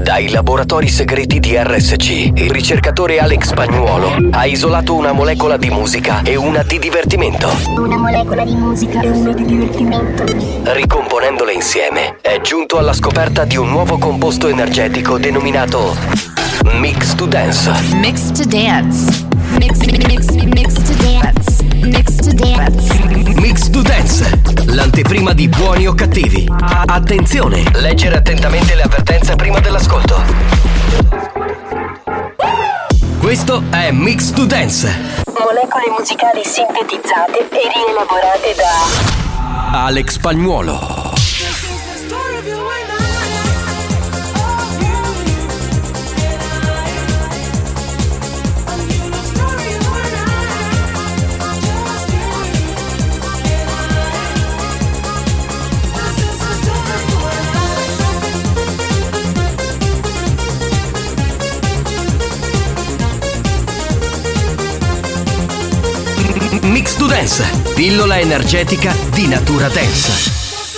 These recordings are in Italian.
Dai laboratori segreti di RSC, il ricercatore Alex Spagnuolo ha isolato una molecola di musica e una di divertimento. Una molecola di musica e una di divertimento. Ricomponendole insieme, è giunto alla scoperta di un nuovo composto energetico denominato Mix to Dance. Mix to Dance. Mix to Dance. Mix to Dance. Mix to Dance, l'anteprima di Buoni o Cattivi. Attenzione, leggere attentamente le avvertenze prima dell'ascolto. Questo è Mix to Dance. Molecole musicali sintetizzate e rielaborate da Alex Spagnuolo. Mix to Dance, pillola energetica di natura dance.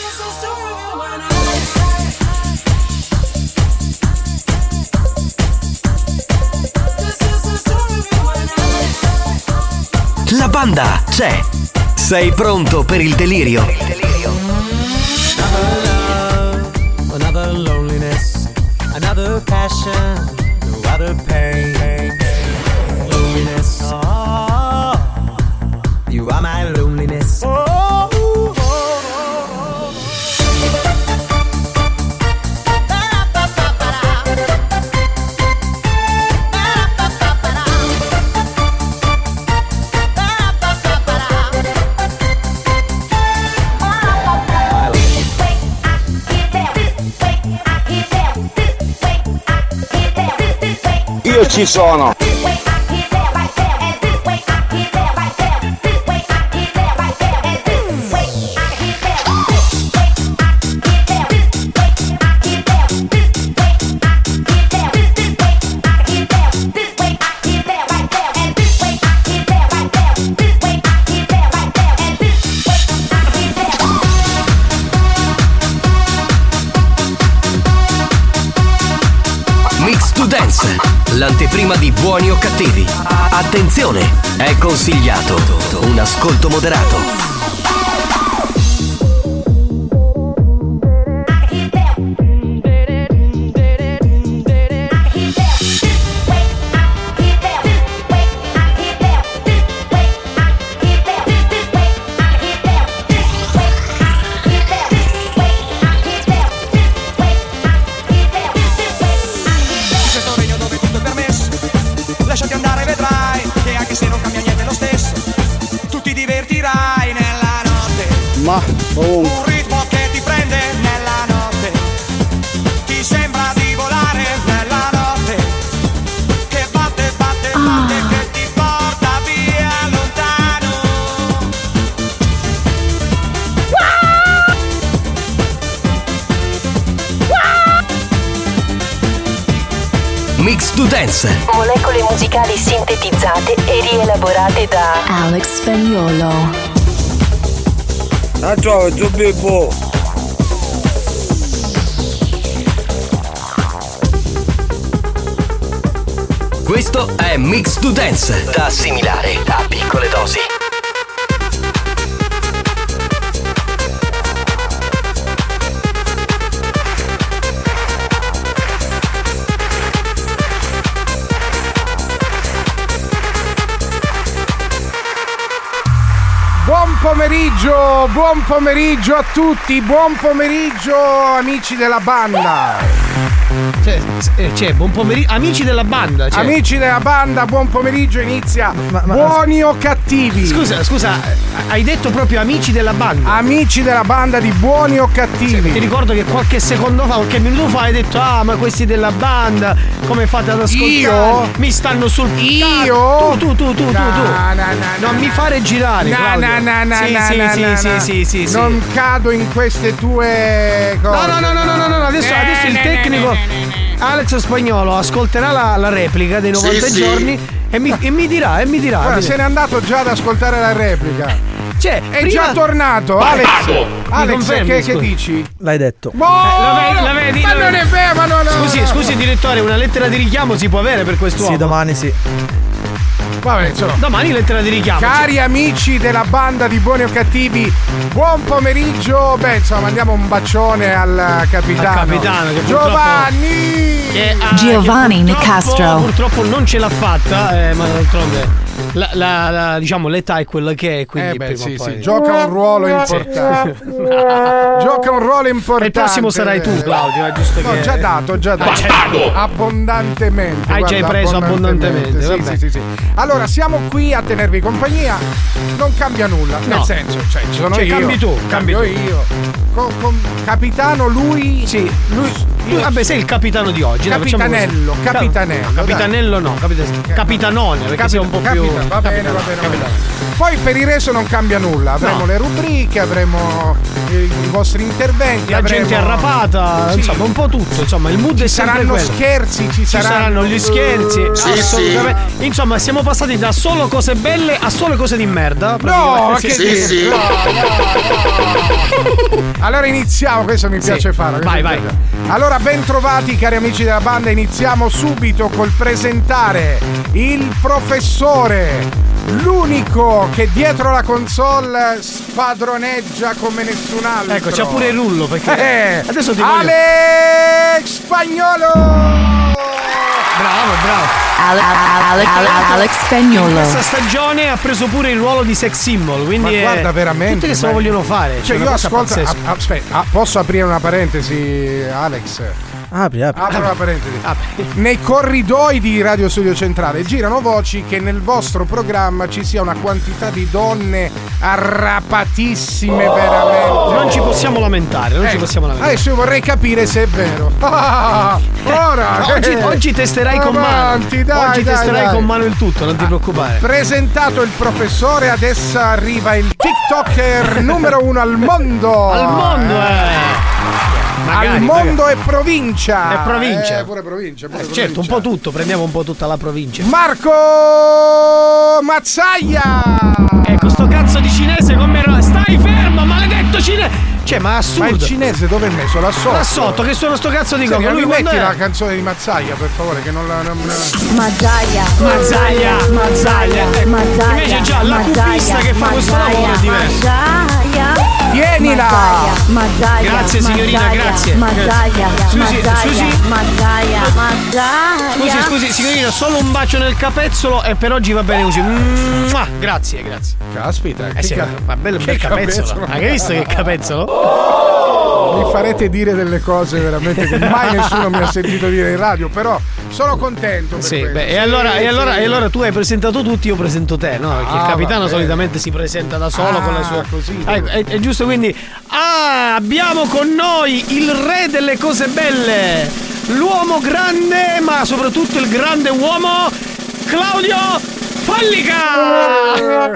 La banda c'è. Sei pronto per il delirio? Another loneliness, another passion, no other pain. Loneliness, oh, you are my loneliness. Oh, oh, oh, oh. Io ci sono. Mix to Dance, l'anteprima di Buoni o Cattivi. Attenzione, è consigliato un ascolto moderato. Lasciati andare, vedrai che anche se non cambia niente lo stesso, tu ti divertirai nella notte. Un ritmo che ti prende nella notte, ti sembra di volare nella notte, che batte, batte, batte, che ti porta via lontano. Mix to Dance, molecole musicali sintetizzate e rielaborate da Alex Spagnuolo. Ciao, Bibbo. questo è Mix to Dance, da assimilare a piccole dosi. Buon pomeriggio a tutti, buon pomeriggio amici della banda. Buon pomeriggio, amici della banda. Amici della banda, buon pomeriggio, inizia Buoni o Cattivi. Scusa, hai detto proprio amici della banda? Amici della banda di Buoni o Cattivi. Ti ricordo che qualche secondo fa, qualche minuto fa hai detto ma questi della banda, come fate ad ascoltare? Io? Mi stanno sul Io? Tu. Non mi fare girare. Sì. Non cado in queste tue cose. No. Adesso il tecnico Alex Spagnuolo ascolterà la replica dei 90 giorni e mi dirà. Guarda, se n'è andato già ad ascoltare la replica. È già tornato. Alex, che dici? L'hai detto. La vedi? Ma non è vero, Scusi direttore, una lettera di richiamo si può avere per quest'uomo? Sì, domani sì. Vabbè, insomma. Domani lettera di richiamo. Cari amici della banda di Buoni o Cattivi, buon pomeriggio. Beh, insomma, mandiamo un bacione al capitano. Che Giovanni Nicastro. Purtroppo non ce l'ha fatta, ma d'altronde diciamo l'età è quella che è, quindi prima o poi. Gioca un ruolo importante. Gioca un ruolo importante. Il prossimo sarai tu, Claudio, è giusto che. Già dato. Abbondantemente. Hai già preso abbondantemente. Sì. Allora, siamo qui a tenervi compagnia. Non cambia nulla. Nel senso, ci sono io. Cambi tu. Cambio io. Con capitano lui. Sì, lui. Vabbè, sei il capitano di oggi. Capitanello. Capitanello no. Capitanone, perché sei un po' più. Va bene. Poi per il resto non cambia nulla. Avremo le rubriche, avremo i vostri interventi, la gente arrapata, insomma un po' tutto, insomma il mood è sempre quello. Ci saranno gli scherzi, assolutamente. Sì. Insomma siamo passati da solo cose belle a solo cose di merda. No, sì. No. Allora iniziamo, questo mi piace fare. Vai. Allora ben trovati cari amici della banda, iniziamo subito col presentare il professore, l'unico che dietro la console spadroneggia come nessun altro. Ecco, c'ha pure il rullo perché adesso ti Alex Spagnolo. Bravo. Alex Spagnolo. Questa stagione ha preso pure il ruolo di sex symbol, quindi ma guarda veramente tutte che se lo vogliono fare. Cioè io ascolto. Aspetta, posso aprire una parentesi, Alex? Apri. Apro una parentesi. Nei corridoi di Radio Studio Centrale girano voci che nel vostro programma ci sia una quantità di donne arrapatissime veramente. Non ci possiamo lamentare, Adesso io vorrei capire se è vero. Ora oggi testerai con mano. Oggi testerai con mano il tutto, non ti preoccupare. Presentato il professore, adesso arriva il TikToker numero 1 al mondo. Al mondo e provincia. Pure provincia. Certo, un po' tutto, prendiamo un po' tutta la provincia. Marco Mazzaia. Ecco, sto cazzo di cinese come stai fermo, maledetto cinese. Cioè, ma assurdo. Ma il cinese dove è messo? Là sotto. Che suona sto cazzo di gomma. Lui metti la canzone di Mazzaia, per favore, che non la. Mazzaia. Invece già la cubista che fa questo lavoro è diverso. Tienila! Grazie signorina, grazie. Scusi signorina, solo un bacio nel capezzolo e per oggi va bene così. Grazie. Caspita, ma bello bel capezzolo. Hai visto che capezzolo? Mi farete dire delle cose veramente che mai nessuno mi ha sentito dire in radio, però sono contento per questo. E allora tu hai presentato tutti, io presento te, no? Perché il capitano solitamente si presenta da solo con la sua. Così. È giusto, quindi. Abbiamo con noi il re delle cose belle, l'uomo grande, ma soprattutto il grande uomo Claudio Fallica!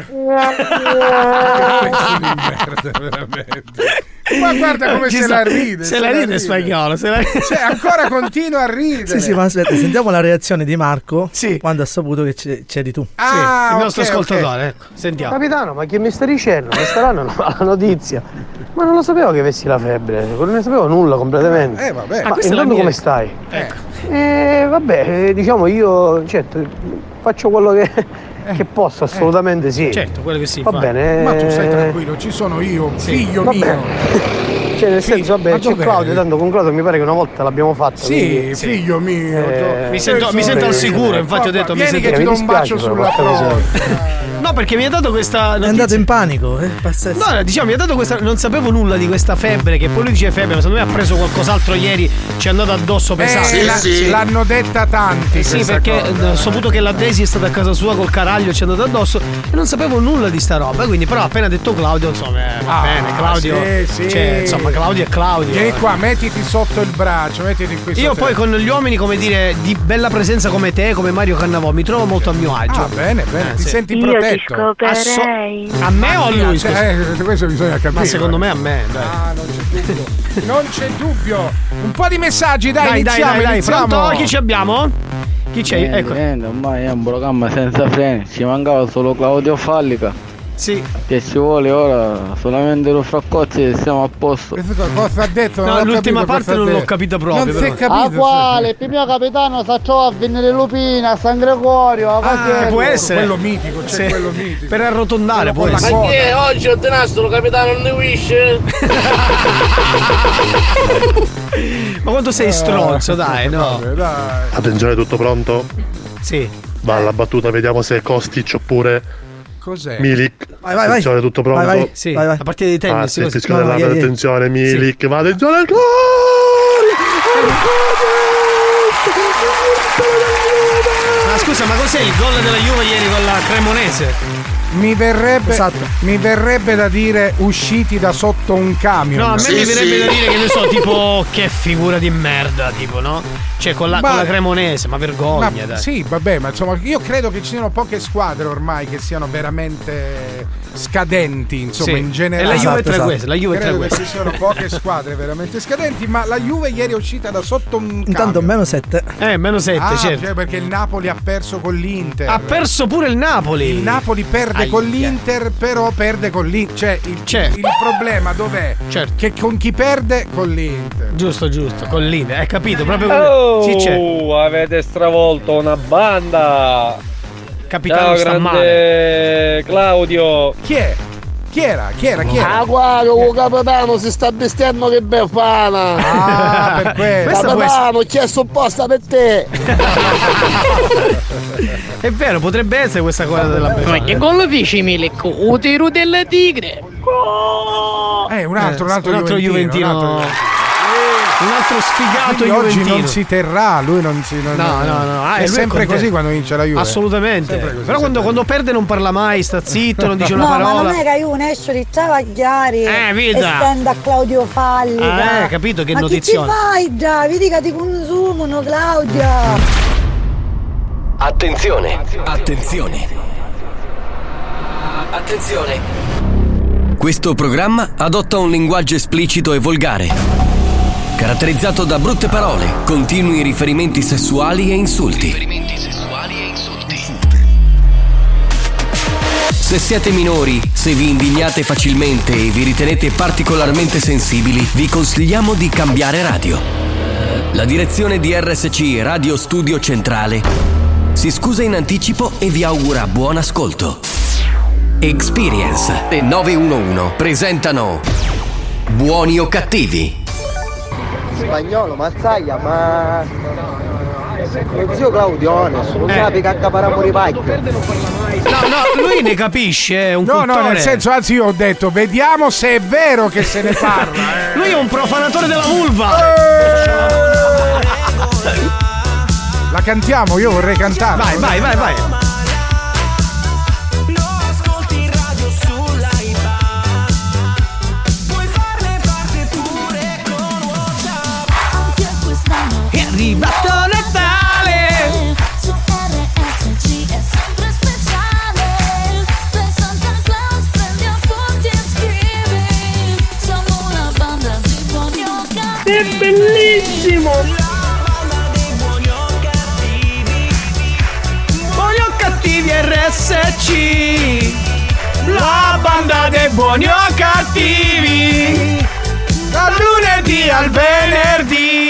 Ma guarda come se la ride. Se la ride Spagnolo. Cioè, ancora continua a ridere. Sì, ma aspetta, sentiamo la reazione di Marco quando ha saputo che c'eri tu. Il nostro ascoltatore, ecco, sentiamo. Capitano, ma che mi stai dicendo? Mi staranno la notizia. Ma non lo sapevo che avessi la febbre, non ne sapevo nulla completamente. Vabbè. Ma intanto come stai? Vabbè, diciamo io, certo, faccio quello che posso, assolutamente sì. Certo, quello che si fa. Va bene. Ma tu stai tranquillo, ci sono io, figlio mio. Cioè nel senso, vabbè, c'è Claudio, tanto con Claudio mi pare che una volta l'abbiamo fatta. Sì, figlio mio. Mi sento al sicuro, infatti ho detto vieni che ti do un bacio sulla fronte. No, perché mi ha dato questa notizia. È andato in panico, pazzesco. No, diciamo, mi ha dato questa. Non sapevo nulla di questa febbre, che poi lui dice febbre, ma secondo me ha preso qualcos'altro ieri, ci è andato addosso pesante. L'hanno detta tanti. Sì, perché ho saputo che la Daisy è stata a casa sua col caraglio, ci è andato addosso e non sapevo nulla di sta roba. Quindi, però, appena detto Claudio, insomma, va bene, Claudio. Cioè, insomma, Claudio è Claudio. Vieni qua, mettiti sotto il braccio, mettiti qui. Io poi con gli uomini, come dire, di bella presenza come te, come Mario Cannavò, mi trovo molto a mio agio. Bene, ti senti protetto. A me o a lui? Questo bisogna capire. Ma secondo me a me, dai. Non c'è dubbio. Un po' di messaggi, dai, iniziamo. Pronto? Chi ci abbiamo? Chi c'è? Ecco. Ormai è un programma senza freni. Ci mancava solo Claudio Fallica. Sì. Che ci vuole ora solamente lo fraccozzi e siamo a posto. Cosa ha detto? No, l'ultima parte non l'ho capita proprio. Non si è capito. A quale? Il mio capitano sa trova a venire Lupina, a San Gregorio. Può essere. Quello mitico, c'è Sì. quello mitico. Per arrotondare, può essere. Ma che oggi ho tenato lo capitano non ne wisce? Ma quanto sei stronzo, dai, no. Dai. Attenzione, tutto pronto? Sì. Va alla battuta, vediamo se è Kostic oppure Cos'è? Milik. Vai. Attenzione, tutto pronto? Vai. Sì, Vai. la partita di tennis. Sì, così. fischio dell'arbitro, attenzione, Milik, va, attenzione al gol! Ma scusa, ma cos'è il gol della Juve ieri con la Cremonese? Mi verrebbe da dire usciti da sotto un camion. No, a me mi verrebbe da dire che ne so, tipo che figura di merda, tipo, no? Cioè con la Cremonese, ma vergogna, dai. Sì, vabbè, ma insomma, io credo che ci siano poche squadre ormai che siano veramente scadenti, insomma, Sì. in generale. E la Juve è tra queste, la Juve è tra credo che queste. ci siano poche squadre veramente scadenti, ma la Juve ieri è uscita da sotto un Intanto camion. -7. -7, certo. Cioè perché il Napoli ha perso con l'Inter. Ha perso pure il Napoli. Il Napoli perde con l'Inter, però perde con l'Inter. Cioè, il problema dov'è? Certo. Che con chi perde? Con l'Inter. Giusto, con l'Inter. Hai capito? Proprio Oh, sì, c'è. avete stravolto una banda. Capitano Ciao, sta grande male. Claudio. Chi è? Chi era? Ah, guarda, il capitano si sta vestendo che befana. Ah, per questo. Capitano, chi è supposta per te? È vero, potrebbe essere questa cosa della Ma che gol dici Milik? O tiro della tigre. Un altro Juventino. Un altro sfigato Quindi oggi juventino. non si terrà, lui non si. No. È sempre così quando vince la Juve. Assolutamente. Sempre così, Però quando perde non parla mai, sta zitto, non dice una parola. No, ma non è che io ne esce di travagliare e vita. stendo a Claudio Falli. Capito che ma notizione. Ma che ci fai già? Vedi che ti consumano, Claudia. Attenzione. Questo programma adotta un linguaggio esplicito e volgare, caratterizzato da brutte parole, continui riferimenti sessuali e insulti. Se siete minori, se vi indignate facilmente e vi ritenete particolarmente sensibili, vi consigliamo di cambiare radio. La direzione di RSC Radio Studio Centrale si scusa in anticipo e vi augura buon ascolto. Experience e 911 presentano Buoni o Cattivi. Spagnolo, Mazzaglia, ma lo zio Claudione, non capi che accaparamo i pacchi. No, lui ne capisce, è un cultore. No, nel senso, anzi io ho detto, vediamo se è vero che se ne parla. Lui è un profanatore della vulva. La cantiamo, io vorrei cantarla. Vai. È arrivato Natale. Su RSC è sempre speciale. Per Santa Claus prendi appunti e scrivi. Siamo una banda di buoni o cattivi. È bellissimo. Buoni o cattivi RSC. La banda dei buoni o cattivi. Dal lunedì al venerdì.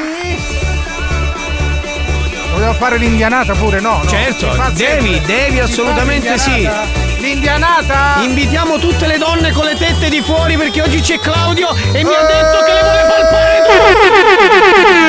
Volevo fare l'indianata pure, no? Certo, devi assolutamente sì. L'indianata! Invitiamo tutte le donne con le tette di fuori perché oggi c'è Claudio e mi ha detto che le vuole palpare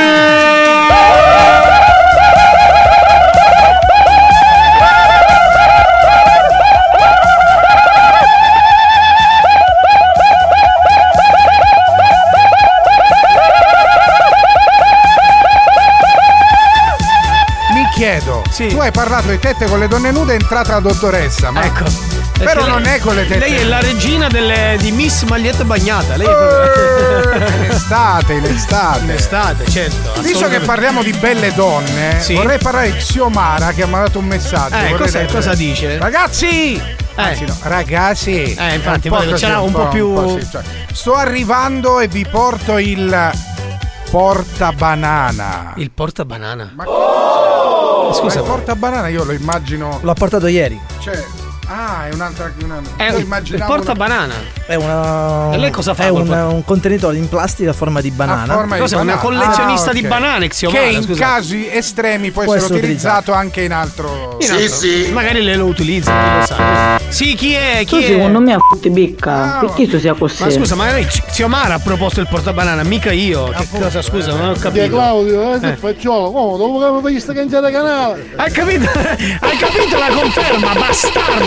chiedo, tu hai parlato di tette con le donne nude, è entrata la dottoressa, ma ecco. Però non è con le tette. Lei è la regina di Miss Maglietta Bagnata. Lei in estate, certo. Visto che parliamo di belle donne, vorrei parlare di Xiomara che ha mandato un messaggio. Cosa dice? Ragazzi! Anzi, no, ragazzi! Infatti, c'era un po' più. Sto arrivando e vi porto il portabanana. Il portabanana? Ma scusa, il portabanana io lo immagino. L'ho portato ieri. Cioè, Ah, è un'altra. È il portabanana. È una. E lei cosa fa? È un contenitore in plastica a forma di banana. Cos'è? Una collezionista di banane, che in casi estremi può essere utilizzato anche in altro. Sì. Magari lei lo utilizza, chi lo sa. Sì, chi è? Tu secondo me a futti bicca. Perché tu sia così? Ma scusa, magari zio Mara ha proposto il portabanana, mica io. Che cosa, scusa, non ho capito. Claudio, facciolo, come dovevo fare questa canzone canale? Hai capito la conferma, bastardo!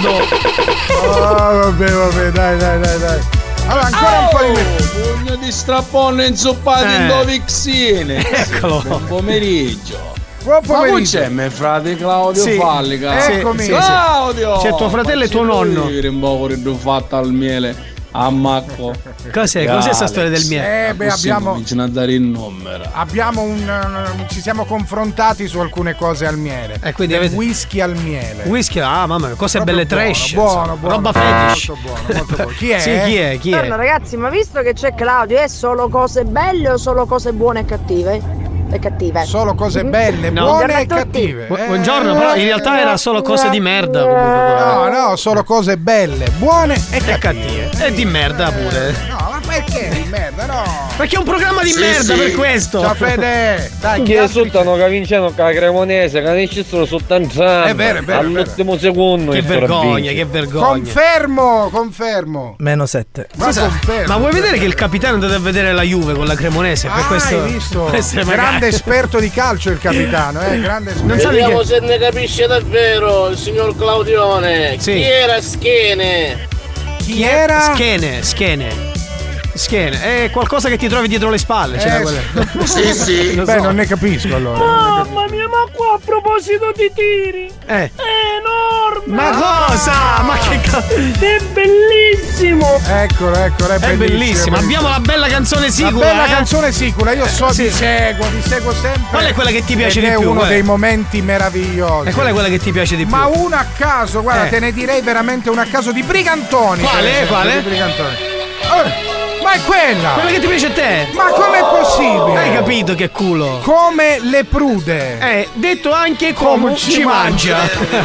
Vabbè, dai. Allora, ancora un po' di pugno di strappone inzuppati in dovixine. Eccolo. Buon pomeriggio. Buon pomeriggio. Ma c'è mio frate Claudio Fallica? Eccomi. Claudio! C'è tuo fratello e tuo nonno. Un po' fatta al miele. A Macco. Cos'è sta storia del miele? Abbiamo a dare il numero. Ci siamo confrontati su alcune cose al miele. Quindi whisky al miele. Whisky, mamma mia, cose belle trash. Buono. Roba fetish. Molto buono. Chi è? Sì, chi è? Buongiorno ragazzi, ma visto che c'è Claudio, è solo cose belle o solo cose buone e cattive? E cattive. Solo cose belle, buone e cattive. Buongiorno, però in realtà era solo cose di merda comunque. No, solo cose belle, buone e cattive. E di merda pure. No, ma perché di merda? No. Perché è un programma di merda per questo. Ciao Fede. Dai, chi risultano che vincendo con la Cremonese, che ne ci sono sotto entrambi. È vero. All'ultimo secondo. Che vergogna. Confermo. -7. Ma vuoi vedere che il capitano è andato a vedere la Juve con la Cremonese? Per questo. Hai visto? Grande esperto di calcio il capitano, grande esperto. Non vediamo se ne capisce davvero il signor Claudione. Sì. Chi era Schene? Chi era? Schene, è qualcosa che ti trovi dietro le spalle. Sì. Beh, non ne capisco allora. Mamma mia, ma qua a proposito di tiri è enorme. Ma cosa? Ma che è bellissimo. Eccolo, è bellissimo. Abbiamo la bella canzone sicura. La bella canzone sicura, io ti seguo sempre. Qual è quella che ti piace di più? È uno dei momenti meravigliosi. E qual è quella che ti piace di più? Ma una a caso, guarda, te ne direi veramente una a caso di Brigantoni. Quale? Di Brigantoni. Ma è quella! Quella che ti piace a te? Ma com'è possibile? Hai capito che culo? Come le prude. Detto anche come ci mangia.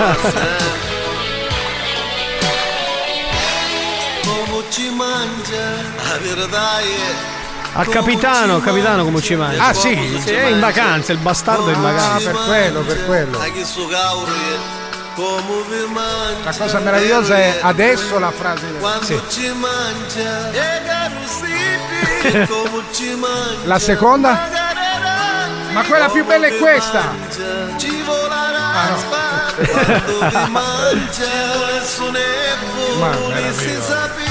Come ci mangia, la verità è. Al capitano come ci mangia. Ah sì? È in vacanza, il bastardo è in vacanza. Per quello. La cosa meravigliosa è adesso la frase. Ci mangia, la seconda? Ma quella più bella è questa. Ma meraviglioso.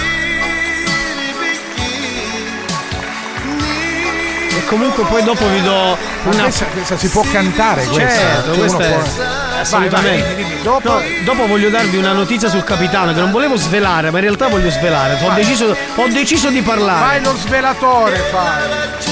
E comunque poi dopo vi do una. Questa si può cantare, questa. Certo, questa è. Assolutamente. Dimmi. Dopo voglio darvi una notizia sul capitano che non volevo svelare, ma in realtà voglio svelare. Ho deciso di parlare. Fai lo svelatore, fai.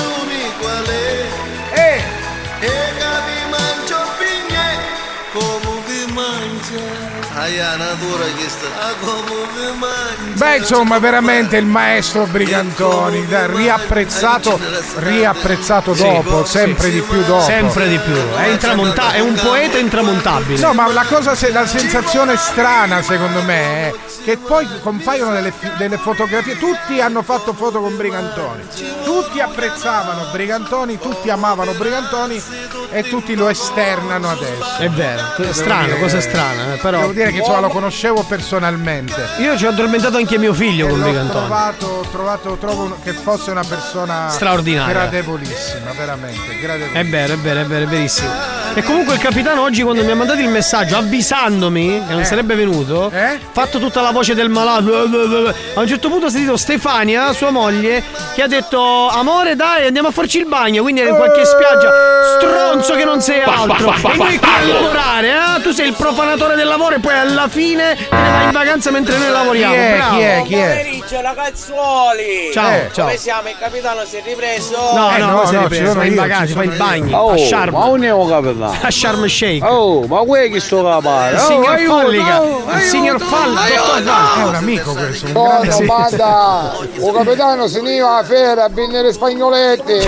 Beh, insomma, veramente il maestro Brigantoni, riapprezzato dopo, sempre di più dopo. Sempre di più. È un poeta intramontabile. No, ma la sensazione strana, secondo me, è che poi compaiono delle fotografie. Tutti hanno fatto foto con Brigantoni. Tutti apprezzavano Brigantoni, tutti amavano Brigantoni e tutti lo esternano adesso. È vero, cosa strana, però. Devo dire che insomma lo conoscevo personalmente. Io ci ho addormentato anche mio figlio con Brigantoni. Trovo che fosse una persona straordinaria, gradevolissima, veramente gradevolissima. È verissimo. E comunque il capitano oggi, quando mi ha mandato il messaggio avvisandomi che non sarebbe venuto, fatto tutta la voce del malato. A un certo punto ho sentito Stefania, sua moglie, che ha detto: amore, dai, andiamo a farci il bagno. Quindi era in qualche spiaggia. Stronzo che non sei altro. E noi qui a lavorare, tu sei il profanatore del lavoro e poi alla fine te ne vai in vacanza mentre noi lavoriamo. Chi è? Buon pomeriggio, ragazzuoli. Ciao. Come siamo? Il capitano si è ripreso? No, si è ripreso. Vai in vacanza, fai il bagno. A Sharm. Ma non è un capitano. A Sharm Sheikh. Ma quello che sto capare? Il signor Fallica. Il signor Fallica. È un amico questo. Banda, o capitano si niva a fera a vendere spagnoletti.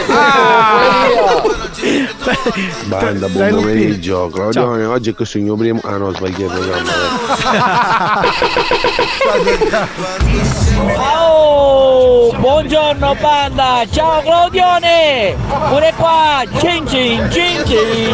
Banda, buon pomeriggio. Claudione, oggi è questo il mio primo. Ah no, sbagliato. Oh, buongiorno banda, ciao Claudione, pure qua, cin cin cin cin.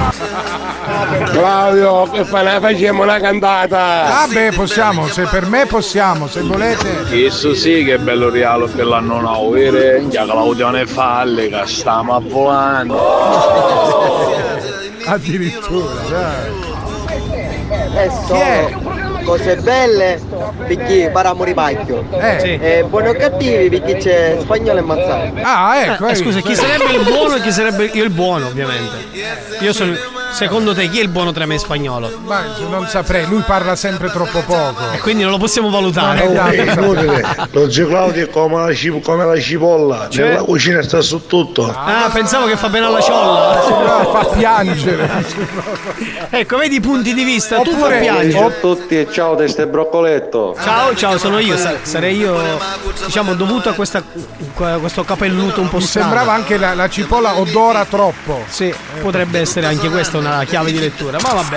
Claudio, che fa? Ne facciamo una cantata. Vabbè, possiamo, se per me possiamo, se volete. Questo sì che è bello reale per l'anno nuovo, vero? Già Claudione falle, che stiamo avvolando. Addirittura, dai. Chi è? Cose belle perché paramori pacchio buoni o cattivi perché c'è spagnolo e mazzaro. Scusa, chi sarebbe il buono e chi sarebbe io il buono, ovviamente. Io sono. Secondo te chi è il buono tra me e spagnolo? Ma non saprei, lui parla sempre troppo poco. E quindi non lo possiamo valutare. Lo zio Claudio è come la cipolla, Cioè? nella cucina sta su tutto. Pensavo che fa bene alla ciolla. Fa piangere. Ecco, vedi i punti di vista, tu fa Ciao piangere. a tutti e ciao teste broccoletto. Ciao, sono io. Sarei io, diciamo, dovuto a questo capelluto un po' strano. Sembrava anche la cipolla odora troppo. Sì, potrebbe essere anche questa una chiave di lettura, ma vabbè.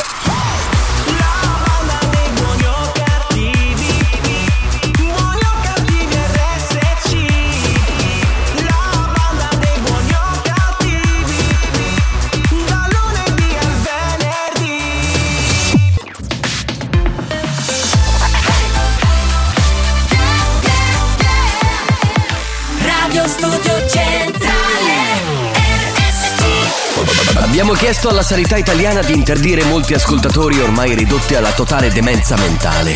Radio Studio Centrale RSC. Abbiamo chiesto alla sanità italiana di interdire molti ascoltatori ormai ridotti alla totale demenza mentale.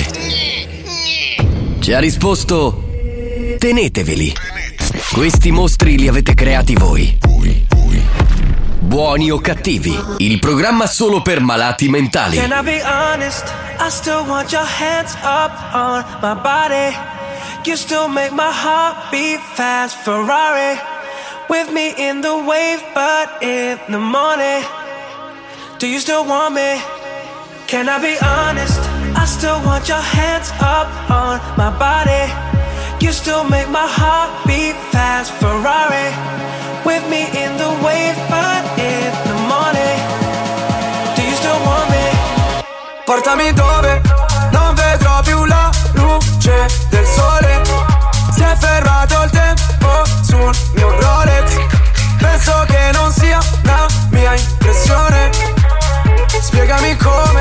Ci ha risposto: teneteveli. Questi mostri li avete creati voi. Buoni o cattivi, il programma solo per malati mentali. Can I be honest? I still want your hands up on my body. You still make my heart beat fast. Ferrari with me in the wave, but in the morning, do you still want me? Can I be honest? I still want your hands up on my body. You still make my heart beat fast. Ferrari with me in the wave, but in the morning, do you still want me? Portami dove non vedrò più la luce del sole. Si è fermato il tempo sul mio Rolex. Penso che non sia la mia impressione. Spiegami come.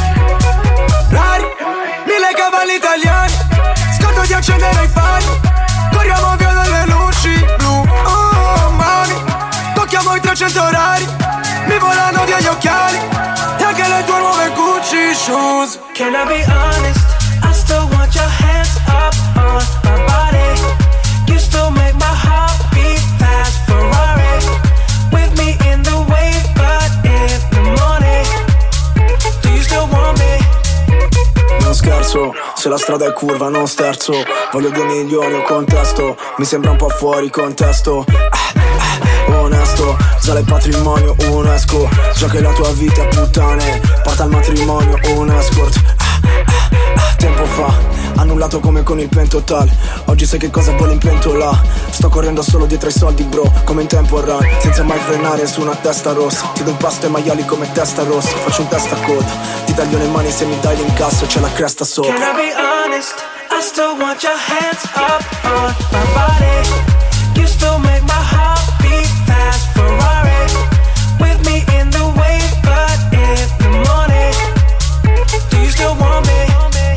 Rari, 1000 cavalli italiani. Scordo di accendere i fari. Corriamo via dalle luci blu. Oh mami, tocchiamo i 300 orari. Mi volano via gli occhiali. E anche le tue nuove Gucci shoes. Can I be honest? I still want your hands up on my body. You still make my heart beat fast. Ferrari with me in the wave, but in the morning, do you still want me? Non scherzo, se la strada è curva non sterzo. Voglio 2 milioni o contesto. Mi sembra un po' fuori contesto. Onesto, sale il patrimonio, un esco. Già che la tua vita è puttane. Porta al matrimonio, un escort. Tempo fa, annullato come con il pentotal. Oggi sai che cosa vuole in pentola. Sto correndo solo dietro ai soldi bro, come in tempo run. Senza mai frenare su una testa rossa. Ti do un pasto ai maiali come testa rossa. Faccio un testa a coda, ti taglio le mani se mi dai l'incasso. C'è la cresta sopra. Can I be honest? I still want your hands up on my body. You still make my heart beat fast. Ferrari with me in the wave, but in the morning, do you still want me?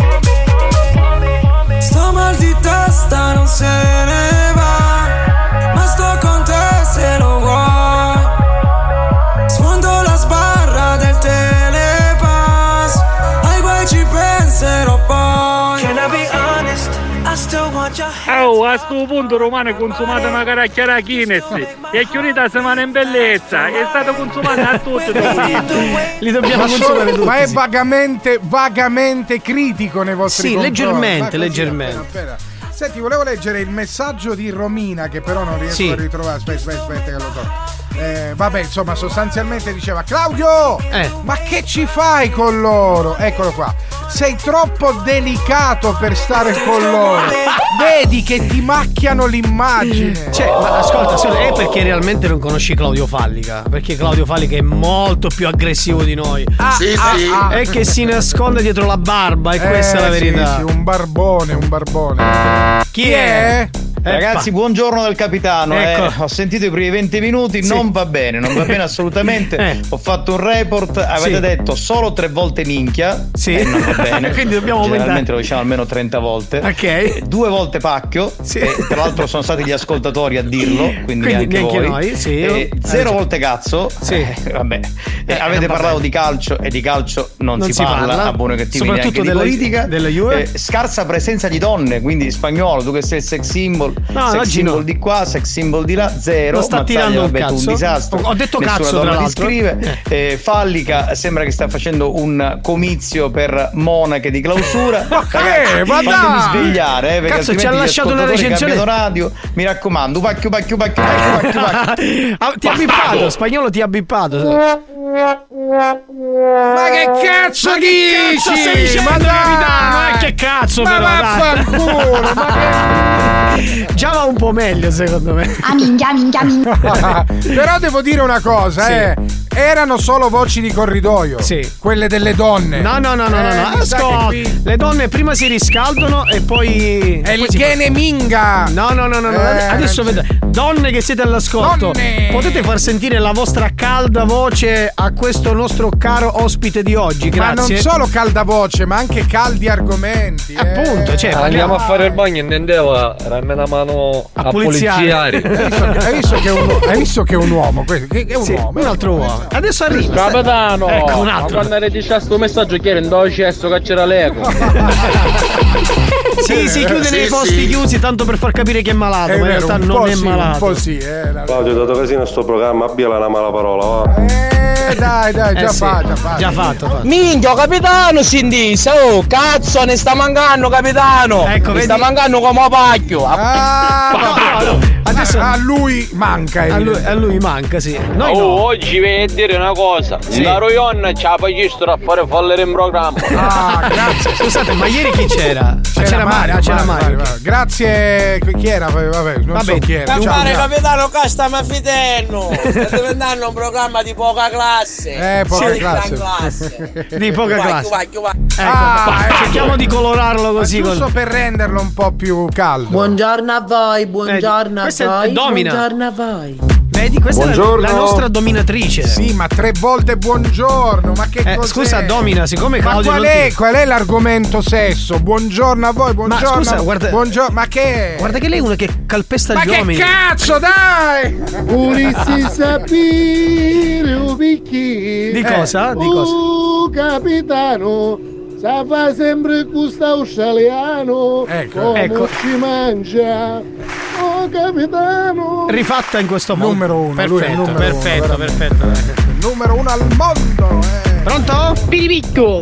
Sto mal di testa non se ne va, ma sto con te se lo vuoi. Sfondo la sbarra del telepass, ai guai ci penserò poi. Can I be honest? I still want your hands. Oh, a sto punto Romano è consumata una caracchiara Guinness e chiudita la settimana in bellezza, è stato consumato a tutti. Li dobbiamo consumare tutti. Ma è vagamente critico nei vostri confronti. Leggermente. Senti, volevo leggere il messaggio di Romina, che però non riesco a ritrovare. Aspetta che lo trovo. Vabbè, insomma, sostanzialmente diceva: Claudio, ma che ci fai con loro? Eccolo qua. sei troppo delicato per stare con loro. Vedi che ti macchiano l'immagine. Cioè, ma ascolta, è perché realmente non conosci Claudio Fallica. Perché Claudio Fallica è molto più aggressivo di noi. È che si nasconde dietro la barba, e questa è la verità. Sì, un barbone. Chi è? Ragazzi, buongiorno del capitano. Ecco. Ho sentito i primi 20 minuti, non va bene assolutamente. Ho fatto un report, avete detto solo 3 volte minchia. Sì. Non va bene. Quindi dobbiamo aumentare. Generalmente lo diciamo almeno 30 volte. Ok. 2 volte pacchio. Sì. E tra l'altro sono stati gli ascoltatori a dirlo, quindi anche voi. Noi, sì. 0 volte cazzo. Sì. Vabbè. Avete parlato di calcio, e di calcio non si parla. A buono che ti viene anche di politica. Della Juve. Scarsa presenza di donne, quindi Spagnolo, tu che sei il sex symbol. No, sex symbol di qua, sex symbol di là, zero. Lo sta tirando un cazzo. Un disastro. Ho detto nessuna cazzo, donna tra ti l'altro. scrive. Fallica sembra che sta facendo un comizio per monache di clausura. Ragazzi, fatemi svegliare, perché cazzo, ci ha altrimenti lasciato una recensione. Radio, mi raccomando, pacchio. Ti ha bippato, Spagnolo ti ha bippato. Ma che cazzo dici? Cazzo stai dicendo, capitano? Che cazzo, ma però, vaffanculo, ma che... Già va un po' meglio secondo me. Minchia. Però devo dire una cosa, erano solo voci di corridoio. Quelle delle donne. No. Ascolta, le donne prima si riscaldano e poi è il gene minga. No. Adesso vedete, donne che siete all'ascolto, potete far sentire la vostra calda voce a questo nostro caro ospite di oggi. Grazie. Ma non solo calda voce, ma anche caldi argomenti. Appunto, cioè, andiamo a fare il bagno e Nendeva ramena la mano a poliziari. Hai visto che è un uomo? È un uomo. Un altro uomo. Adesso arriva. Capitano, ecco un altro. Ma quando registra sto messaggio chiede in dove c'è sto che c'era l'eco. Si chiude nei posti chiusi tanto per far capire che è malato, ma in realtà non è malato. Un po' sì, Claudio, dato che sei in sto programma, abbia la mala parola, va. Dai, già fatto. Minchia, capitano, Sindisa, oh, cazzo, ne sta mancando, capitano. Ecco, ne sta mancando come pacchio. Adesso a lui manca. A lui manca, sì. Noi oggi vieni a dire una cosa. La Roion ci ha registrato a fare fallere in programma. Grazie. Scusate, ma ieri chi c'era? C'era Mario. Grazie. Chi era? Vabbè, non so chi era. Capitano, casta ma fitello. Sta diventando un programma di poca classe. Poca classe. Di poca classe. Cerchiamo di colorarlo così. Giusto per renderlo un po' più caldo. Buongiorno a voi, buongiorno a voi. Domina. Buongiorno a voi. Vedi, questa è la nostra dominatrice. Sì, ma 3 volte buongiorno. Ma che cos'è? Scusa, Domina, siccome Claudio. Ma qual è l'argomento sesso? Buongiorno a voi, buongiorno. Ma scusa, guarda. Buongiorno, ma che? Guarda che lei è una che calpesta gli uomini. Ma che cazzo, dai! Volessi sapere un bicchiere. Di cosa? Capitano, sa fa sempre questo australiano. Ecco. Si mangia. Oh, capitano. Rifatta in questo modo. Numero 1. Perfetto. Numero 1 al mondo. Pronto? Piripicchio.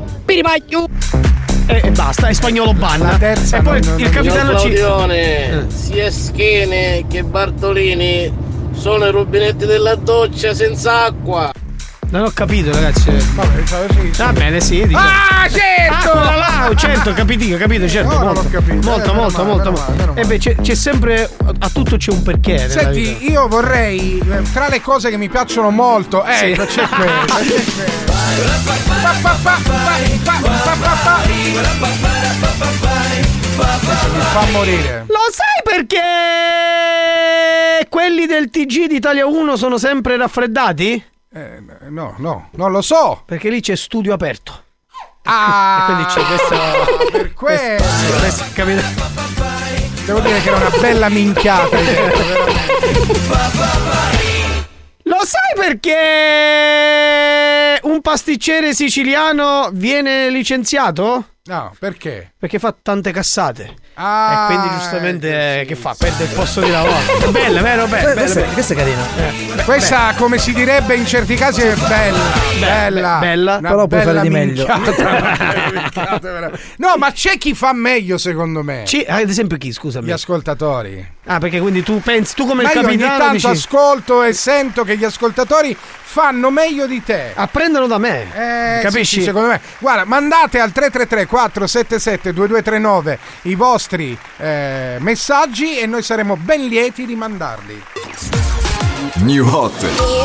E basta, è Spagnolo banna. La terza. E poi il capitano sia Schene che Bartolini sono i rubinetti della doccia senza acqua. Non ho capito, ragazzi. Va bene, sì. Dico. Certo! Quella là, certo, capito, certo. No, non l'ho capito. Molto. E beh, c'è sempre. A tutto c'è un perché. Senti, io vorrei. Tra le cose che mi piacciono molto. C'è questo. Mi fa morire. Lo sai perché quelli del TG di Italia 1 sono sempre raffreddati? No, non lo so. Perché lì c'è studio aperto. E quindi c'è questo. Per quello. Capito? Devo dire che era una bella minchiata. Lo sai perché un pasticcere siciliano viene licenziato? No, perché? Perché fa tante cassate. E quindi giustamente che fa? Perde il posto di lavoro. È bella, vero? Questa è carina. Questa, come si direbbe in certi casi, è bella. Però puoi fare di meglio. No, ma c'è chi fa meglio, secondo me. Ad esempio chi, scusami? Gli ascoltatori. Ah, perché quindi tu pensi, tu come il io capitano ogni tanto dici... ascolto e sento che gli ascoltatori fanno meglio di te. Apprendono da me. Capisci? Sì, secondo me. Guarda, mandate al 333-477-2239 i vostri messaggi e noi saremo ben lieti di mandarli. New Hot.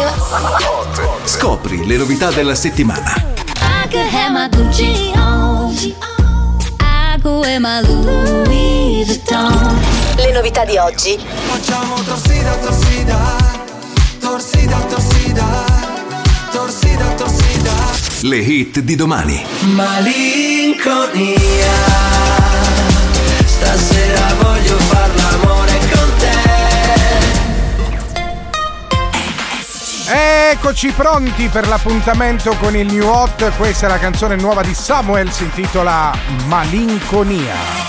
Scopri le novità della settimana. I could have my Gucci on. I could wear my Louis Vuitton. Le novità di oggi. Facciamo torsida, torsida, torsida, torsida, torsida, torsida. Le hit di domani. Malinconia. Stasera voglio far l'amore con te. Eccoci pronti per l'appuntamento con il New Hot. Questa è la canzone nuova di Samuel, si intitola Malinconia.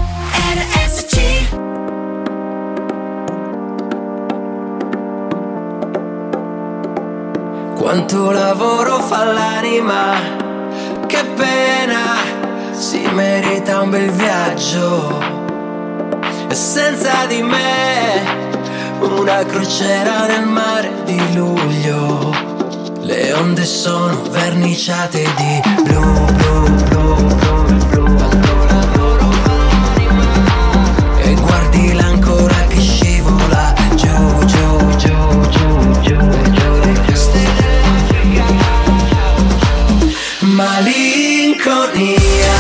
Quanto lavoro fa l'anima, che pena, si merita un bel viaggio. E senza di me, una crociera nel mare di luglio. Le onde sono verniciate di blu, blu, blu, blu, blu. E guardi l'ancora che scivola giù, giù, giù, giù, giù, giù. Malinconia,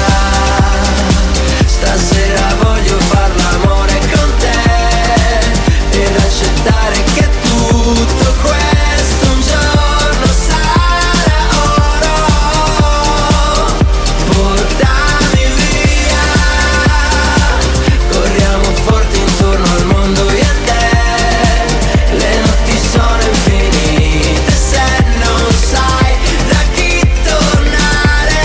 stasera voglio far l'amore con te ed accettare che tutto questo un giorno sarà oro. Portami via, corriamo forte intorno al mondo io e te. Le notti sono infinite se non sai da chi tornare.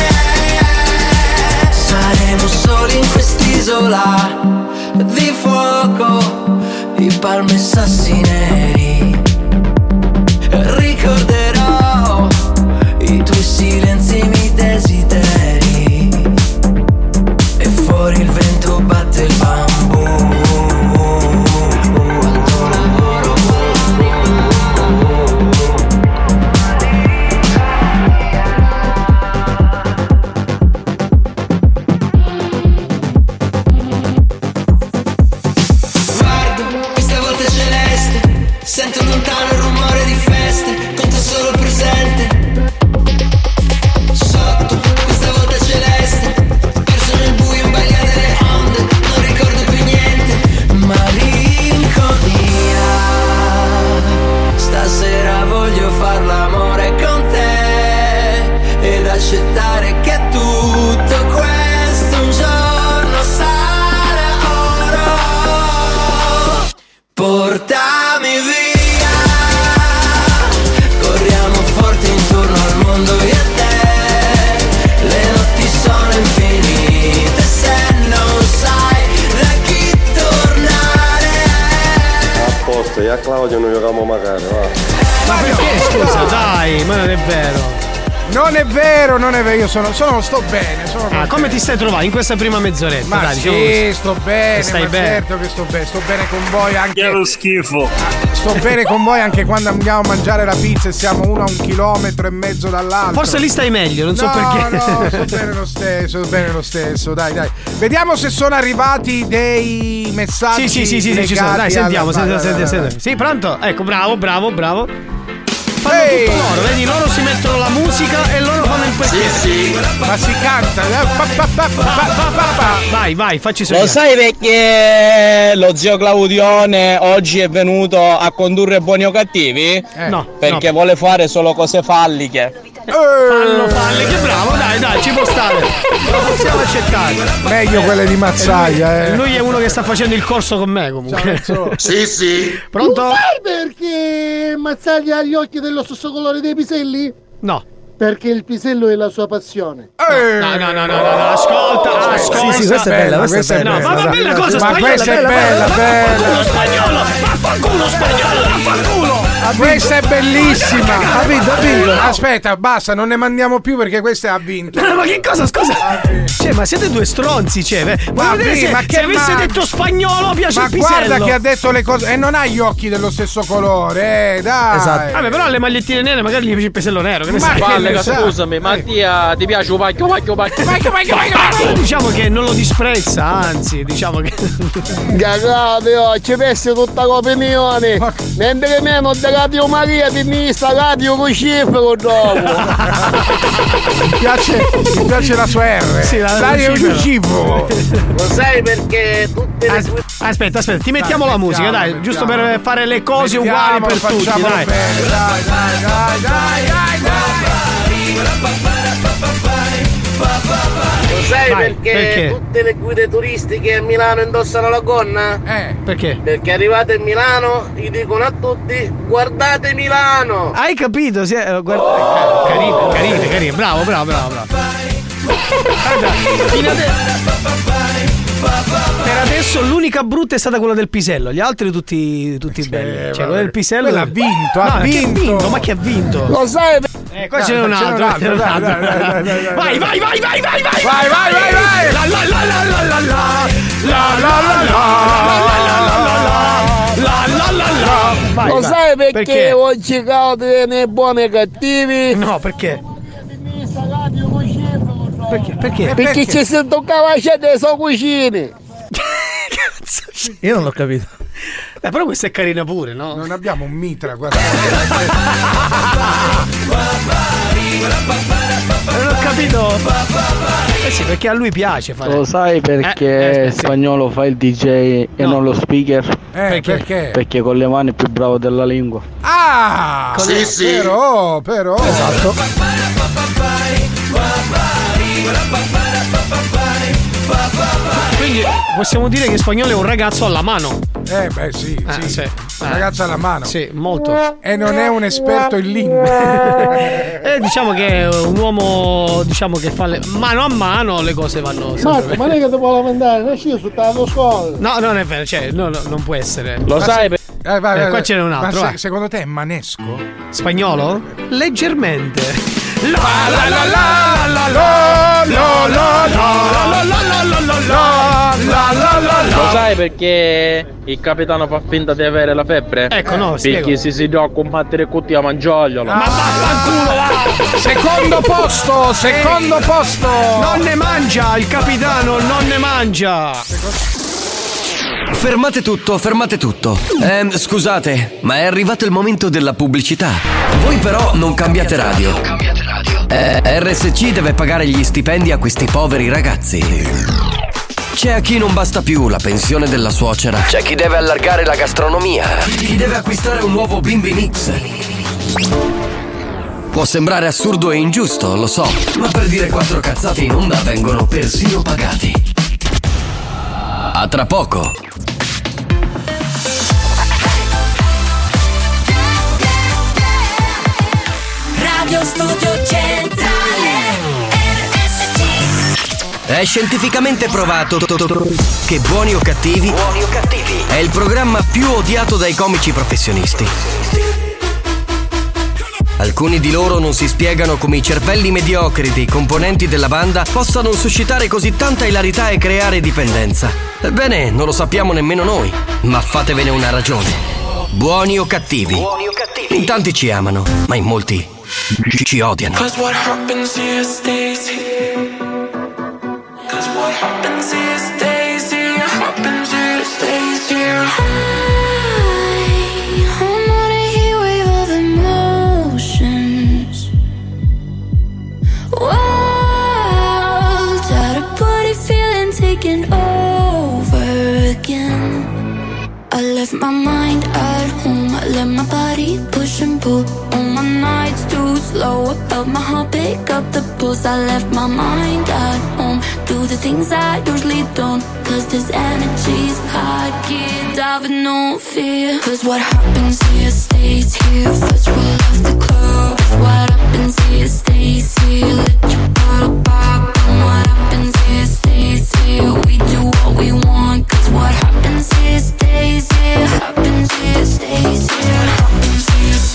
Saremo soli in quest'isola di fuoco, i palmi e sassi neri. Ricorderò i tuoi silenzi e i miei desideri. E fuori il vento batte il bambù. Sento lontano il rumore di feste, conto solo il presente. Sotto, questa volta celeste, perso nel buio in balia delle onde, non ricordo più niente. Malinconia, stasera voglio far l'amore con te ed accettare che tutto questo un giorno sarà oro. Portami via. E a Claudio noi giochiamo magari, va. Ma perché scusa, dai, ma non è vero. Non è vero, non è vero, io sto bene. Come ti stai trovando in questa prima mezz'oretta? Ma dai, sì, sto bene, stai ma bene. certo che sto bene con voi anche. Che lo schifo. Sto bene con voi anche quando andiamo a mangiare la pizza e siamo uno a 1,5 chilometri dall'altro. Forse lì stai meglio, non so perché. No, sto bene lo stesso, dai. Vediamo se sono arrivati dei messaggi. Sì, ci sono. Dai, sentiamo. Sì, pronto? Ecco, bravo. Fanno tutto loro, vedi, loro si mettono la musica e loro fanno il perché. Sì. Ma si canta. Vai, facci Lo sai perché lo zio Claudione oggi è venuto a condurre Buoni o Cattivi? No. Perché vuole fare solo cose falliche. Falliche, bravo, dai, ci può stare. Lo possiamo accettare. Meglio quelle di Mazzaia. Lui è uno che sta facendo il corso con me comunque. Sì. Pronto? Tu sai perché Mazzaglia ha gli occhi dello stesso colore dei piselli? No. Perché il pisello è la sua passione. No, ascolta. Sì, questa è bella, questa è bella. No, ma bella cosa, ma questa è bella. Vaffanculo spagnolo, vaffanculo. Questa è bellissima. Ha vinto. Aspetta, basta, non ne mandiamo più perché questa ha vinto. Ma che cosa, scusa? Cioè, ma siete due stronzi, cioè. Ma se avesse detto spagnolo piace il pisello. Ma guarda che ha detto le cose e non ha gli occhi dello stesso colore, dai. Esatto. Vabbè, però le magliettine nere magari gli piace il pisello nero. Che ne sai? Scusami, Mattia, ti piace pacchio? Diciamo che non lo disprezza, anzi, diciamo che. Gagavio, ci pensi tutta l'opinione. Mentre che meno da Radio Maria ti mista Radio con cifro dopo. Mi piace la sua R. Sì, la Radio con cifro. Lo sai perché tutte le Aspetta, ti mettiamo la musica, dai, giusto per fare le cose uguali per tutti, dai. Lo sai perché tutte le guide turistiche a Milano indossano la gonna? Perché? Perché arrivate a Milano, gli dicono a tutti: guardate Milano! Hai capito? Carino. Bravo. Per adesso l'unica brutta è stata quella del pisello, gli altri tutti belli. Cioè, quello del pisello ha vinto. Ma che ha vinto? Lo sai? Qua ce n'è un altro. Vai. Lo sai perché oggi cade nei buoni e cattivi? No, perché? Perché ci si toccava dei suoi cucine. Io non l'ho capito. Però questa è carina pure, no? Non abbiamo un mitra, guarda. Non ho capito. Sì, perché a lui piace fare. Lo sai perché spagnolo fa il DJ e non lo speaker? Perché? Perché con le mani è più bravo della lingua. Ah! Sì. Però. Esatto. Quindi possiamo dire che spagnolo è un ragazzo alla mano. Sì. Un ragazzo alla mano. Sì, molto. E non è un esperto in lingue. Diciamo che è un uomo, diciamo che fa mano a mano le cose vanno sempre. Marco, ma non è che ti può lamentare, non scio su la scuola. No, non è vero, cioè, non può essere. Lo sai vai, qua ce n'è un altro. Ma secondo te è manesco? Spagnolo? Leggermente. Lo sai perché il capitano fa finta di avere la febbre? Ecco, no, perché si dà a combattere tutti a mangiagliolo. Ma vaffanculo, va! Secondo posto! Non ne mangia, il capitano non ne mangia! Fermate tutto. Scusate, ma è arrivato il momento della pubblicità. Voi però non cambiate radio. RSC deve pagare gli stipendi a questi poveri ragazzi. C'è a chi non basta più la pensione della suocera. C'è chi deve allargare la gastronomia. Chi deve acquistare un nuovo Bimbi Mix. Può sembrare assurdo e ingiusto, lo so, ma per dire 4 cazzate in onda vengono persino pagati. A tra poco. Radio Studio Centrale RSC. È scientificamente provato che Buoni o Cattivi è il programma più odiato dai comici professionisti. Alcuni di loro non si spiegano come i cervelli mediocri dei componenti della banda possano suscitare così tanta ilarità e creare dipendenza. Ebbene, non lo sappiamo nemmeno noi, ma fatevene una ragione. Buoni o Cattivi. In tanti ci amano, ma in molti ci odiano. Cause what happens here stays here. Cause what happens here stays here. Happens here stays here. I'm not a heat of emotions. Wild, out of body feeling taken over again. I left my mind at home. I let my body push and pull. On my nights too slow. I felt my heart pick up the pulse. I left my mind at home. Do the things I usually don't. Cause this energy's high. Get out with no fear. Cause what happens here stays here. First roll off the club. What happens here stays here. Let your bottle pop. And what happens here stays here. We do what we want. Cause what happens here stays here. Happens here stays here. Happens here stays here.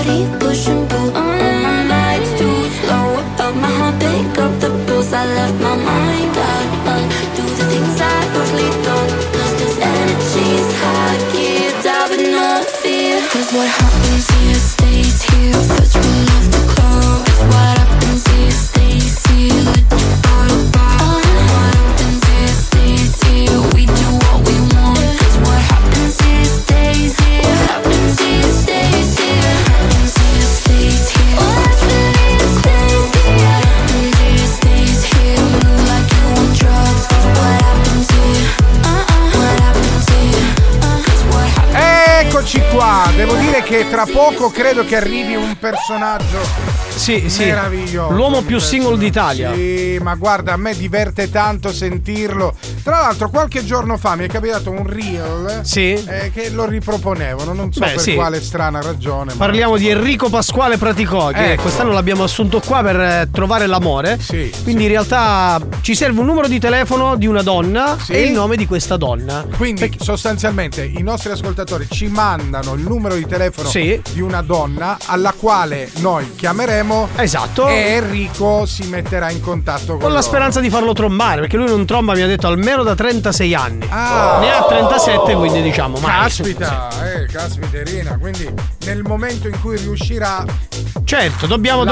body, push and pull. My nights too slow, felt my heart pick up the pulse. I left my mind out, do the things I usually don't. Cause this energy's high, geared out with no fear. Cause what happens here stays here, first we'll have to close. What happens here stays here, let your bottle pop. What happens here stays here, we do what we want. Cause what happens here stays here, happens here stays here, happens here stays here. What happens here stays here, happens here stays here. Move like you on drugs. Cause what happens here, what happens here, cause what happens. Eccoci qua, devo dire che tra poco credo che arrivi un personaggio meraviglioso. L'uomo più single d'Italia. Sì, ma guarda, a me diverte tanto sentirlo. Tra l'altro qualche giorno fa mi è capitato un reel che lo riproponevano, non so per quale strana ragione. Parliamo di Enrico Pasquale Praticò, che quest'anno l'abbiamo assunto qua per trovare l'amore. Quindi in realtà ci serve un numero di telefono di una donna e il nome di questa donna. Quindi sostanzialmente i nostri ascoltatori ci mandano il numero di telefono di una donna alla quale noi chiameremo. Esatto. E Enrico si metterà in contatto con la speranza di farlo trombare, perché lui non tromba, mi ha detto, almeno da 36 anni. Ne ha 37, quindi diciamo caspita, caspiterina. Quindi nel momento in cui riuscirà, certo, dobbiamo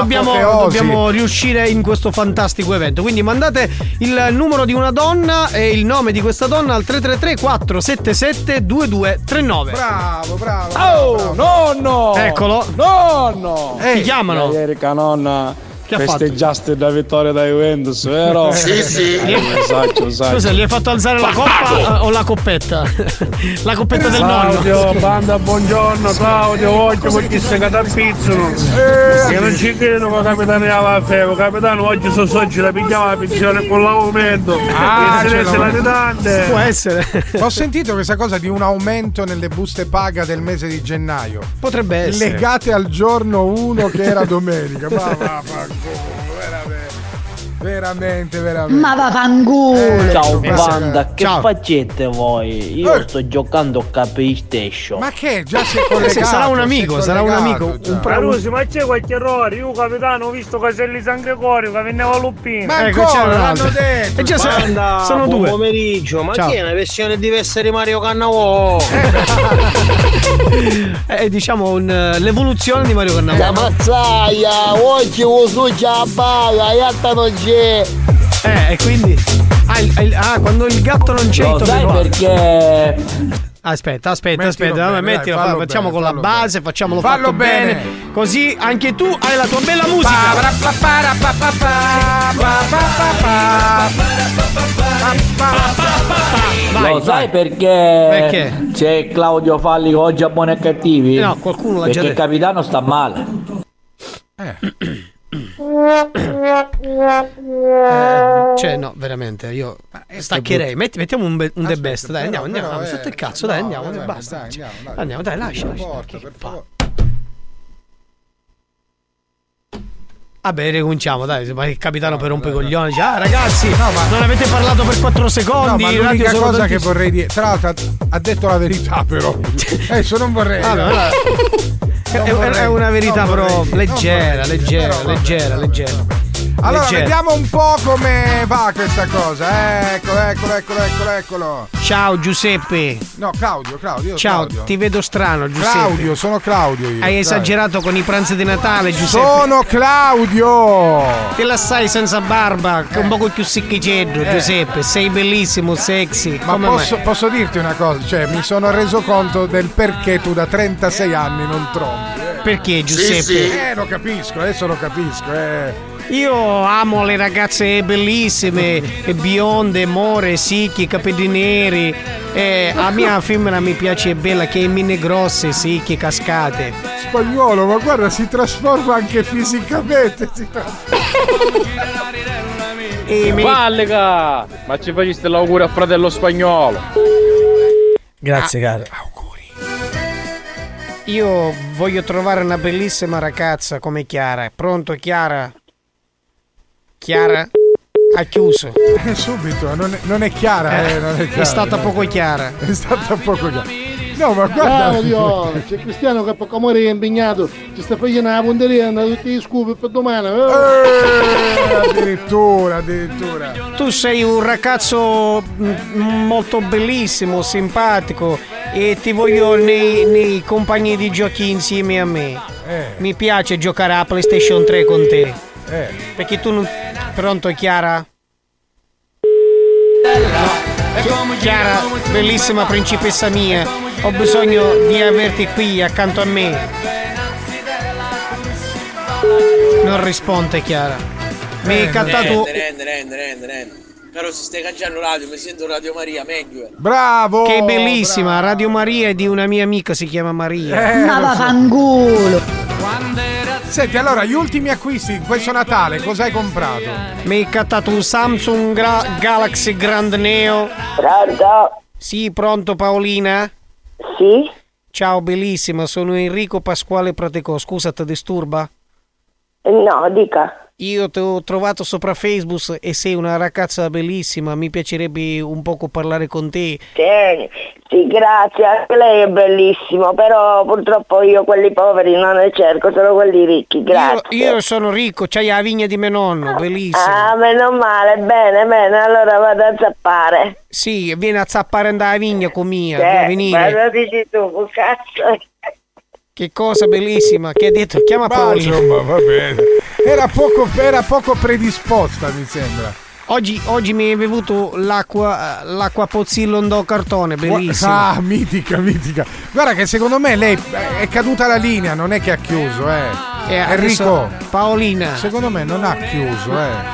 riuscire in questo fantastico evento. Quindi mandate il numero di una donna e il nome di questa donna al 333 477 2239. Bravo. Oh, nonno! Eccolo. Nonno! Ti chiamano? Ieri nonna Che ha festeggiaste la vittoria da Juventus, vero? Sì. Esatto. Scusa, gli hai fatto alzare la coppa o la coppetta? La coppetta del nonno. Claudio, banda, buongiorno Claudio, oggi perché stai catappizzano. Io non ci credo che capitano la febbre, capitano oggi sono oggi la pigliamo la pensione con l'aumento. Può essere. Ho sentito questa cosa di un aumento nelle buste paga del mese di gennaio. Potrebbe essere. Legate al giorno 1 che era domenica. Veramente. Ma vaffanculo. Ciao banda, che facete voi? Io sto giocando a PlayStation. Ma che? Già si è collegato. Sarà un amico. Carusi, ma c'è qualche errore? Io capitano ho visto Caselli San Gregorio che veniva Luppino. Ma ancora l'hanno detto. E già banda, sono buon due. pomeriggio. Ma che è una versione diversa di Mario Cannavò? È diciamo l'evoluzione di Mario Cannavò. La mazzaia, oggi uso già balla, yatta non c'è. E quindi quando il gatto non c'è, lo sai perché? Aspetta, mettilo, facciamo con la base, facciamolo fatto bene. Così anche tu hai la tua bella musica. Lo sai perché? C'è Claudio Falli oggi a Buoni e Cattivi? No, qualcuno l'ha già detto. Perché il capitano sta male. Cioè no, veramente io staccherei. Mettiamo un The Best. Dai, andiamo sotto il cazzo. Dai, andiamo, basta. Andiamo, dai, lascia. Per favore. Vabbè, ricominciamo, dai, ma il capitano per rompecoglioni dice: ragazzi, non avete parlato per 4 secondi. No, ma l'unica cosa che vorrei dire, tra l'altro ha detto la verità, però adesso non vorrei. È una verità però leggera. Allora, vediamo un po' come va questa cosa. Eccolo. Ciao Giuseppe. No, Claudio. Ciao, Claudio. ti vedo strano, Giuseppe. Sono Claudio io. Hai esagerato con i pranzi di Natale, Giuseppe. Sono Claudio. Ti lasciai senza barba, un poco più sicchiceddo, Giuseppe. Sei bellissimo, sexy. Ma posso dirti una cosa? Cioè, mi sono reso conto del perché tu da 36 anni non trombi. Perché, Giuseppe? Sì. Lo capisco, adesso lo capisco. Io amo le ragazze bellissime, bionde, more, sicchi, capelli neri. A mia femmina mi piace bella che è mine grosse, sicche, cascate. Spagnolo, ma guarda, si trasforma anche fisicamente. Vallega! Ma ci faceste l'augurio a fratello Spagnolo. Grazie, caro. Io voglio trovare una bellissima ragazza come Chiara. Pronto, Chiara? Chiara? Ha chiuso. Subito, non è chiara, non è chiara. È stata poco chiara. È stata poco chiara. No, ma guarda. Claudio, c'è Cristiano che poco amore è impegnato. Ci sta facendo la punteria, hanno tutti gli scoop per domani. Addirittura. Tu sei un ragazzo molto bellissimo, simpatico e ti voglio nei compagni di giochi insieme a me. Mi piace giocare a PlayStation 3 con te. Perché tu non... Pronto, Chiara? Chiara, bellissima principessa mia, ho bisogno di averti qui accanto a me. Non risponde Chiara. Mi hai cantato. Rende. Però si stai cacciando radio, mi sento Radio Maria, meglio. Bravo! Che bellissima, bravo. Radio Maria è di una mia amica, si chiama Maria. Ma vaffanculo. Senti, allora, gli ultimi acquisti in questo Natale, cosa hai comprato? Mi hai cattato un Samsung Galaxy Grand Neo. Pronto? Sì, pronto Paolina? Sì. Ciao, bellissima, sono Enrico Pasquale Pratecò, scusa, ti disturba? No, dica. Io ti ho trovato sopra Facebook e sei una ragazza bellissima, mi piacerebbe un poco parlare con te. Sì, grazie, anche lei è bellissimo, però purtroppo io quelli poveri non ne cerco, solo quelli ricchi, grazie. Io sono ricco, c'hai la vigna di mio nonno, bellissimo. Ah, meno male, bene, allora vado a zappare. Sì, vieni a zappare andare a vigna con mia, devi venire. Ma lo dici tu, cazzo. Che cosa bellissima, che ha detto? Chiama Paolina. Insomma, va bene. Era poco predisposta, mi sembra. Oggi mi è bevuto l'acqua Pozzillo do cartone, bellissima. Ah, mitica. Guarda che secondo me lei è caduta la linea, non è che ha chiuso, Enrico. Paolina. Secondo me non ha chiuso,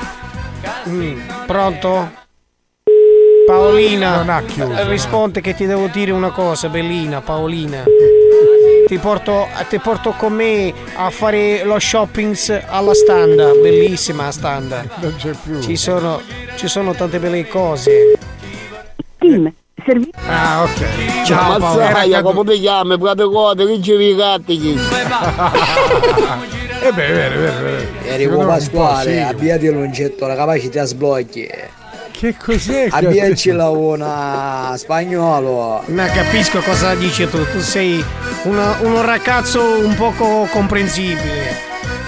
Pronto? Paolina. Non ha chiuso. Risponde che ti devo dire una cosa, bellina, Paolina. Ti porto con me a fare lo shopping alla Standa, bellissima Standa. Non c'è più. Ci sono tante belle cose. Ah, ok. Ciao Paolo. Come ti chiami? Prate code, che ci vigatti. Vero. Enrico Pasquale, abbiati l'uncetto, la capacità sblocchi. Che cos'è? Abbiaci la una spagnolo. Ma capisco cosa dici tu sei un ragazzo un poco comprensibile.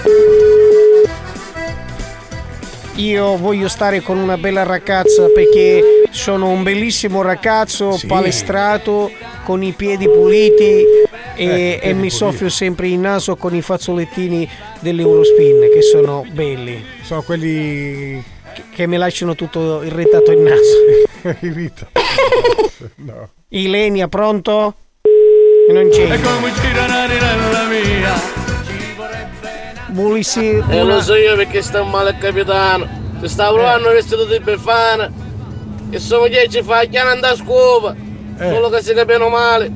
Io voglio stare con una bella ragazza perché sono un bellissimo ragazzo, palestrato, con i piedi puliti e mi soffio sempre il naso con i fazzolettini dell'Eurospin che sono belli. Sono quelli che mi lasciano tutto irritato il naso. No. Ilenia, pronto? Non c'è. E come girare mia. Volessi lo so io perché sta male il capitano. Si sta provando vestito di Befana e sono 10 fa chiana andare a scuola. Solo che si capiano male.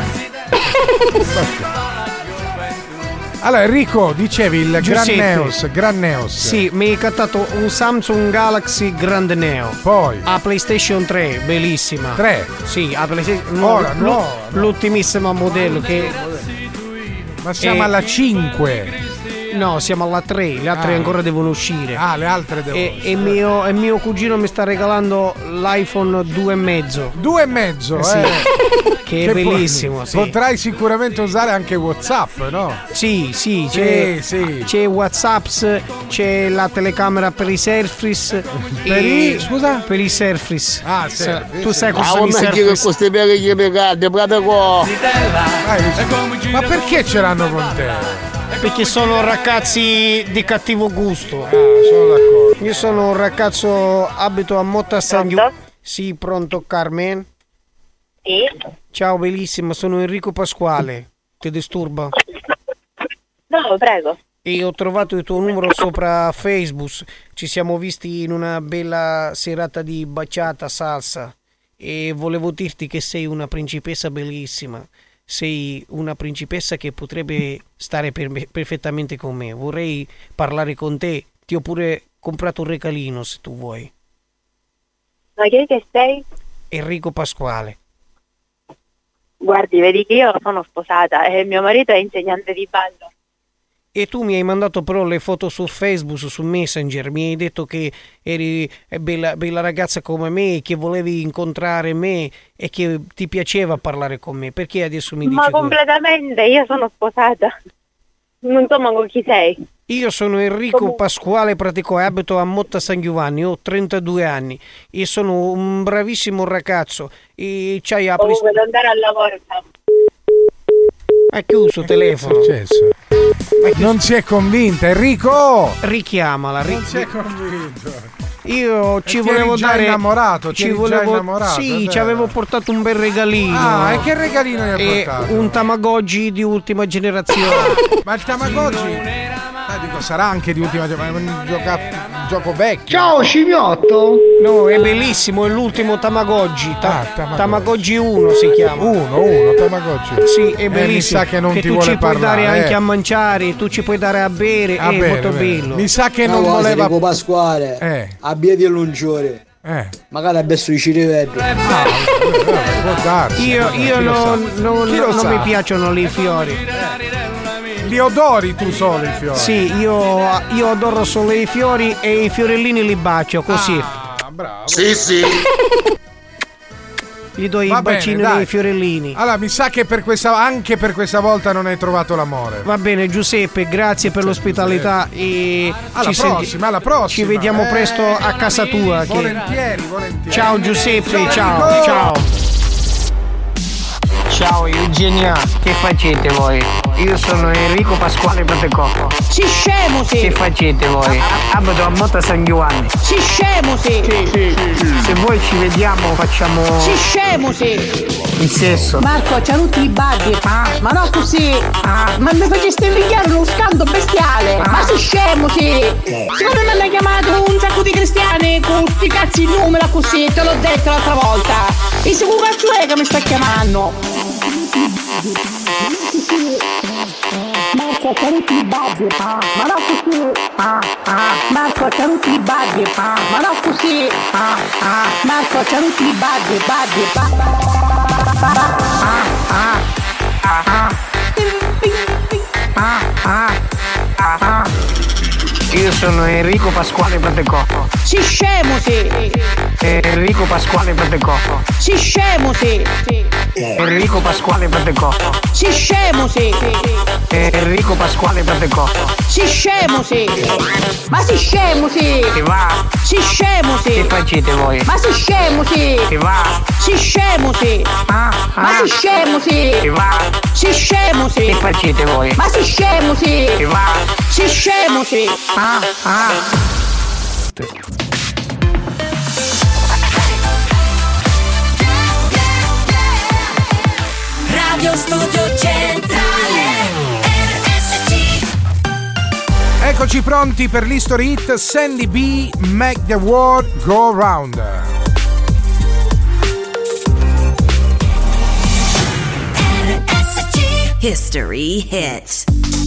Allora Enrico, dicevi il Grand Neos. Sì, mi hai cattato un Samsung Galaxy Grand Neo. Poi a PlayStation 3, bellissima. 3? Sì, a PlayStation l'ultimissimo modello che. Ma siamo alla 5. No, siamo alla 3, le altre ancora devono uscire. Ah, le altre devono uscire. E mio cugino mi sta regalando l'iPhone 2,5. 2,5? Sì. Che è bellissimo. Potrai sicuramente usare anche WhatsApp, no? Sì, c'è WhatsApp, c'è la telecamera per i Surface. Scusa? Per i Surface. Ah, Surface. Tu sai cosa sono i Surface? Ma perché ce l'hanno con te? Perché sono ragazzi di cattivo gusto. Sono d'accordo. Io sono un ragazzo, abito a Motta San Giovanni. Sì, pronto Carmen? Sì. Ciao bellissima, sono Enrico Pasquale. Ti disturba? No, prego. E ho trovato il tuo numero sopra Facebook. Ci siamo visti in una bella serata di baciata salsa. E volevo dirti che sei una principessa bellissima. Sei una principessa che potrebbe stare perfettamente con me. Vorrei parlare con te. Ti ho pure comprato un regalino se tu vuoi. Ma che sei? Enrico Pasquale. Guardi, vedi che io sono sposata e mio marito è insegnante di ballo. E tu mi hai mandato però le foto su Facebook, su Messenger, mi hai detto che eri bella ragazza come me, che volevi incontrare me e che ti piaceva parlare con me. Perché adesso mi dici? Ma completamente, io sono sposata. Non so manco chi sei. Io sono Enrico Pasquale Praticò e abito a Motta San Giovanni, ho 32 anni e sono un bravissimo ragazzo. E c'hai la comunque devo andare al lavoro. Ha chiuso il telefono. Non si è convinta, Enrico! Richiamala, non si è convinto. Io ci volevo già dare innamorato, ci volevo innamorato, sì, ci avevo portato un bel regalino. Ah, e che regalino gli hai portato? Un Tamagotchi di ultima generazione. Ma il Tamagotchi dico, sarà anche di ultima generazione, un gioco vecchio. Ciao scimmiotto! No, è bellissimo, è l'ultimo Tamagotchi. Tamagotchi 1 si chiama. Uno, Tamagotchi. Sì, è bellissimo. Mi sa che non che ti tu vuole ci puoi parlare, dare anche a mangiare, tu ci puoi dare a bere, è molto bello. Mi sa che non voleva Enrico Pasquale. Abbiati il lunciore. Magari adesso ci rivedo. Può darsi. Io non mi piacciono i fiori. Li odori tu solo i fiori? Sì, io odoro solo i fiori e i fiorellini li bacio così. Bravo. Sì. Gli do i bacini dei fiorellini. Allora, mi sa che anche per questa volta non hai trovato l'amore. Va bene, Giuseppe, grazie per l'ospitalità e alla prossima. Ci vediamo presto a casa tua. Volentieri. Ciao Giuseppe, ciao. Ciao Eugenia, che facete voi? Io sono Enrico Pasquale Praticò. Si scemo sì! Che facete voi? Abito a Motta San Giovanni. Si scemo sì! Se voi ci vediamo facciamo... Si scemo sì! Il sesso. Marco, c'ha tutti i baghi. Ma no così! Ma mi faceste invidiare uno scando bestiale! Ma si scemo sì! Secondo me mi hanno chiamato un sacco di cristiani con sti cazzi in numero così, te l'ho detto l'altra volta! E se un cazzo è che mi sta chiamando? Marco, c'ha tutti i baghi, ma no così! Marco, c'ha tutti i baghi, ma no così! Marco, c'ha tutti i baghi. Io sono Enrico Pasquale Praticò. Si scemo sì! Enrico Pasquale Praticò. Si scemo sì! Enrico Pasquale Praticò. Si scemo sì! Enrico Pasquale Praticò. Si scemo sì! Ma si scemo sì! Che va? Si scemo sì! Che facete voi? Ma si scemo sì! Che va? Si scemo sì! Ma si scemo sì! Che va? Si scemo sì! Che facete voi? Ma si scemo sì! Che va? Si scemo sì! Radio Studio Centrale RSC. Eccoci pronti per l'History Hit Sandy B, Make the World Go Round. RSC History Hit.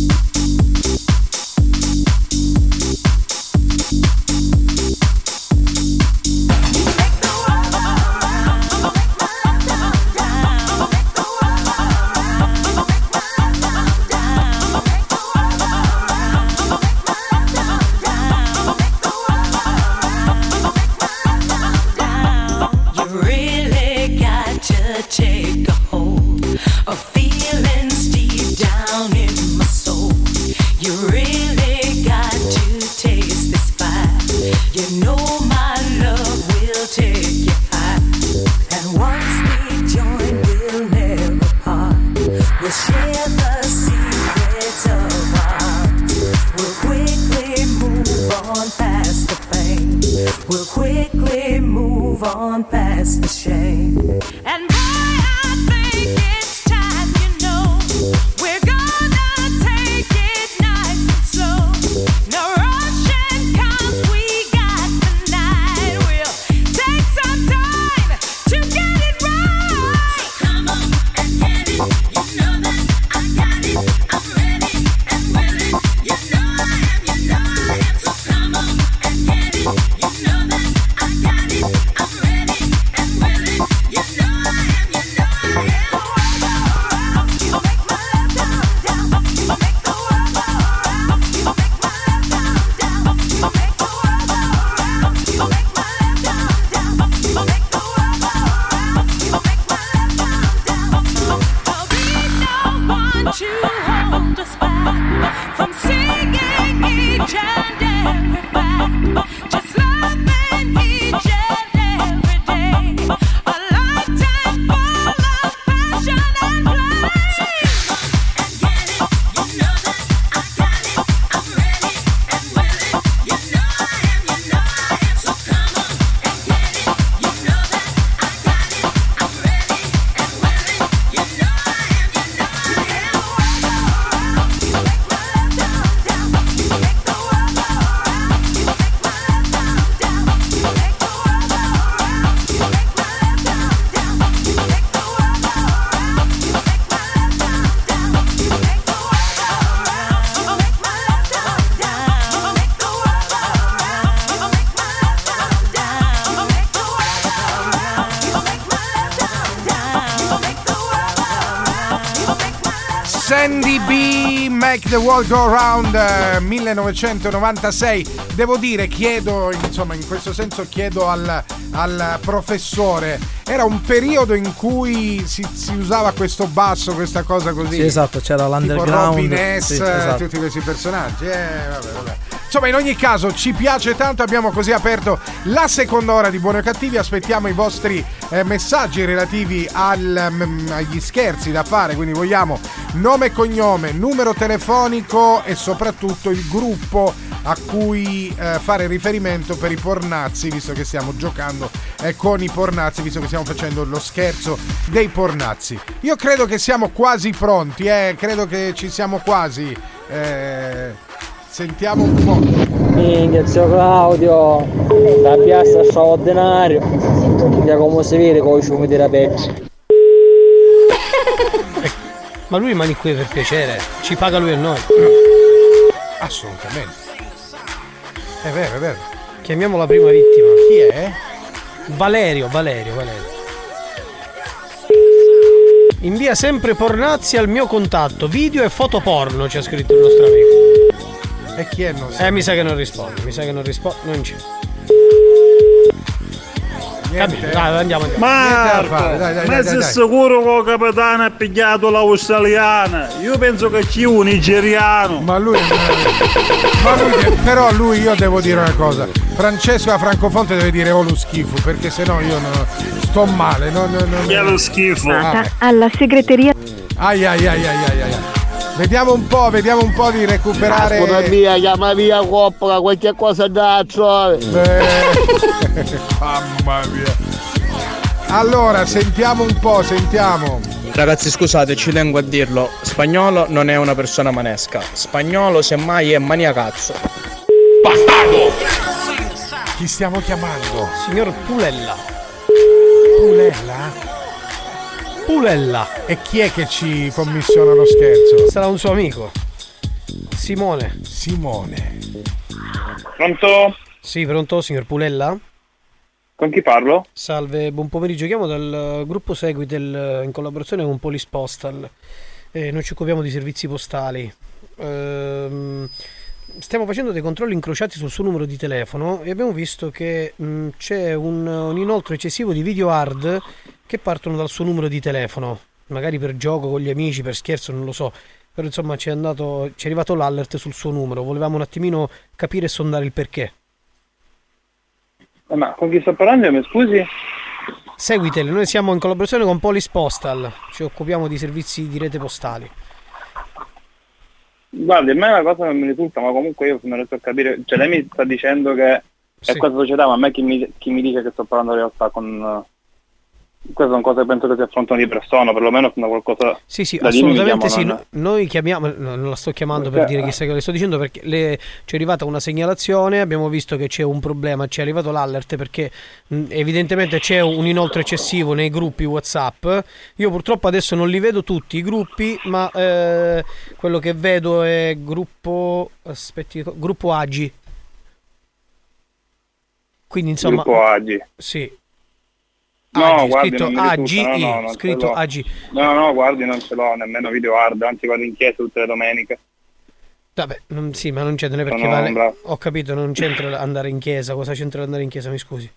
Take a hold of feelings deep down in my soul. You really got to taste this fire. You know my love will take you high. And once we join, we'll never part. We'll share the secrets of our hearts. We'll quickly move on past the pain. We'll quickly move on past the shame. And I am Sandy B, Make the World Go Round, 1996. Devo dire, chiedo, insomma, in questo senso chiedo al professore, era un periodo in cui si usava questo basso, questa cosa così. Sì, esatto, c'era l'underground. Tipo Robin S, sì, esatto. Tutti questi personaggi. Vabbè. Insomma, in ogni caso ci piace tanto, abbiamo così aperto la seconda ora di Buoni o Cattivi. Aspettiamo i vostri messaggi relativi agli scherzi da fare, quindi vogliamo nome e cognome, numero telefonico e soprattutto il gruppo a cui fare riferimento per i pornazzi, visto che stiamo giocando con i pornazzi, visto che stiamo facendo lo scherzo dei pornazzi. Io credo che siamo quasi pronti, credo che ci siamo quasi. Sentiamo un po'. Minchia, zio Claudio, la piazza straordinario. Via come si vede con i ciumi di rapezzi. Ma lui rimane qui per piacere, ci paga lui e noi. Assolutamente. È vero. Chiamiamo la prima vittima. Chi è? Valerio. Invia sempre pornazzi al mio contatto, video e foto porno, ci ha scritto il nostro amico. E chi è? Mi sa che non risponde, non c'è. Niente. Dai, andiamo. Marco, ma sei sicuro che il capitano ha pigliato l'australiana? Io penso che c'è un nigeriano. Ma lui però io devo dire una cosa. Francesco a Francofonte deve dire lo schifo, perché sennò io sto male. Che è lo schifo. Alla segreteria. Ai. Vediamo un po' di recuperare. Ascolta via, chiama via Coppola, qualche cosa da trove. Mamma mia. Allora, sentiamo un po'. Ragazzi, scusate, ci tengo a dirlo. Spagnolo non è una persona manesca. Spagnolo semmai è maniacazzo. Bastardo! Chi stiamo chiamando? Signor Pulella. E chi è che ci commissiona lo scherzo? Sarà un suo amico. Simone. Pronto? Sì, pronto, signor Pulella? Con chi parlo? Salve, buon pomeriggio. Chiamo dal gruppo Seguitel in collaborazione con Polis Postal. Noi ci occupiamo di servizi postali. Stiamo facendo dei controlli incrociati sul suo numero di telefono e abbiamo visto che c'è un inoltro eccessivo di video hard che partono dal suo numero di telefono, magari per gioco con gli amici, per scherzo, non lo so, però insomma ci è arrivato l'alert sul suo numero. Volevamo un attimino capire e sondare il perché. Ma con chi sto parlando, mi scusi? Seguitel, noi siamo in collaborazione con Polis Postal, ci occupiamo di servizi di rete postali. Guardi, a me la cosa non mi risulta, ma comunque io non riesco a capire, cioè lei mi sta dicendo che è questa società, ma a me chi mi dice che sto parlando in realtà con... Queste sono cose che penso che si affrontano di persona, perlomeno sono qualcosa. Sì, da assolutamente dirmi, sì. Noi chiamiamo, non la sto chiamando per dire chissà che le sto dicendo, perché ci è arrivata una segnalazione, abbiamo visto che c'è un problema, ci è arrivato l'alert perché evidentemente c'è un inoltro eccessivo nei gruppi WhatsApp. Io purtroppo adesso non li vedo tutti i gruppi, ma quello che vedo è gruppo Agi. Quindi insomma. Gruppo Agi. Sì. No, guardi, scritto AG, scritto AG. No, guardi, non ce l'ho nemmeno video hard, anzi vado in chiesa tutte le domeniche. Vabbè, sì, ma non c'entra perché vale. Ho capito, non c'entra andare in chiesa. Cosa c'entra andare in chiesa, mi scusi?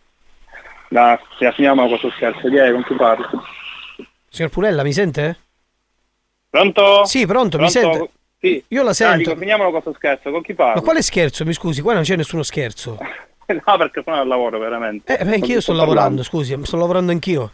Finiamo questo scherzo, con chi parlo? Signor Pulella, mi sente? Pronto? Sì, pronto, mi sente? Sì. Io la sento. Finiamolo questo scherzo, con chi parlo? Ma quale scherzo, mi scusi? Qua non c'è nessuno scherzo. No, perché sono al lavoro, veramente. Anch'io sto lavorando, scusi, sto lavorando anch'io.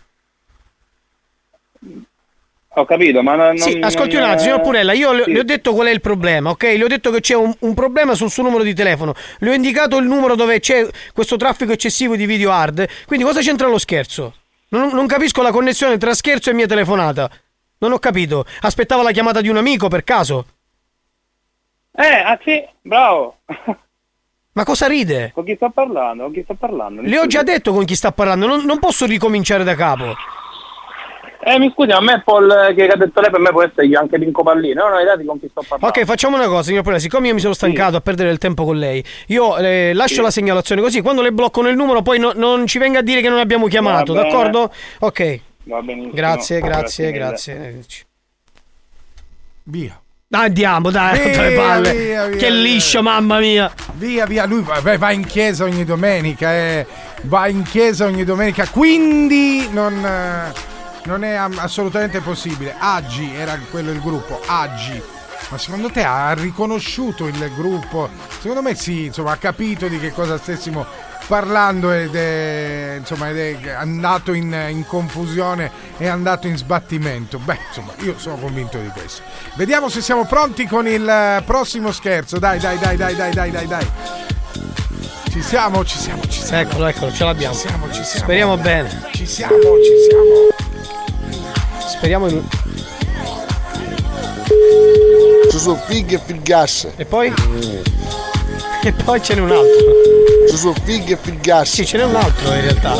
Ho capito, ma non... Sì, ascolti un attimo, signor Purella, io le ho detto qual è il problema, ok? Le ho detto che c'è un problema sul suo numero di telefono. Le ho indicato il numero dove c'è questo traffico eccessivo di video hard. Quindi cosa c'entra lo scherzo? Non capisco la connessione tra scherzo e mia telefonata. Non ho capito. Aspettava la chiamata di un amico, per caso? Sì, bravo. Ma cosa ride? Con chi sto parlando? Le ho già detto con chi sta parlando, non posso ricominciare da capo. Mi scusi, a me Paul che ha detto lei per me può essere anche Pinco Pallino, non ho idea di con chi sto parlando. Ok, facciamo una cosa, signor Purella, siccome io mi sono stancato a perdere il tempo con lei, io lascio la segnalazione, così quando le bloccano il numero poi non ci venga a dire che non abbiamo chiamato, d'accordo? Ok. Va benissimo. Grazie. Via. Andiamo, dai, via, le palle. Via, che liscio, mamma mia. Via, lui va in chiesa ogni domenica, va in chiesa ogni domenica, quindi non è assolutamente possibile. Agi era quello il gruppo, Agi. Ma secondo te ha riconosciuto il gruppo? Secondo me sì, insomma, ha capito di che cosa stessimo parlando ed è andato in confusione, è andato in sbattimento. Beh, insomma, io sono convinto di questo. Vediamo se siamo pronti con il prossimo scherzo. Dai. Ci siamo. Eccolo, ce l'abbiamo. Ci siamo. Speriamo bene. Ci siamo. Speriamo in... Ci sono fighe e filgasse. E poi? E poi ce n'è un altro. Ci sono fighe e filgasse. Sì, ce n'è un altro in realtà.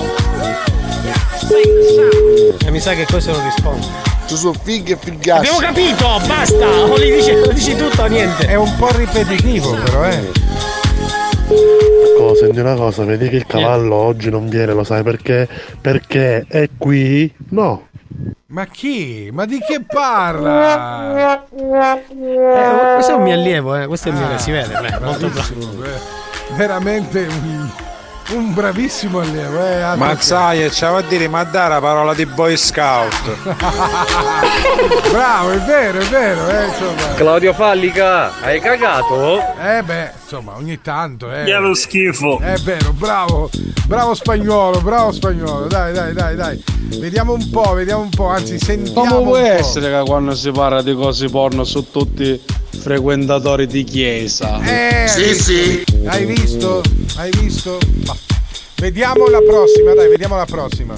E mi sa che questo non risponde. Ci sono fighe e filgasse. Abbiamo capito, basta. O lo dici tutto o niente. È un po' ripetitivo però, Senti una cosa, vedi che il cavallo oggi non viene, lo sai perché? Perché è qui? No. Ma chi? Ma di che parla? Questo è un mio allievo, questo è il mio, si vede, molto bravo. Veramente un bravissimo allievo, Mazzaia, c'ava a dire, ma dai la parola di Boy Scout. Bravo, è vero, insomma. Claudio Fallica, hai cagato? Insomma, ogni tanto, Che lo schifo. È vero, bravo spagnolo, dai. Vediamo un po', anzi sentiamo. Come può essere che quando si parla di cose porno su tutti frequentatori di chiesa? Sì. Hai visto? Ma. Vediamo la prossima.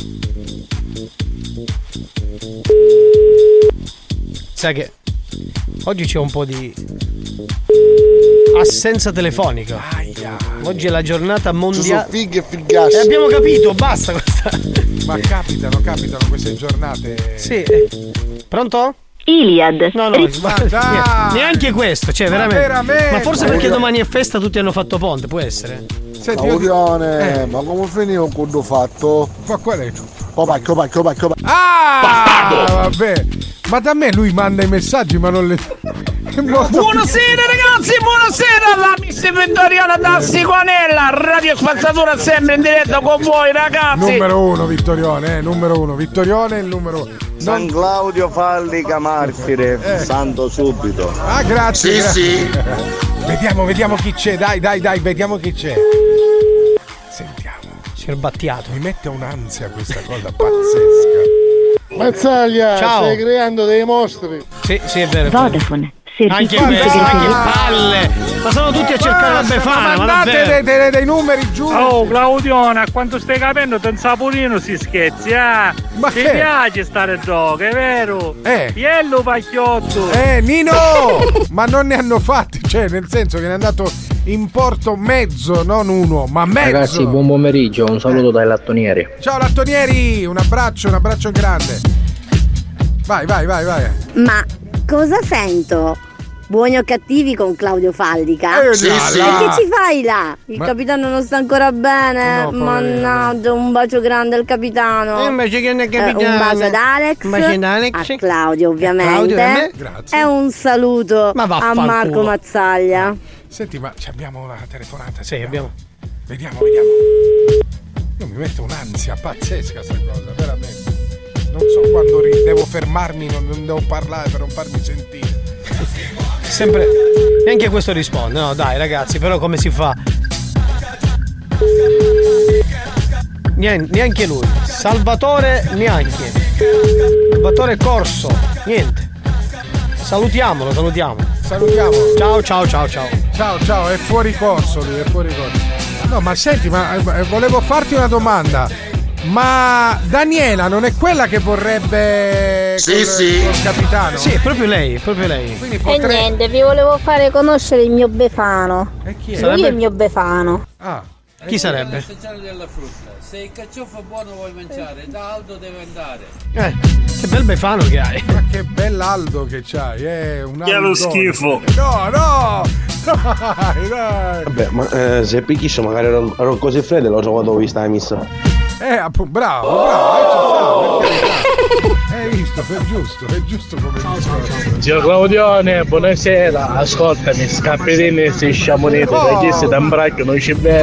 Sai che oggi c'è un po' di assenza telefonica. Oggi è la giornata mondiale. Fighe e filgassi. Abbiamo capito, basta questa. Ma capitano queste giornate. Sì. Pronto? Iliad. No, neanche questo, cioè veramente. Ma forse perché domani è festa, tutti hanno fatto ponte, può essere. Claudione, ma come finivo quello fatto? Ma qual è? Pacchio. Vabbè. Ma da me lui manda i messaggi, ma non le. Buonasera ragazzi, buonasera alla Mister Vittoriana da Sigonella, Radio Spazzatura sempre in diretta con voi ragazzi. Numero uno Vittorione, Vittorione è il numero uno. San Claudio Fallica martire, santo subito. Grazie. Sì. Vediamo chi c'è, dai, vediamo chi c'è. Sentiamo. Scerbattiato. Mi mette un'ansia questa cosa pazzesca. Mazzaglia, ciao. Stai creando dei mostri. Sì, è vero. Vodafone. Anche palle. Ma sono tutti a cercare la Befana. Ma mandate dei numeri giù. Oh Claudione, a quanto stai capendo Saporino si scherzi, Ma ti piace stare gioco, è vero? Piello Pacchiotto. Nino. Ma non ne hanno fatti, cioè nel senso che ne è andato in porto mezzo, non uno, ma mezzo. Ragazzi, buon pomeriggio, un saluto dai lattonieri. Ciao lattonieri, un abbraccio grande. Vai. Ma cosa sento? Buoni o cattivi con Claudio Fallica? Sì. E che ci fai là? Il capitano non sta ancora bene? No, mannaggia, un bacio grande al capitano. Un bacio grande al capitano. Un bacio ad Alex. A Claudio ovviamente. Grazie. E un saluto a Marco Mazzaglia. Senti, ma abbiamo una telefonata? Sì, abbiamo. Vediamo. Io mi metto un'ansia pazzesca sta cosa, veramente. Non so quando devo fermarmi, non devo parlare per non farmi sentire. Sempre. Neanche questo risponde, no dai ragazzi, però come si fa? Neanche lui. Salvatore neanche. Salvatore Corso, niente. Salutiamolo. Ciao, è fuori corso lui, No, ma senti, volevo farti una domanda. Ma Daniela non è quella che vorrebbe col capitano? Sì, è proprio lei. Quindi E niente, vi volevo fare conoscere il mio Befano. E chi è? Lui è il mio Befano. Chi sarebbe? Della frutta. Se il carciofo buono vuoi mangiare, da Aldo deve andare. Che bel Befano che hai. Ma che bell'Aldo che c'hai, un Che lo schifo. No. Dai. Vabbè, ma se picchisce magari ero così freddo, l'ho trovato vista la missa. Bravo. visto, è giusto come discorso. Zio Claudione, buonasera, ascoltami, scappetini e si sciamonete, perché se da imbracchio non ci vede.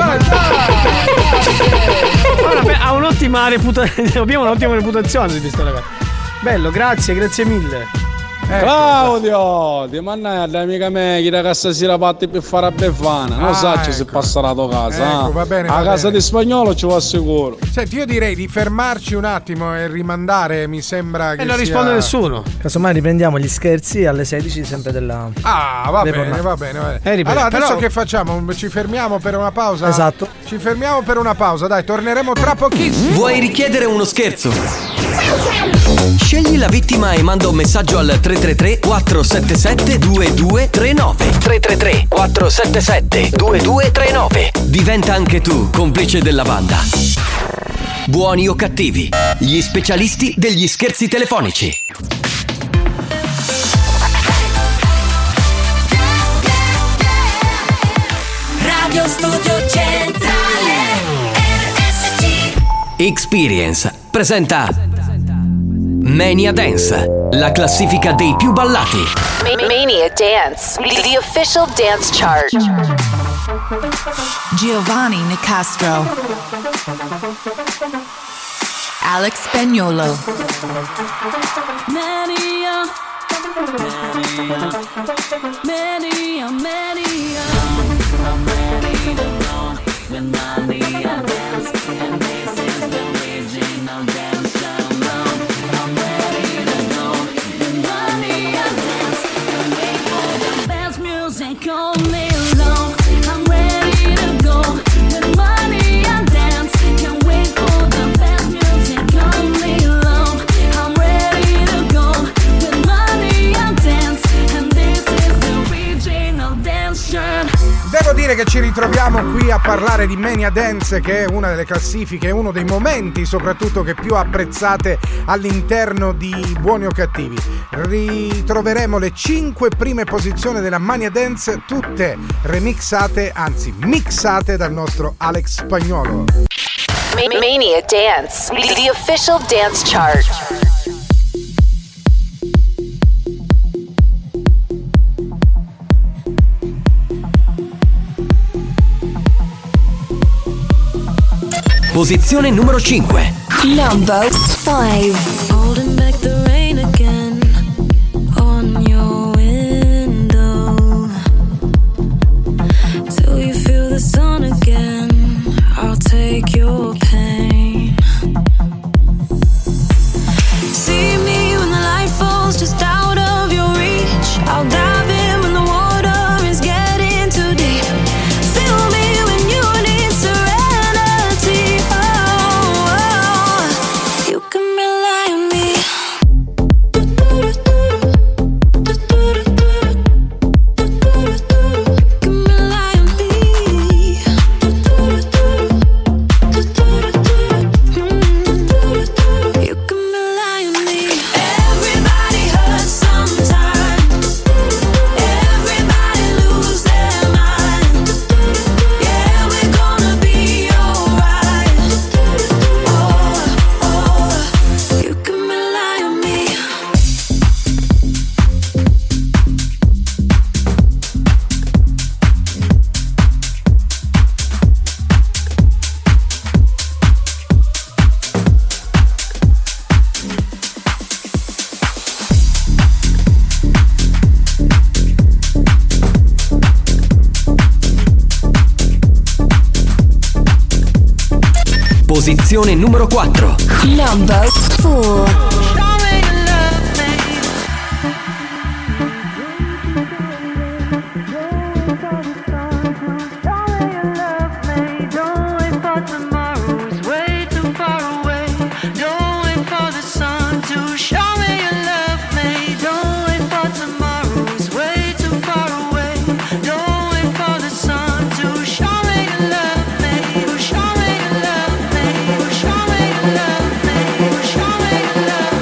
Ha un'ottima reputazione, abbiamo un'ottima reputazione di questo ragazzo. Bello, grazie mille. Claudio, ti mannaggia amica me che da stasera parte per fare a Befana, non sa se passa la tua casa. Va bene, a casa di Spagnolo ci va sicuro. Senti, io direi di fermarci un attimo e rimandare, mi sembra che non risponde nessuno. Casomai riprendiamo gli scherzi alle 16 sempre della... va bene. Allora adesso che facciamo? Ci fermiamo per una pausa? Esatto. Ci fermiamo per una pausa, dai, torneremo tra pochissimo. Vuoi richiedere uno scherzo? Scegli la vittima e manda un messaggio al 333 477 2239. 333 477 2239. Diventa anche tu complice della banda. Buoni o cattivi, gli specialisti degli scherzi telefonici. Radio Studio Centrale RSC. Experience presenta Mania Dance, la classifica dei più ballati. Mania Dance, the official dance chart. Giovanni Nicastro, Alex Spagnolo, Mania I'm ready to know when Mania dance, and this is the original dance sound. I'm ready to know when Mania dance, and wait for the best music all day long. I'm ready to go when Mania dance, can't wait for the best music all day long. I'm ready to go when Mania dance, and this is the original dance shirt. Devo dire che ci ritroviamo qui a parlare di Mania Dance, che è una delle classifiche, uno dei momenti soprattutto che più apprezzate all'interno di Buoni o Cattivi. Ritroveremo le 5 prime posizioni della Mania Dance, tutte remixate, anzi mixate dal nostro Alex Spagnolo. Mania Dance, the official dance chart. Posizione numero 5. Number 5. Holding back the rain again on your window till you feel the sun again. I'll take your pain. See me when the light falls just out of your reach. I'll dive in when the water is getting too deep. Feel me when you need serenity. You can rely on me. Posizione numero 4. Number 4. Show me your love.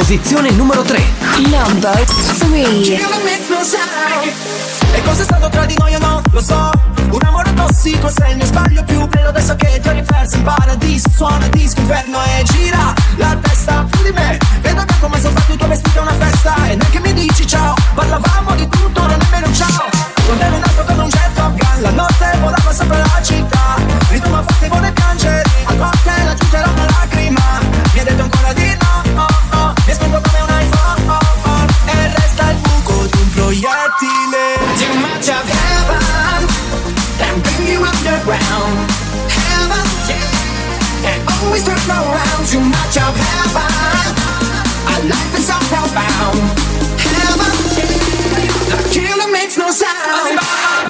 Posizione numero 3. Number 3. E cosa è stato tra di noi o no? Lo so. Un amore tossico, sei il mio sbaglio più bello. Adesso che ti ho riperso in paradiso, suona disco inferno e gira la testa più di me. Vedo che come sono fatto il tuo vestito a una festa. E neanche mi dici ciao. Parlavamo di tutto, non nemmeno un ciao. Con te ero nato come un jet Top Gun. La notte volava sopra la città. Ritmo forte vuole piangere. A volte aggiungerò una lacrima. Mi hai detto ancora di no, oh, oh. Mi spento come un iPhone, oh, oh. E resta il buco di un proiettile. Too much of heaven and bring you underground. Heaven, yeah, and always turn around. Too much of heaven. Our life is so profound. Heaven, yeah, the killer makes no sound.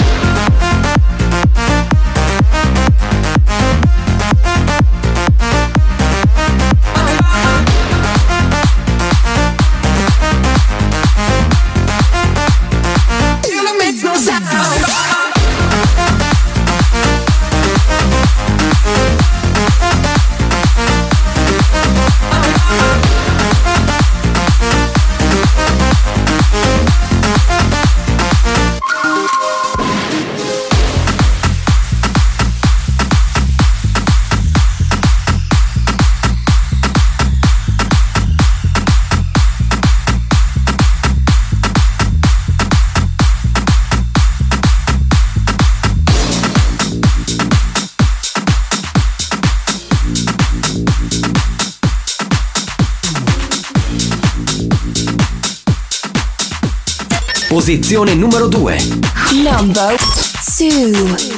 Posizione numero 2. Number 2.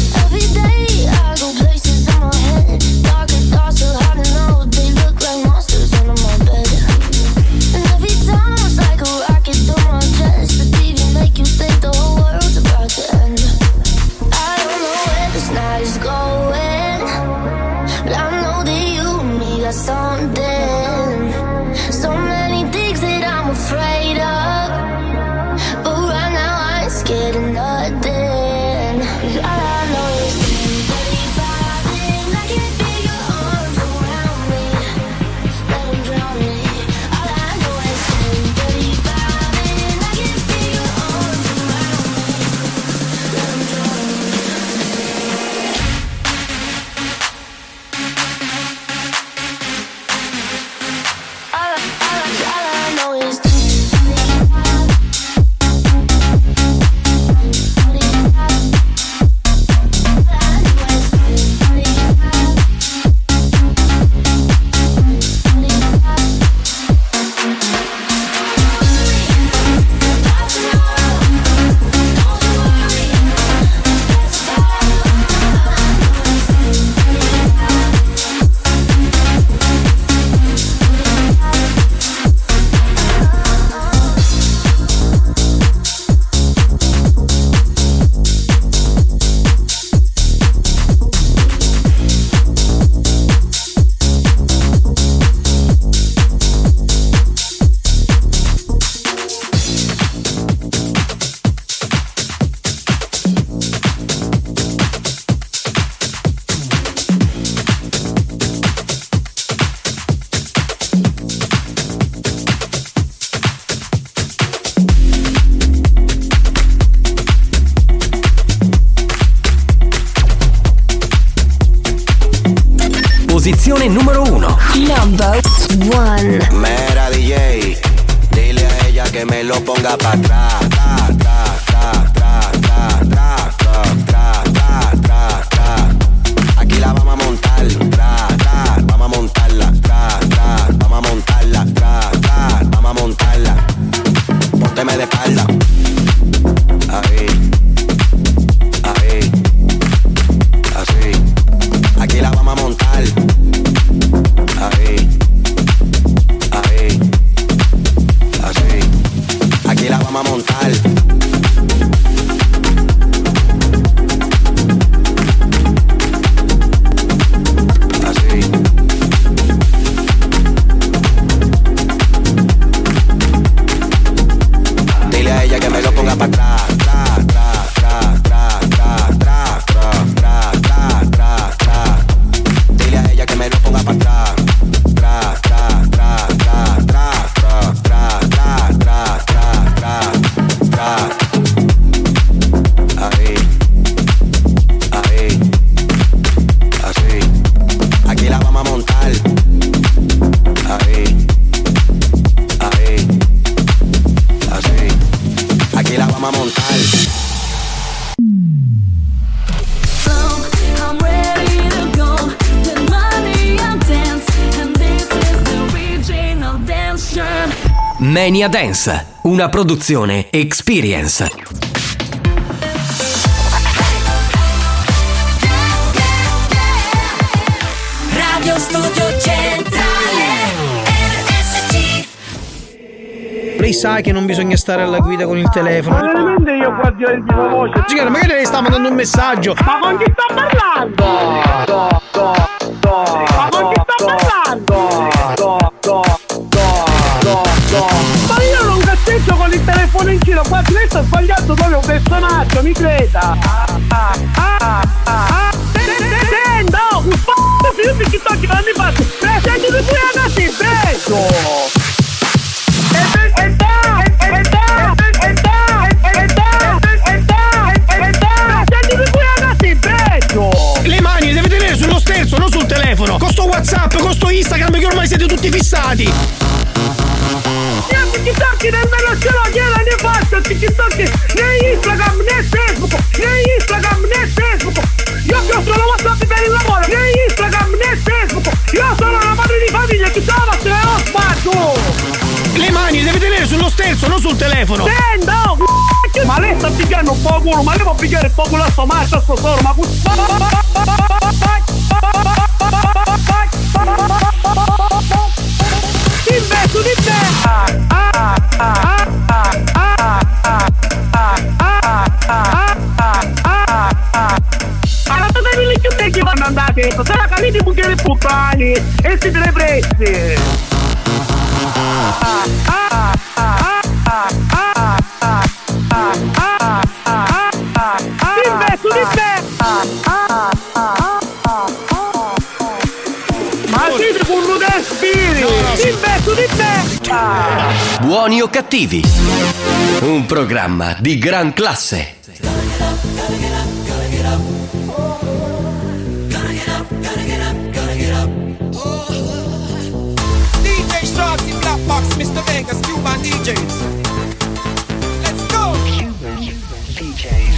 Posizione numero 1. Number 1. Mera DJ, dile a ella que me lo ponga pa' atrás. Aquí la vamos a montar, vamos a montarla, vamos a montarla, vamos a montarla. Pónteme de espalda. Ahí, ahí, así. Aquí la vamos a montar. Ahí, ahí, así. Aquí la vamos a montar. Mania Dance, una produzione Experience. Radio Studio Centrale RSC. Lei sa che non bisogna stare alla guida con il telefono. Ma veramente io qua di la voce. Signora, magari lei sta mandando un messaggio. Ma con chi sto parlando? Ma con chi sto parlando? Ma io non cazzeggio con il telefono in giro, qua lei sta sbagliando proprio un personaggio, mi creda. Senta, un f***o, io ti sto che non mi faccio. Presenti di qui a nasi, prego. Le mani le deve tenere sullo sterzo, non sul telefono. Con sto WhatsApp, con sto Instagram, che ormai siete tutti fissati. Io TikTok nemmeno ce l'ho, gliela ne faccio TikTok né Instagram né Facebook, io che ho solo WhatsApp per il lavoro, né Instagram né Facebook, io sono una madre di famiglia, chi stava se ne ho spazio. Le mani le deve tenere sullo sterzo, non sul telefono. Senta, ma lei sta pigliando un po' culo, ma lei può pigliare un po' culo a sto marcio, a sto solo, ma investo di te. Allora devi lì chiudere che vanno andate, se la calite bucchiere puttani e si deve prezzi. Investo di te. Ma siete con un respiri, investo di te. Buoni o cattivi? Un programma di gran classe. DJ Sharky, Black Box, Mr. Vegas, Cuban DJs. Let's go. Cuban DJs.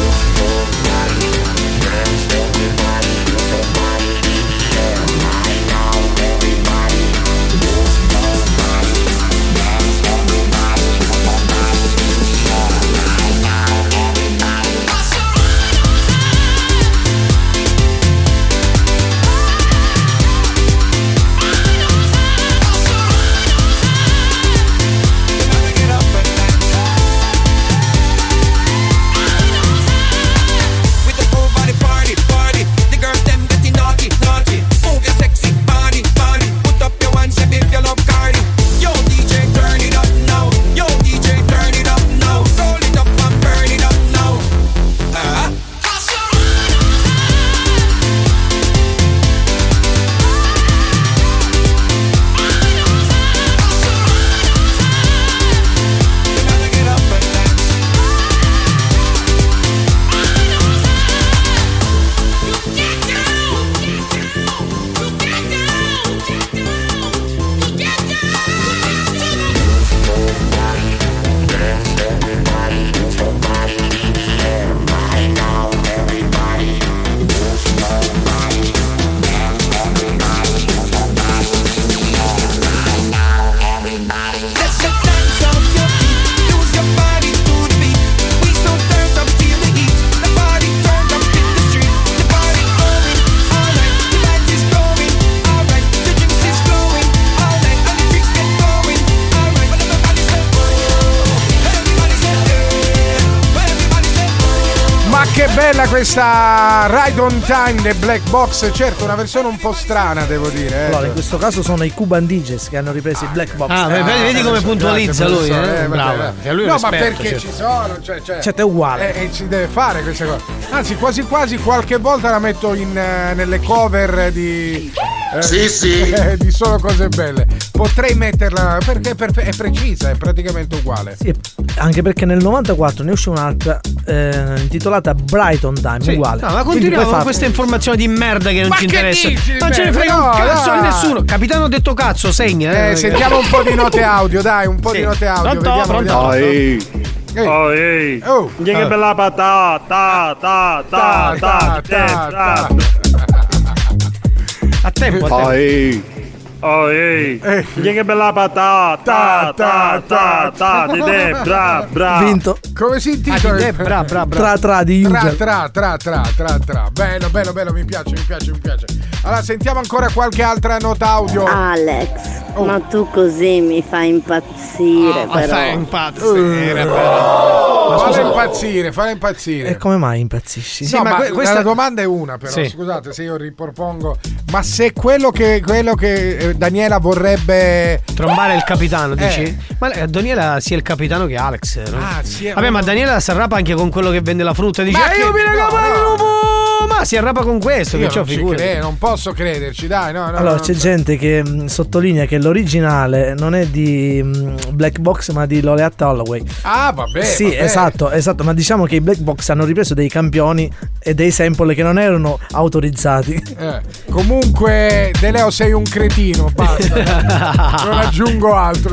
Bella questa Ride on Time dei Black Box, certo una versione un po' strana devo dire. Allora, in questo caso sono i Cuban DJs che hanno ripreso i Black Box. Vedi come puntualizza lui, bravo. Lui no, esperto, ma perché certo. Ci sono, cioè è uguale. E si deve fare queste cose. Anzi, quasi quasi qualche volta la metto nelle cover di di Solo Cose Belle. Potrei metterla perché è precisa, è praticamente uguale. Sì, anche perché nel 94 ne uscì un'altra intitolata Brighton Time, uguale. No, ma continuiamo con queste informazioni di merda che non ci interessano. Non ce ne frega un cazzo di nessuno. Capitano ha detto cazzo, segna. Sentiamo un po' di note audio, dai, un po' di note audio. Pronto? Ehi. Oh, che bella patata, a tempo. Oh, ehi, che bella patata, di te, bra. Vinto. Come si intitola? Tra di User. Tra. Bello, mi piace. Allora, sentiamo ancora qualche altra nota audio. Alex, ma tu così mi fai impazzire, però. Fai impazzire, però. Fare impazzire. E come mai impazzisci? Sì, ma questa la domanda è una, però. Sì. Scusate se io ripropongo. Ma se quello che Daniela vorrebbe trombare il capitano, dici? Ma Daniela sia il capitano che Alex, no? Vabbè, ma Daniela si arrapa anche con quello che vende la frutta. Dice, io mi ma si arrapa con questo. Io che non posso crederci, dai. No, allora, c'è gente che sottolinea che l'originale non è di Black Box, ma di Loleatta Holloway. Ah, vabbè. Sì, vabbè. Esatto, ma diciamo che i Black Box hanno ripreso dei campioni e dei sample che non erano autorizzati. Comunque, De Leo sei un cretino, basta. Non aggiungo altro.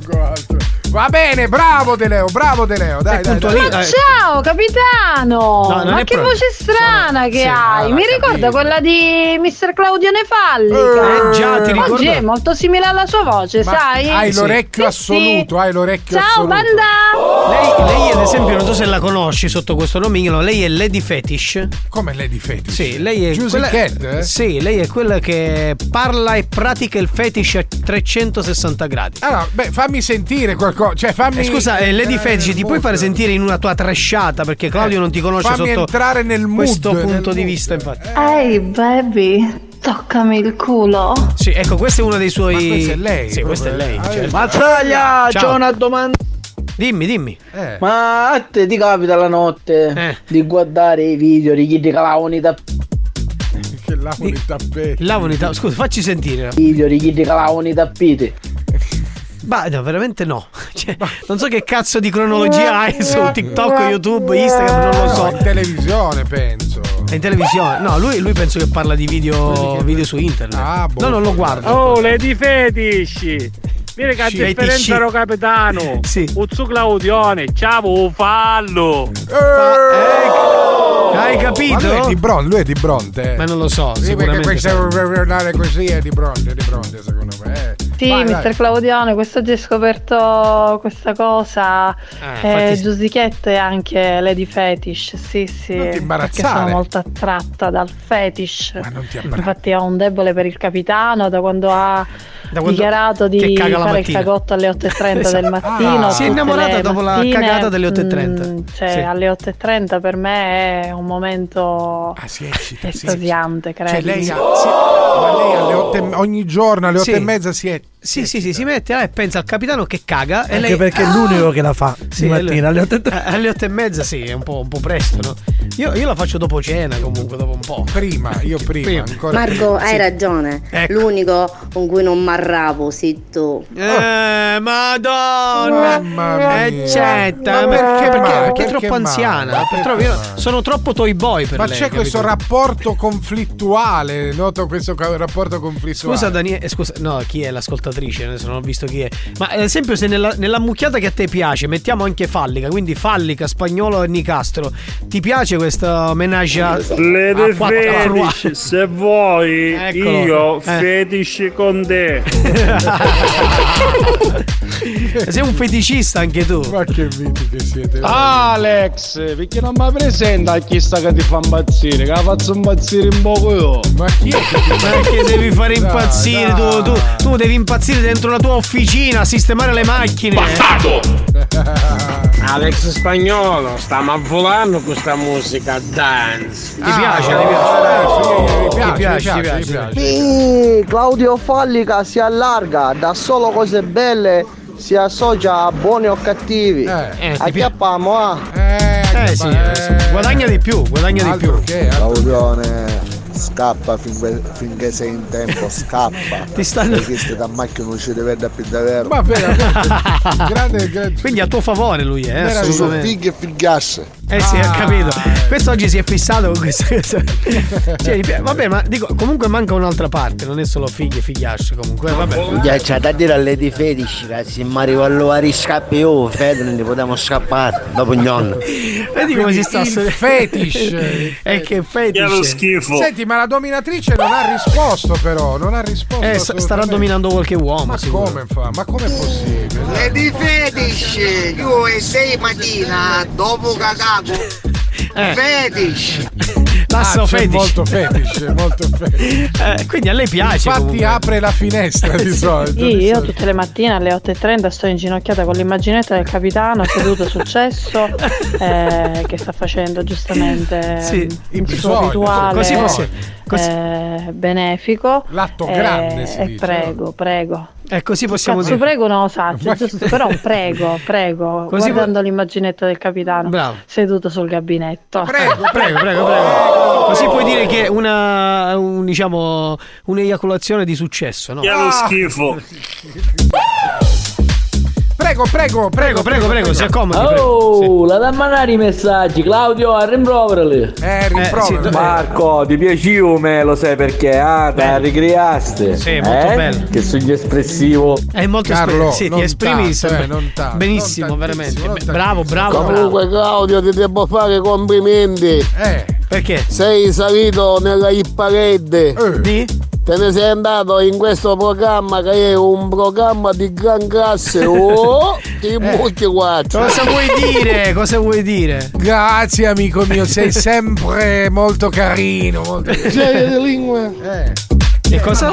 Va bene, bravo De Leo, dai. Ma ciao capitano, ma che voce strana che hai, mi ricorda quella di Mr. Claudione Fallica. Già, ti ricordo. Oggi è molto simile alla sua voce, sai? Hai l'orecchio assoluto, hai l'orecchio assoluto. Ciao banda. Lei ad esempio, non so se la conosci sotto questo nomignolo, lei è Lady Fetish. Come Lady Fetish? Sì, lei è Juicy Cat? Sì, lei è quella che parla e pratica il fetish a 360 gradi. Allora, fammi sentire qualcosa. Cioè, scusa, Lady Fetish, ti puoi fare sentire in una tua trashata? Perché Claudio non ti conosce fammi sotto entrare nel mood, questo punto di vista, infatti. Ehi, baby, toccami il culo. Sì, ecco, questo è uno dei suoi. Ma questa è lei? Sì, questa è lei. Mazzaglia, c'ho una domanda. Dimmi. Ma a te ti capita la notte di guardare i video di chi ti calavano i tappeti? Che lavano i tappeti? Scusa, facci sentire. Video di chi ti calavano i tappeti? Bah, no, veramente no. Cioè, non so che cazzo di cronologia hai su TikTok, YouTube, Instagram, non lo so. In televisione, penso. In televisione? No, lui penso che parla di video su internet. No, non lo guardo. Oh, Lady Fetish. Vieni che a differenza ero capitano. Sì. Uzzu Claudione, ciao, fallo. Hai capito? Ma lui è di Bronte. Ma non lo so, sì, sicuramente. Perché questo giornale così è di Bronte, secondo me. Sì, Mr. Claudione, quest'oggi hai scoperto questa cosa. Giusichetta e anche Lady Fetish. Sì. Non ti imbarazzare. Perché sono molto attratta dal fetish. Ma non ti imbarazzare. Infatti ho un debole per il capitano da quando ha dichiarato di fare il cagotto alle 8:30 del mattino. Si è innamorata dopo la cagata delle 8:30. Cioè, alle 8:30 per me è un momento estasiante, credo. Cioè, lei alle 8 ogni giorno alle 8:30 si mette e pensa al capitano che caga. Anche e lei perché è l'unico che la fa di mattina alle 8:30. Alle 8:30 sì, è un po' presto, no? Io la faccio dopo cena, comunque, dopo un po'. Prima. Ancora Marco, hai ragione. Ecco. L'unico con cui non m'arravo, sì tu. Madonna! Eccetta, perché è troppo anziana. Sono troppo toy boy per ma lei. Ma c'è questo rapporto conflittuale. Noto questo rapporto conflittuale. Scusa Daniele, no, chi è l'ascoltatrice? Adesso non ho visto chi è. Ma ad esempio, se nella mucchiata che a te piace mettiamo anche Fallica, quindi Fallica, Spagnolo e Nicastro, ti piace questo menage a fetish? Se vuoi, eccolo. Io fetish con te. Sei un feticista anche tu. Ma che viti che siete. Alex, perché non mi presenta a chi sta che ti fa impazzire? Che la faccio impazzire un poco io. Ma chi è che perché devi fare impazzire? Tu devi impazzire dentro la tua officina a sistemare le macchine. Bastardo! Alex Spagnolo, stiamo a volando questa musica dance. Ti piace? Ti piace. Claudio Fallica si allarga da solo cose belle, si associa a buoni o cattivi. Acchiappiamo, guadagna di più. Claudione, scappa finché sei in tempo, scappa. Ti stanno perché da macchina non ci deve da più davvero. Ma veramente grande. Quindi a tuo favore lui è sono figli e figliasse. Sì, ho capito. Questo oggi si è fissato con questa cosa. Cioè, vabbè, ma dico, comunque manca un'altra parte, non è solo figli e figliasce, comunque, vabbè. C'è da dire alle di Fetish, che se mi arrivo a riscappi io, Fede, non ne potremo scappare dopo nonno. Vedi come si sta il fetish. È che fetish. Che lo schifo. Senti, ma la dominatrice non ha risposto, però. Non ha risposto. Starà dominando qualche uomo. Ma come fa? Ma com'è possibile? Le di Fetish, io e 6 mattina dopo cagato. Fetish. Fetish. Molto fetish. Quindi a lei piace. Infatti comunque. apre la finestra di solito. Io tutte le mattine alle 8:30 sto inginocchiata con l'immaginetta del capitano seduto sul cesso che sta facendo giustamente il suo rituale benefico. L'atto grande si dice. Prego. Così possiamo dire. Prego no, saggio, giusto, però prego. Così guardando l'immaginetta del capitano. Bravo. Seduto sul gabinetto. Prego. Così puoi dire che è diciamo un'eiaculazione di successo, no? Che è lo schifo. Prego, si accomodi. La da mandare i messaggi, Claudio, rimproverali. Rimproverali. Marco, ti piaceva me, lo sai perché? Te ricreaste. Sì, molto bello. Che sogno espressivo. È molto Carlo, sì, ti esprimi benissimo, veramente. Bravo. Comunque, Claudio, ti devo fare complimenti. Perché? Sei salito nella ipparede. Te ne sei andato in questo programma che è un programma di gran classe. Ti butti quattro. Cosa vuoi dire? Grazie amico mio, sei sempre molto carino. C'è le lingue. Che cosa?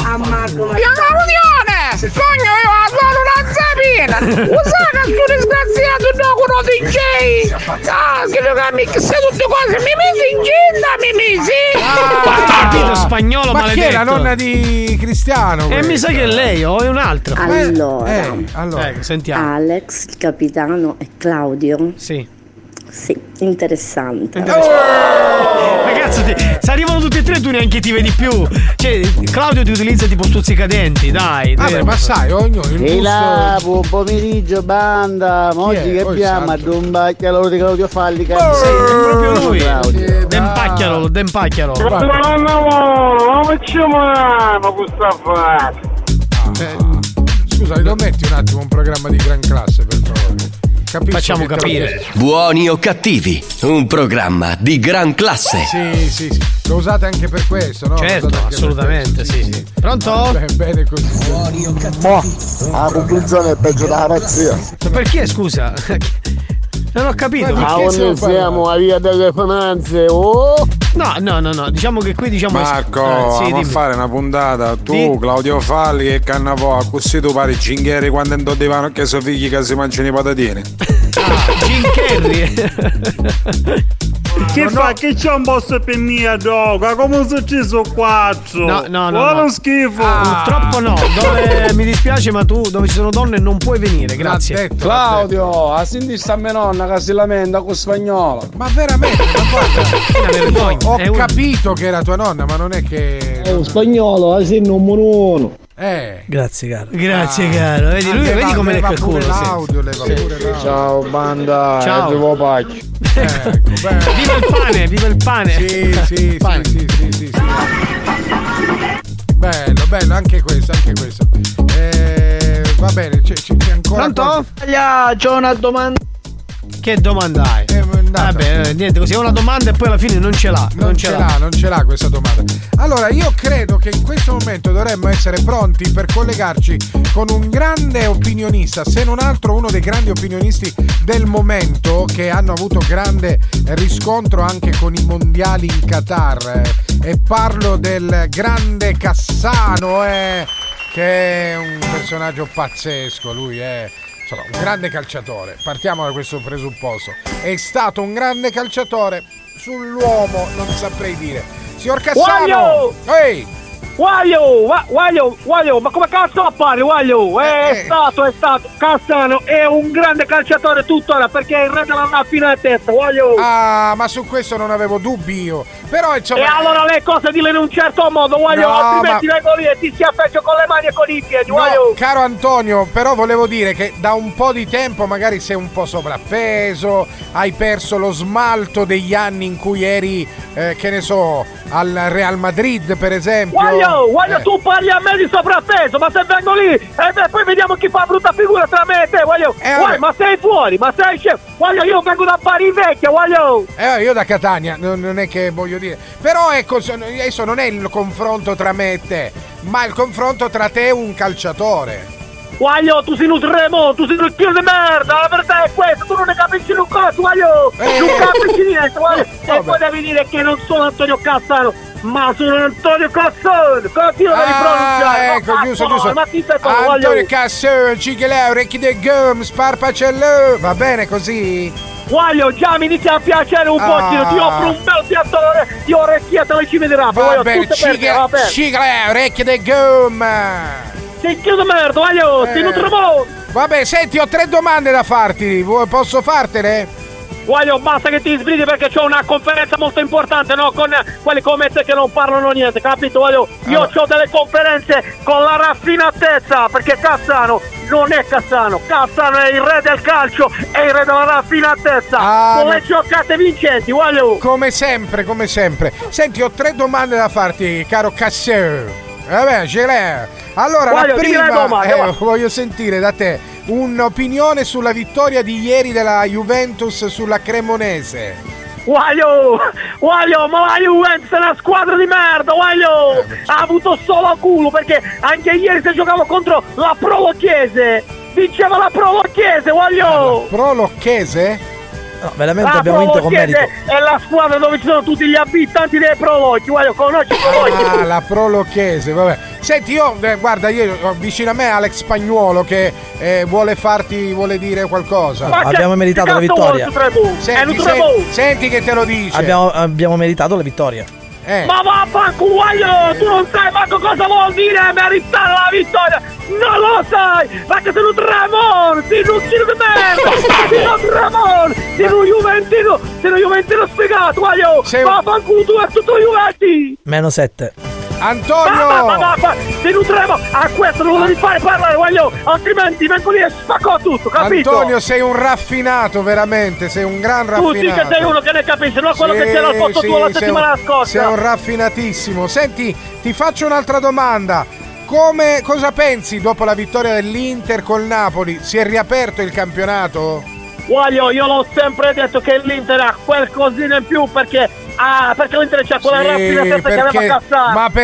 Sogno io a fare una zapina. Usate tu disgraziato no con uno DJ. Che sei tutte cose mi Partito spagnolo ma maledetto. Chi è la nonna di Cristiano? Mi sa che è lei o è un altro. Allora, sentiamo. Alex, il capitano e Claudio. Sì, interessante. Ragazzi, se arrivano tutti e tre tu neanche ti vedi più. Cioè, Claudio ti utilizza tipo stuzzicadenti, dai. Ma sai, ognuno il gusto. Là, buon pomeriggio, banda. Ma oggi che abbiamo a un bacchialo di Claudio Fallica. Sì, è proprio lui. Dempacchialo. Scusa, lo metti un attimo un programma di gran classe, per favore. Facciamo capire. Buoni o cattivi, un programma di gran classe. Sì. Lo usate anche per questo, no? Certo, assolutamente, sì. Pronto? Bene così. Buoni o cattivi. La conclusione è peggio della razzia. Perché, scusa? Non ho capito. Ma onde siamo a via delle finanze? No. Diciamo che qui Marco, andiamo a fare una puntata. Tu, Claudio Falli e Cannavò, così tu pari Cingheri quando in divano che sono figli che si mangiano i patatini. Jim Carrey. Che fa? Che c'è un boss per mia droga? Come è successo 4? No. Buono schifo. Purtroppo no. Mi dispiace, ma tu dove ci sono donne non puoi venire, grazie. Claudio, a senti sta mia nonna che si lamenta con spagnolo. Ma veramente? Ma guarda, ho È capito che era tua nonna, ma non è che. È un spagnolo, a se non monono. Grazie caro. Vedi, lui vedi come lecca il culo. Ciao banda. Ciao. Viva il pane. Sì. Bello, anche questo. Va bene, c'è ancora. Pronto? C'ho una domanda. Che domanda hai? Vabbè, niente, così è una domanda e poi alla fine non ce l'ha. Non ce l'ha questa domanda. Allora, io credo che in questo momento dovremmo essere pronti per collegarci con un grande opinionista, se non altro uno dei grandi opinionisti del momento, che hanno avuto grande riscontro anche con i mondiali in Qatar. E parlo del grande Cassano, che è un personaggio pazzesco. Lui è un grande calciatore, partiamo da questo presupposto. È stato un grande calciatore, sull'uomo non saprei dire. Signor Cassano! Ehi! Guaglio, ma come cazzo appare, Guaglio? È stato. Cassano è un grande calciatore tuttora perché è il re della raffinatezza, Guaglio. Ah, ma su questo non avevo dubbi io. Però insomma. E allora le cose dille in un certo modo, Guaglio, altrimenti vengo lì e ti si affaccia con le mani e con i piedi, Guaglio. No, caro Antonio, però volevo dire che da un po' di tempo magari sei un po' sovrappeso, hai perso lo smalto degli anni in cui eri, che ne so, al Real Madrid, per esempio. Guaglio, tu parli a me di sovrappeso, ma se vengo lì e poi vediamo chi fa brutta figura tra me e te, Guaglio. Ma sei fuori, ma sei scemo. Guaglio, io vengo da Bari Vecchia, Guaglio. Io da Catania, non è che voglio dire. Però ecco, adesso non è il confronto tra me e te, ma il confronto tra te e un calciatore. Guaglio, tu sei un tremone, tu sei un figlio di merda, la verità è questa, tu non ne capisci un cazzo, Guaglio. Non capisci niente, Guaglio. E poi devi dire che non sono Antonio Cassano, ma sono Antonio Cassano. Così lo devi pronunciare. Ecco, giusto. Ma chi sei tu, Antonio Cassano, Cicheleo, orecchi del gum, sparpacello. Va bene così? Guaglio, già mi inizia a piacere un pochino, ti offro un bel piatto di orecchiette alle cime di rapa. Va bene, Cicheleo, orecchie del gum. Sei chiuso di merda, Guaglio, ti nutrimo. Vabbè, senti, ho 3 domande da farti, posso fartele? Guaglio, basta che ti sbrighi perché c'ho una conferenza molto importante, no? Con quelli come te che non parlano niente, capito, Guaglio? Io c'ho delle conferenze con la raffinatezza, perché Cassano non è Cassano è il re del calcio, è il re della raffinatezza, con le giocate vincenti, Guaglio. Come sempre. Senti, ho 3 domande da farti, caro Cassano. Vabbè, ce l'è. Allora, Guaglio, la prima voglio sentire da te un'opinione sulla vittoria di ieri della Juventus sulla Cremonese. Guaglio, ma la Juventus è una squadra di merda, Guaglio. Ha avuto solo culo perché anche ieri se giocavo contro la Prolocchese vinceva la Prolocchese, Guaglio. La Prolocchese? No, veramente abbiamo vinto con merito. È la squadra dove ci sono tutti gli abitanti dei Prolocchi, Guaglio, conosci Prolocchi? La Prolocchese, vabbè. Senti, io, guarda, vicino a me Alex Spagnuolo che vuole dire qualcosa. Abbiamo meritato la vittoria. Senti che te lo dice. Abbiamo meritato la vittoria. Ma vaffanculo, Guaglio, tu non sai manco cosa vuol dire meritare la vittoria. Non lo sai, perché sei un Ramon, sei un giro di merda, sei un Ramon, sei un Juventino spiegato, Guaglio. Vaffanculo, tu e tutto Juventi. -7. Antonio! Ma sei un Ramon, a questo non lo devi fare parlare, Guaglio, altrimenti vengo lì e spacco tutto, capito? Antonio, sei un raffinato, veramente, sei un gran raffinato. Tu sì che sei uno che ne capisce, non quello che c'era al posto tuo la settimana scorsa. Sei un raffinatissimo. Senti, ti faccio un'altra domanda. Cosa pensi dopo la vittoria dell'Inter col Napoli? Si è riaperto il campionato? Guaglio, io l'ho sempre detto che l'Inter ha qualcosina in più perché l'Inter c'ha quella raffinatezza che aveva Cassano. Ma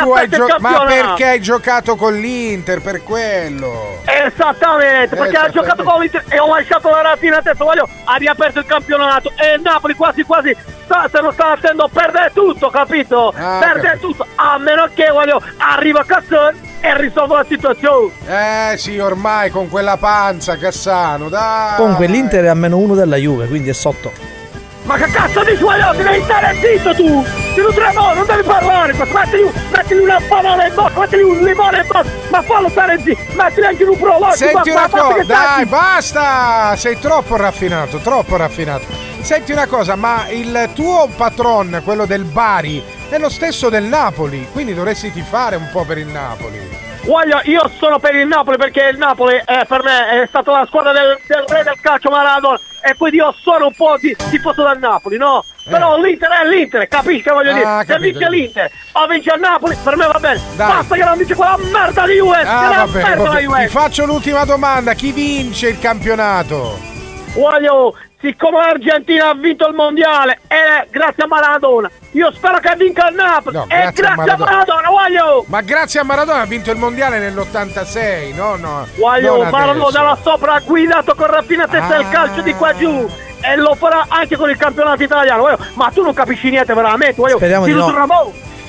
perché hai giocato con l'Inter, per quello? Esattamente, perché ha giocato con l'Inter e ho lasciato la raffinatezza, Guaglio, ha riaperto il campionato e il Napoli quasi se lo sta attendo perdere tutto, capito? Perde tutto, a meno che, Guaglio, arriva Cassano e risolve la situazione. Sì, ormai con quella panza, Cassano, dai. Comunque l'Inter è a -1 della Juve, quindi è sotto. Ma che cazzo dici, Guaglio? Ti devi stare zitto tu! Ti nutremo, non devi parlare! Mettili una banana in bocca, mettili un limone in bocca, ma fallo stare zitto! Mettili anche un prologo! Senti una cosa, dai, basta! Sei troppo raffinato, Senti una cosa, ma il tuo patron, quello del Bari, è lo stesso del Napoli, quindi dovresti tifare un po' per il Napoli. Guaglio, io sono per il Napoli perché il Napoli per me è stata la squadra del re del calcio Maradona e quindi io sono un po' tifoso del Napoli, no? Però l'Inter è l'Inter, capisci che voglio dire? Se vince l'Inter o vince il Napoli, per me va bene. Dai. Basta che non vince quella merda di Juventus, Ti faccio l'ultima domanda, chi vince il campionato? Guaglio, siccome l'Argentina ha vinto il mondiale è grazie a Maradona, io spero che vinca il Napoli, è grazie a Maradona, Guaglio. Ma grazie a Maradona ha vinto il mondiale nell'86, no? Guaglio, Maradona da sopra ha guidato con raffinatezza il calcio di qua giù e lo farà anche con il campionato italiano, Guaglio. Ma tu non capisci niente veramente, Guaglio. Speriamo di no.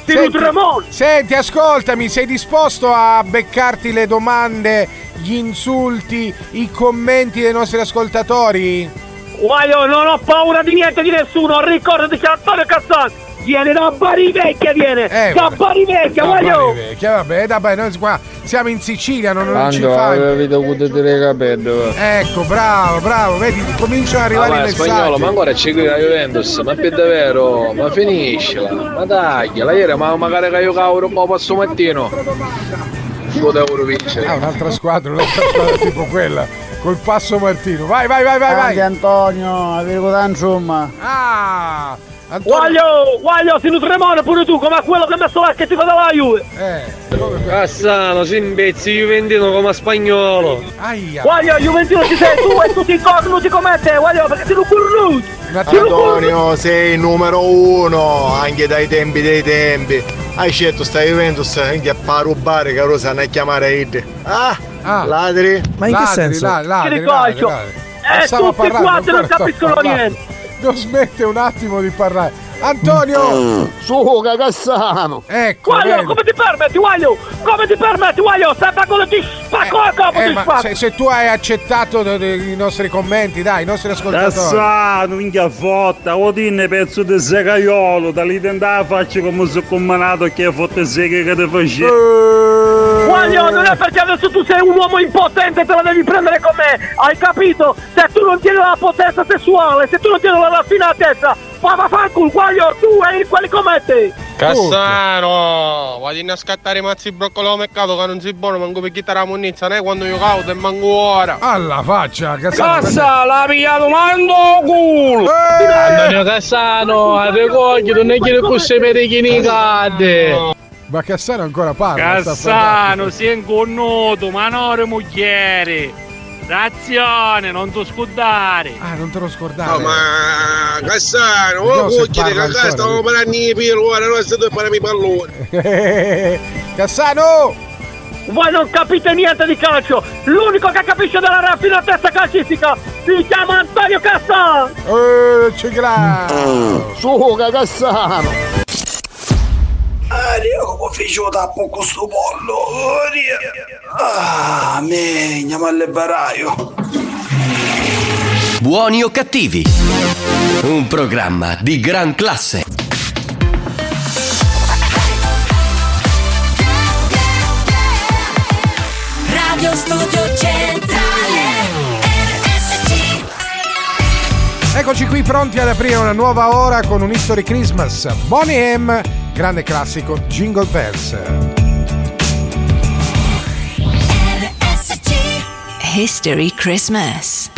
Senti, ascoltami, sei disposto a beccarti le domande, gli insulti, i commenti dei nostri ascoltatori? Guaglio, non ho paura di niente di nessuno, ricordati che Antonio Cassano Viene da Bari Vecchia, da Bari Vecchia, voglio! Vabbè, noi qua siamo in Sicilia, non ci fai. Ecco, bravo, vedi, cominciano ad arrivare i messaggi. Spagnolo, ma ancora c'è qui la Juventus, ma per davvero, ma finiscila, ma dai, la ieri, ma magari che io cavolo come passo mattino. Potevo vincere. Un'altra squadra tipo quella, col Passo Martino. Vai. Antonio, avevo da insomma. Voglio, si nutremone pure tu, come quello che ha messo l'archetipo della Juve. Cassano, si imbezzi Juventino come Spagnolo. Voglio, Juventino ci sei tu e tutti i cornuti come te, voglio, perché sei un cornuto. Antonio, sei il numero 1, anche dai tempi dei tempi. Hai scelto sta Juventus anche a rubare, che ora sanno a chiamare Id. Ladri. Ma in che senso? Ladri. Tutti quanti non capiscono niente. Non smette un attimo di parlare. Antonio! Su, Cassano! Ecco! Guaglio, come ti permetti, Guaglio? Sempre quello ti spacco il capo, ti spacco! Se tu hai accettato i nostri commenti, dai, i nostri ascoltatori. Cassano, minchia fotta, odinne pezzo di segaiolo, da lì tentava faccio come sono combinato che fotte seghe che ti facevi. Guaglio, non è perché adesso tu sei un uomo impotente, te la devi prendere con me, hai capito? Se tu non tieni la potenza sessuale, se tu non tieni la raffinatezza, ma fanculo, Guaglio, tu e quelli come te! Cassano, vado a scattare i mazzi di broccolo al mercato che non si buono, manco per chitarra la munizia, né quando io caudo e manco ora. Alla faccia, Cassano! Cassa, l'ha pigliato mando culo! Antonio Cassano, a te cogli, non è che ne posso vedere chi ne cade! Ma Cassano ancora parla. Cassano, si è inconnuto, ma non moglie. Razione, non ti scordare. Non te lo scordare. No, ma Cassano, cucchiere che qua stiamo parlando di pelo, ora noi stiamo parlando di pallone. Cassano! Voi non capite niente di calcio. L'unico che capisce della raffinatezza calcistica si chiama Antonio Cassano. C'è grande. Su, Cassano. Io come faccio tappo con sto pollo? Me, andiamo all'ebbaraio. Buoni o cattivi? Un programma di gran classe. Radio Studio Centrale RSC. Eccoci qui pronti ad aprire una nuova ora con un History Christmas. Boney M, grande classico, Jingle Bells. History Christmas.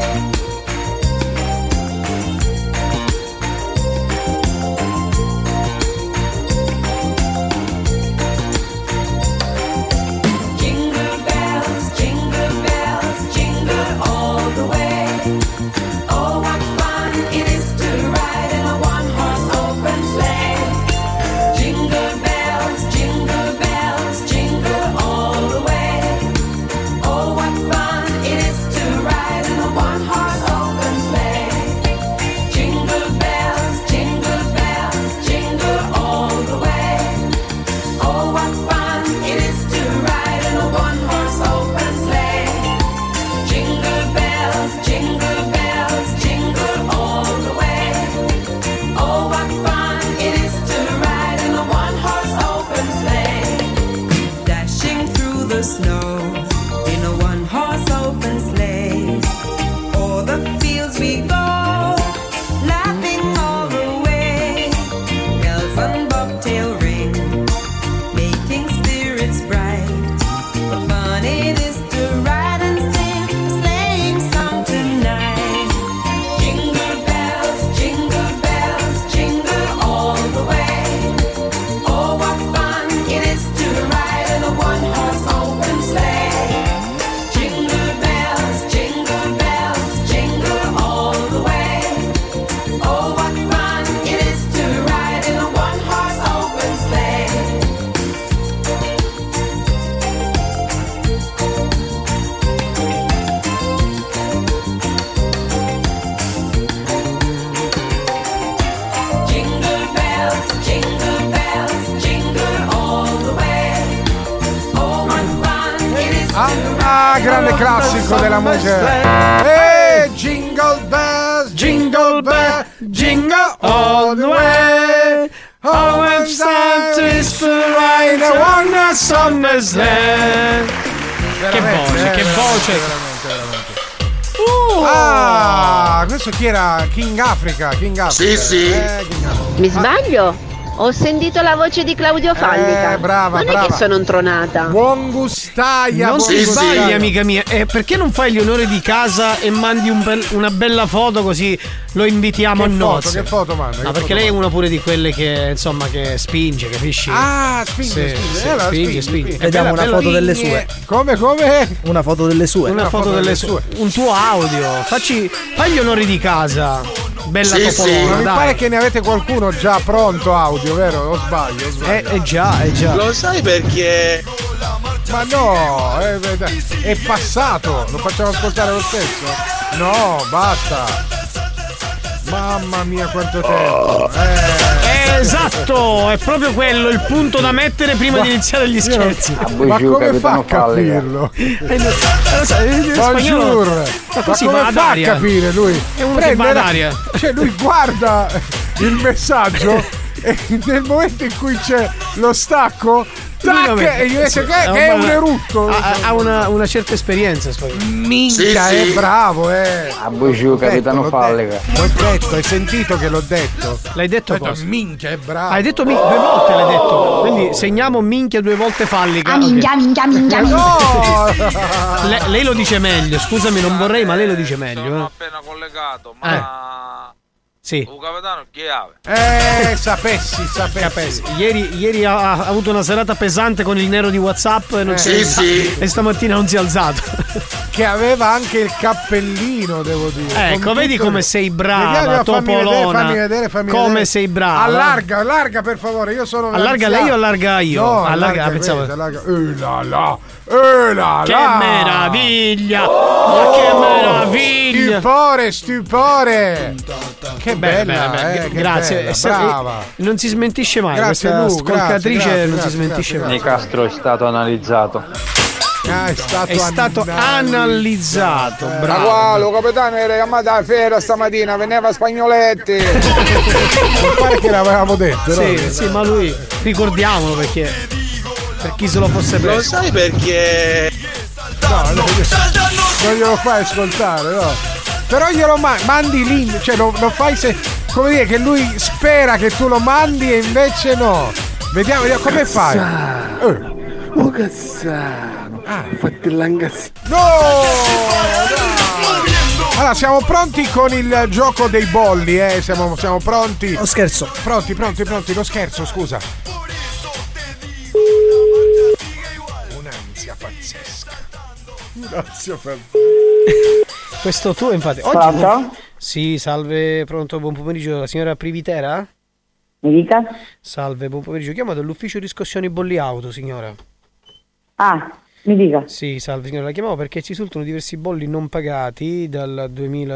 Grande classico della musica. Jingle bells, jingle bells, jingle all the way. Che voce. Veramente. Questo chi era? King Africa. Sì. Mi sbaglio? Ho sentito la voce di Claudio Fallica. Brava. Non è che sono intronata. Buon gustaia. Non si sbaglia, amica mia. Perché non fai gli onori di casa e mandi una bella foto così lo invitiamo a nozze? Che foto manda? Perché lei è una pure di quelle che insomma che spinge, capisci? Spinge. Vediamo una foto delle sue. Come? Una foto delle sue. Una foto delle sue. Un tuo audio. Fai gli onori di casa. Bella topolona. Ma mi pare che ne avete qualcuno già pronto audio, vero? O sbaglio? Già. Lo sai perché? Ma no, è passato. Lo facciamo ascoltare lo stesso? No, basta. Mamma mia, quanto tempo. Esatto, è proprio quello il punto da mettere prima di iniziare gli scherzi. Ma come fa a capirlo? Bonjour. Ma come fa a capire lui? È uno che va d'aria. Cioè lui guarda il messaggio e nel momento in cui c'è lo stacco e gli dice che è un erutto. Ha una certa esperienza. Minchia, è bravo, Bonjour, capitano Fallica. L'ho detto, hai sentito che l'ho detto? L'hai detto cosa? Minchia, è bravo. Hai detto 2 volte, l'hai detto. Quindi segniamo minchia 2 volte Fallica. Minchia. No! Lei lo dice meglio, scusami, non vorrei, ma lei lo dice meglio. Sono appena collegato, ma sì. Il capitano chi è? Sapessi. Ieri ha avuto una serata pesante con il nero di WhatsApp e stamattina non si è alzato. Che aveva anche il cappellino, devo dire. Ecco, vedi come sei brava, Topolona. Fammi vedere. Come sei brava. Allarga per favore, io sono allarga lei o allarga io? No, allarga, pensavo. Che meraviglia! Ma che meraviglia! Stupore! Che bella, grazie, bella, brava. Non si smentisce mai. Grazie, questa Lu, ascoltatrice non si smentisce mai. Nicastro è stato analizzato. È stato analizzato. Ma qua lo capitano era chiamato a fiera stamattina, veniva Spagnoletti. Mi pare che l'avevamo detto. Sì, ma lui ricordiamolo perché per chi se lo fosse preso. Lo sai perché? No, non glielo fai ascoltare, no. Però glielo mandi lì, cioè lo fai se. Come dire che lui spera che tu lo mandi e invece no. Vediamo come fai. Oh cazzano. Fatti l'angazzi. No! Allora siamo pronti con il gioco dei bolli, siamo pronti. Lo scherzo. Pronti, lo scherzo, scusa. Un'ansia pazzesca. Questo tu infatti oggi. Pronto? Sì, salve, pronto, buon pomeriggio, la signora Privitera? Mi dica? Salve, buon pomeriggio, chiamo dall'ufficio riscossioni bolli auto, signora. Mi dica. Sì, salve signora, la chiamavo perché ci risultano diversi bolli non pagati dal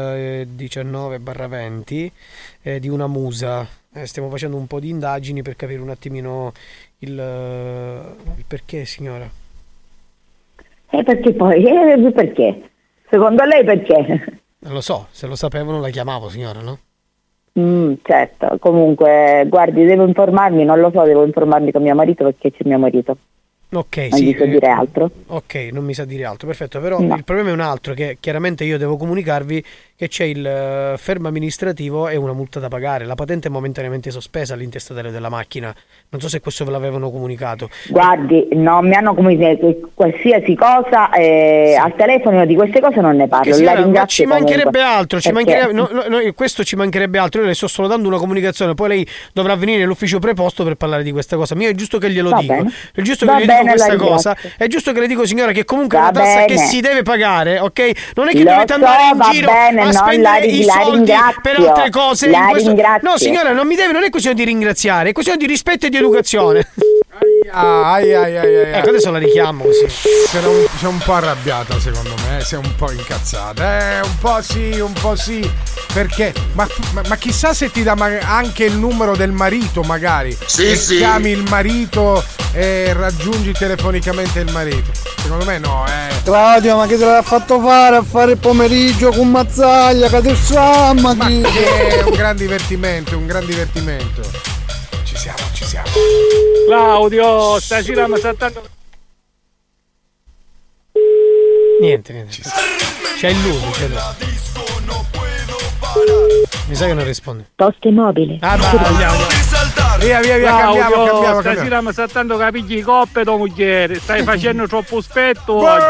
2019/20 di una musa. Stiamo facendo un po' di indagini per capire un attimino il perché, signora. Perché poi? Perché? Secondo lei perché? Non lo so, se lo sapevano la chiamavo, signora, no? Certo, comunque, guardi, devo informarmi, non lo so, devo informarmi con mio marito perché c'è mio marito. Ok, non sì. Non mi sa dire altro. Ok, non mi sa dire altro, perfetto, però no. Il problema è un altro, che chiaramente io devo comunicarvi che c'è il fermo amministrativo e una multa da pagare. La patente è momentaneamente sospesa all'intestatore della macchina. Non so se questo ve l'avevano comunicato. Guardi, non mi hanno comunicato qualsiasi cosa, sì. Al telefono di queste cose non ne parlo. Signora, ma ci mancherebbe altro, questo ci mancherebbe altro. Io le sto solo dando una comunicazione, poi lei dovrà venire nell'ufficio preposto per parlare di questa cosa. È giusto che glielo dico. È giusto che le dico questa cosa. È giusto che le dico, signora, che comunque è una tassa che si deve pagare, ok? Non è che dovete andare in giro a spendere i soldi per altre cose. No, signora, non è questione di ringraziare, è questione di rispetto e di educazione. Ecco, adesso la richiamo così. Sei un po' arrabbiata, secondo me, sei un po' incazzata. Un po' sì. Perché? Ma chissà se ti dà anche il numero del marito, magari. Sì. Chiami il marito e raggiungi telefonicamente il marito. Secondo me no, Claudio, ma che te l'ha fatto fare a fare il pomeriggio con Mazzaglia? Che te Ma che è un gran divertimento, Ci siamo. Claudio, stasera mi sta dando... Niente. C'è illuso, Mi sa che non risponde. Poste mobile. Andiamo. Via, cambiamo. Stasera mi sta dando capigli coppe tua moglie. Stai facendo troppo spetto oggi.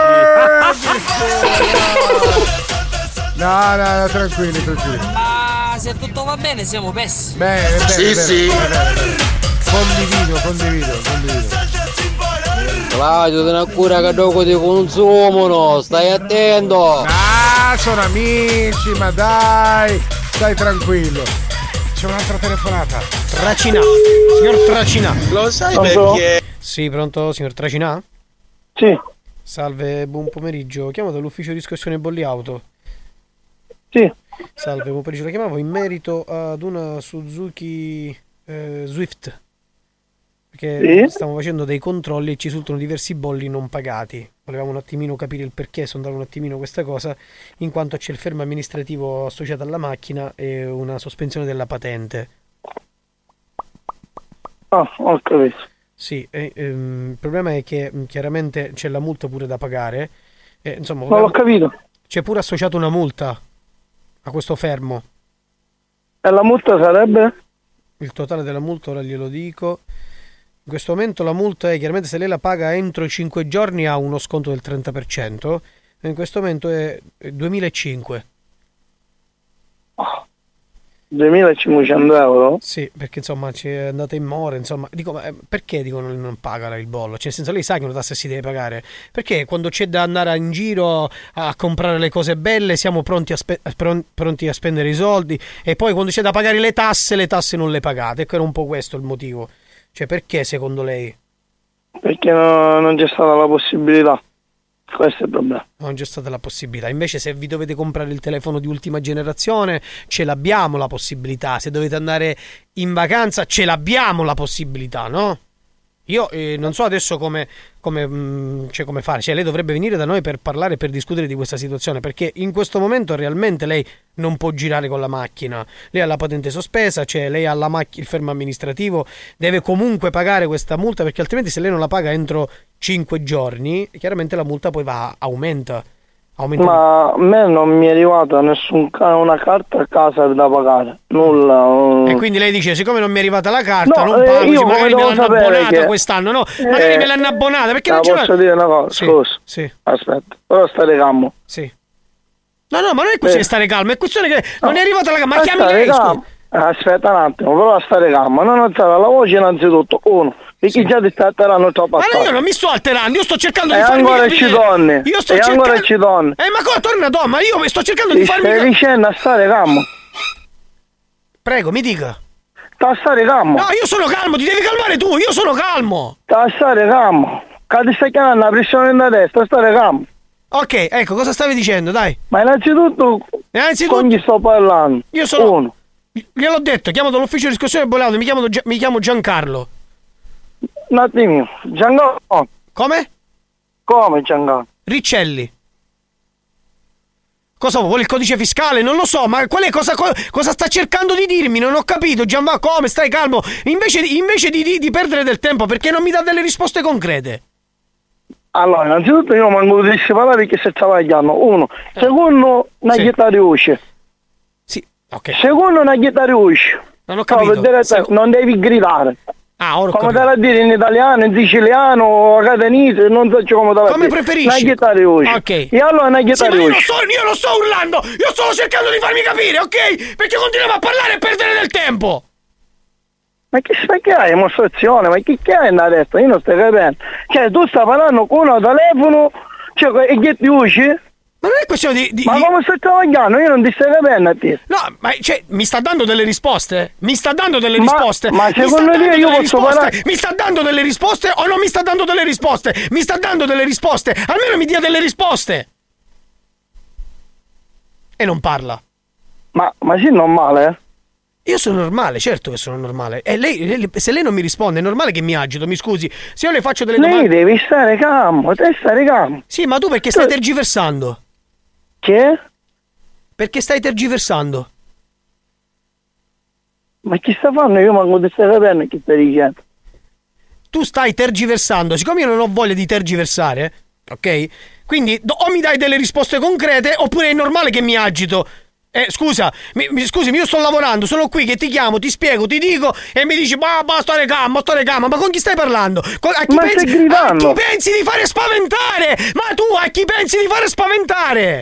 No, tranquilli. Ma se tutto va bene siamo pessimi. Bene. Sì. Condivido. Claudio, te ne cura che dopo ti consumano, stai attento. Sono amici, ma dai, stai tranquillo. C'è un'altra telefonata. Tracina. Signor Tracina. Lo sai pronto? perché? Sì, pronto, signor Tracina? Sì. Salve, buon pomeriggio. Chiamo dall'ufficio riscossione bolli auto. Sì. Salve, buon pomeriggio. La chiamavo in merito ad una Suzuki Swift. Perché stiamo facendo dei controlli e ci risultano diversi bolli non pagati. Volevamo un attimino capire il perché, sondare un attimino questa cosa, in quanto c'è il fermo amministrativo associato alla macchina e una sospensione della patente. Ho capito. Sì, il problema è che chiaramente c'è la multa pure da pagare. Insomma, Non l'ho capito. C'è pure associata una multa a questo fermo. E la multa sarebbe? Il totale della multa ora glielo dico. In questo momento la multa è, chiaramente se lei la paga entro i 5 giorni ha uno sconto del 30%, in questo momento è 2.500. 2.500 euro? Sì, perché insomma ci è andata in more, insomma. Dico, ma perché dicono non paga il bollo? Cioè, nel senso, lei sa che una tassa si deve pagare. Perché quando c'è da andare in giro a comprare le cose belle siamo pronti a spendere i soldi, e poi quando c'è da pagare le tasse non le pagate. Ecco, era un po' questo il motivo. Cioè, perché secondo lei? Perché non c'è stata la possibilità. Questo è il problema. Non c'è stata la possibilità. Invece se vi dovete comprare il telefono di ultima generazione, ce l'abbiamo la possibilità. Se dovete andare in vacanza, ce l'abbiamo la possibilità, no? Io non so adesso come fare. Cioè, lei dovrebbe venire da noi per parlare, per discutere di questa situazione, perché in questo momento realmente lei non può girare con la macchina. Lei ha la patente sospesa, cioè lei ha il fermo amministrativo, deve comunque pagare questa multa, perché altrimenti se lei non la paga entro 5 giorni, chiaramente la multa poi aumenta. Ma a me non mi è arrivata una carta a casa da pagare, nulla. E quindi lei dice, siccome non mi è arrivata la carta, no, non pago, io magari me l'hanno abbonata quest'anno, no? Magari me l'hanno abbonata, perché non posso dire una cosa? Sì, scusa, sì. Aspetta, però state calmo. Sì. No, ma non è questione di stare calmo, è questione che non è arrivata la carta, ma chiami lei, aspetta un attimo, però stare calmo, non alzare la voce innanzitutto, uno, perché già ti sta alterando troppo. Ma io non mi sto alterando, io sto cercando di farmi capire. Ci donne. Io sto ancora ci donne. Ma cosa torna donna? Ma io sto cercando di farmi. Stai dicendo a stare calmo. Prego, mi dica. Sta a stare calmo. No, io sono calmo, ti devi calmare tu, io sono calmo. Sta a stare calmo. Che ti stai chiamando la pressione da destra, stare calmo. Ok, ecco, cosa stavi dicendo, dai? Ma innanzitutto con chi sto parlando? Io sono uno. Gliel'ho detto, chiamo dall'ufficio di riscossione bollate, mi chiamo Giancarlo. Un attimo, Giancarlo. Come? Come Giancarlo? Riccelli. Cosa vuole il codice fiscale? Non lo so, ma cosa sta cercando di dirmi? Non ho capito, Gianva, come? Stai calmo. Invece di perdere del tempo, perché non mi dà delle risposte concrete? Allora, innanzitutto io manco potessi parlare perché si travagliando. Uno. Secondo, una chitarra usce. Sì, ok. Secondo, una chitarra usce. Non ho capito. Non devi gridare. Ora come te la dire in italiano, in siciliano, a catanese, non so come te la dire. Come preferisci? Una chitarra usce. Ok. E allora una chitarra usce. Io non sto urlando, io sto cercando di farmi capire, ok? Perché continuiamo a parlare e perdere del tempo. Ma che hai dimostrazione? Ma che hai adesso? Io non sto capendo. Cioè, tu stai parlando con un telefono, cioè, e che ti usci? Ma non è questione Ma come stai travagliando? Io non ti stai capendo a te. No, ma cioè, mi sta dando delle risposte? Mi sta dando delle risposte? Ma secondo te io posso parlare? Mi sta dando delle risposte o non mi sta dando delle risposte? Mi sta dando delle risposte? Almeno mi dia delle risposte. E non parla. Ma sì, normale, eh? Io sono normale, certo che sono normale. E lei, se lei non mi risponde, è normale che mi agito, mi scusi. Se io le faccio delle domande... Lei devi stare calmo, te stare calmo. Sì, ma tu perché stai tergiversando? Che? Perché stai tergiversando? Ma chi sta fanno? Io manco di stai capendo che stai dicendo. Tu stai tergiversando, siccome io non ho voglia di tergiversare, ok? Quindi o mi dai delle risposte concrete oppure è normale che mi agito. Scusami, io sto lavorando, sono qui che ti chiamo, ti spiego, ti dico e mi dici sto calmo, ma con chi stai parlando? A chi pensi di fare spaventare? Ma tu a chi pensi di fare spaventare?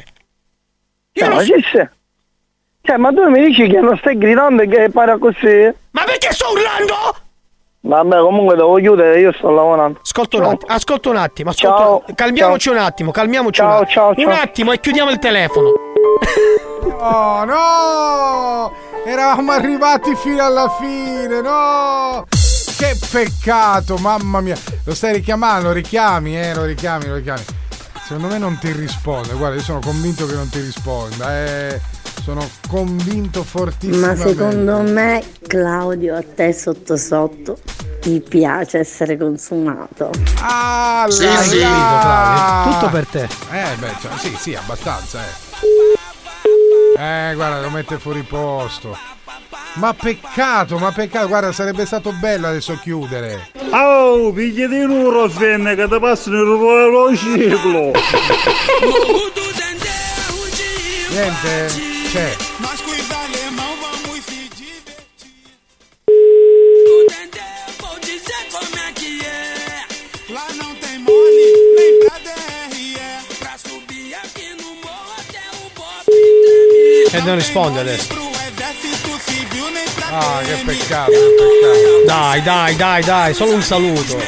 Ma tu mi dici che non stai gridando e che para così? Ma perché sto urlando? Vabbè, comunque devo chiudere, io sto lavorando. Ascolta un attimo. Calmiamoci un attimo. Ciao. Un attimo e chiudiamo il telefono. Oh no! Eravamo arrivati fino alla fine, no! Che peccato, mamma mia. Lo stai richiamando, lo richiami. Secondo me non ti risponde. Guarda, io sono convinto che non ti risponda. Sono convinto fortissimo. Ma secondo me, Claudio, a te sotto ti piace essere consumato. Sì. Tutto per te. Sì, abbastanza. Guarda, lo mette fuori posto. Ma peccato, guarda, sarebbe stato bello adesso chiudere. Oh, pigli di loro, Sven, che ti passano lo ciclo. Niente, c'è. E non risponde adesso. Che peccato. Dai, solo un saluto.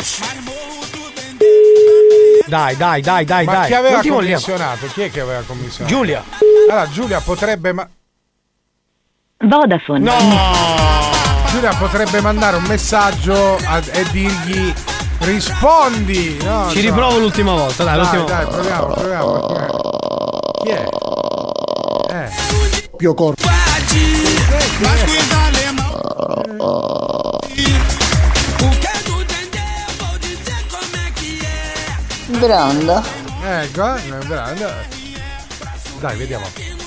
Dai. Ma chi aveva commissionato? Chi è che aveva commissionato? Giulia. Allora, Giulia potrebbe Vodafone. No! Giulia potrebbe mandare un messaggio e dirgli rispondi. No, Ci riprovo l'ultima volta, dai, proviamo. Chi è? Pio corpo. Branda. Ecco, Branda. Dai, vediamo.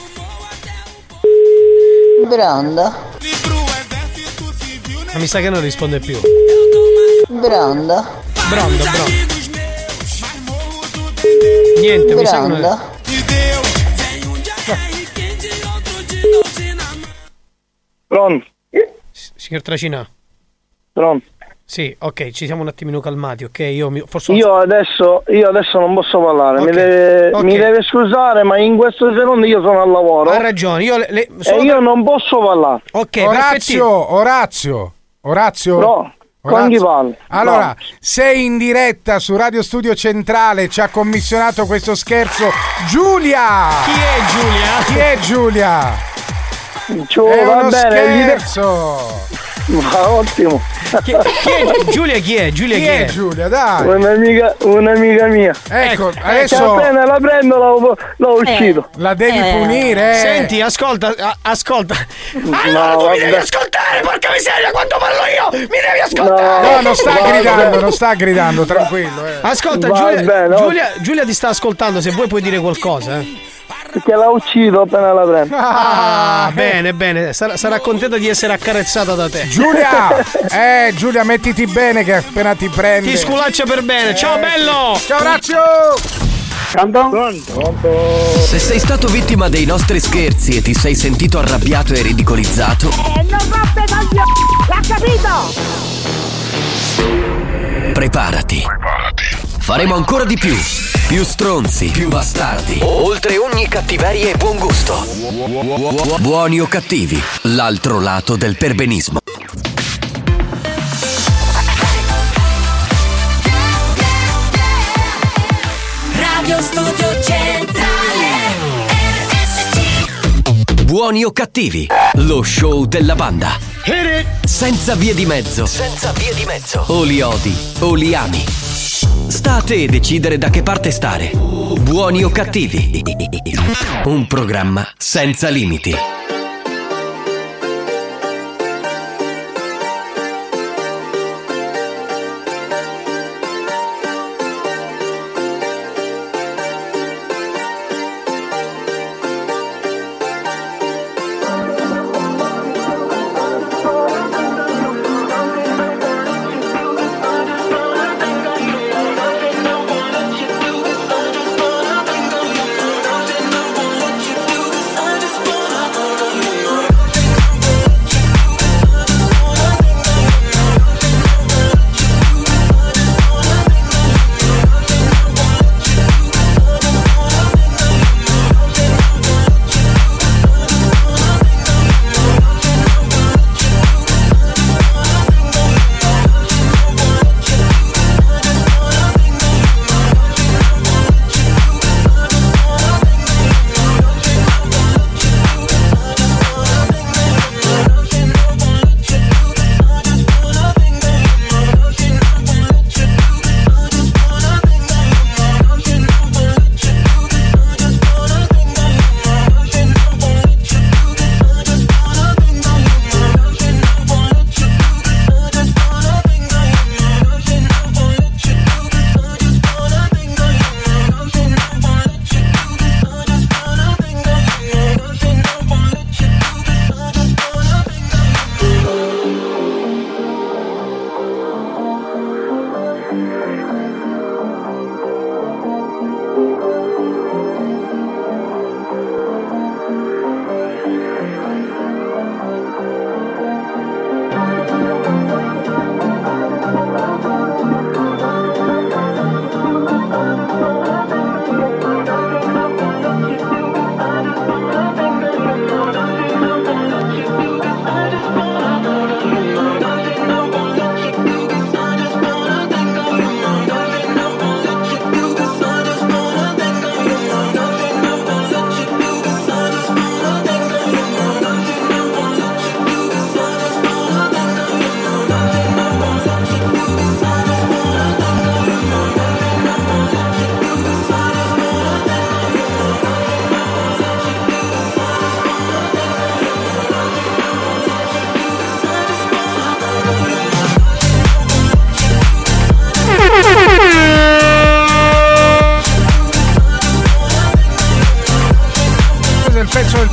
Branda. Ma mi sa che non risponde più. Branda. Niente, mi sa che non. Pronto? Signor Tracina. Pronto? Sì, ok, ci siamo un attimino calmati, ok? Io adesso non posso parlare, okay. Mi deve scusare, ma in questo secondo io sono al lavoro. Ha ragione, io non posso parlare. Ok, Orazio. No. Con chi parli? Allora, no. Sei in diretta su Radio Studio Centrale, ci ha commissionato questo scherzo Giulia! Chi è Giulia? È uno scherzo! Ma ottimo! Chi è Giulia? Chi è Giulia, dai! Un'amica mia. Ecco, adesso appena la prendo l'ho ucciso. La devi punire. Senti, ascolta. No, tu mi devi ascoltare, porca miseria, quando parlo io! Mi devi ascoltare! No, non sta gridando, tranquillo. Ascolta, Giulia ti sta ascoltando, se vuoi puoi dire qualcosa, Perché l'ha ucciso appena la prendo. Bene. Sarà contenta di essere accarezzata da te. Giulia, mettiti bene che appena ti prendi. Ti sculaccia per bene. Ciao bello. Ciao Orazio. Se sei stato vittima dei nostri scherzi e ti sei sentito arrabbiato e ridicolizzato, non roppe coglioni, l'ha capito? preparati. Faremo ancora di più. Più stronzi, più bastardi, oltre ogni cattiveria e buon gusto. Buoni o cattivi, l'altro lato del perbenismo. Radio Studio Centrale RSC. Buoni o cattivi, lo show della banda. Senza vie di mezzo. O li odi o li ami. Sta a te decidere da che parte stare. Buoni o cattivi. Un programma senza limiti.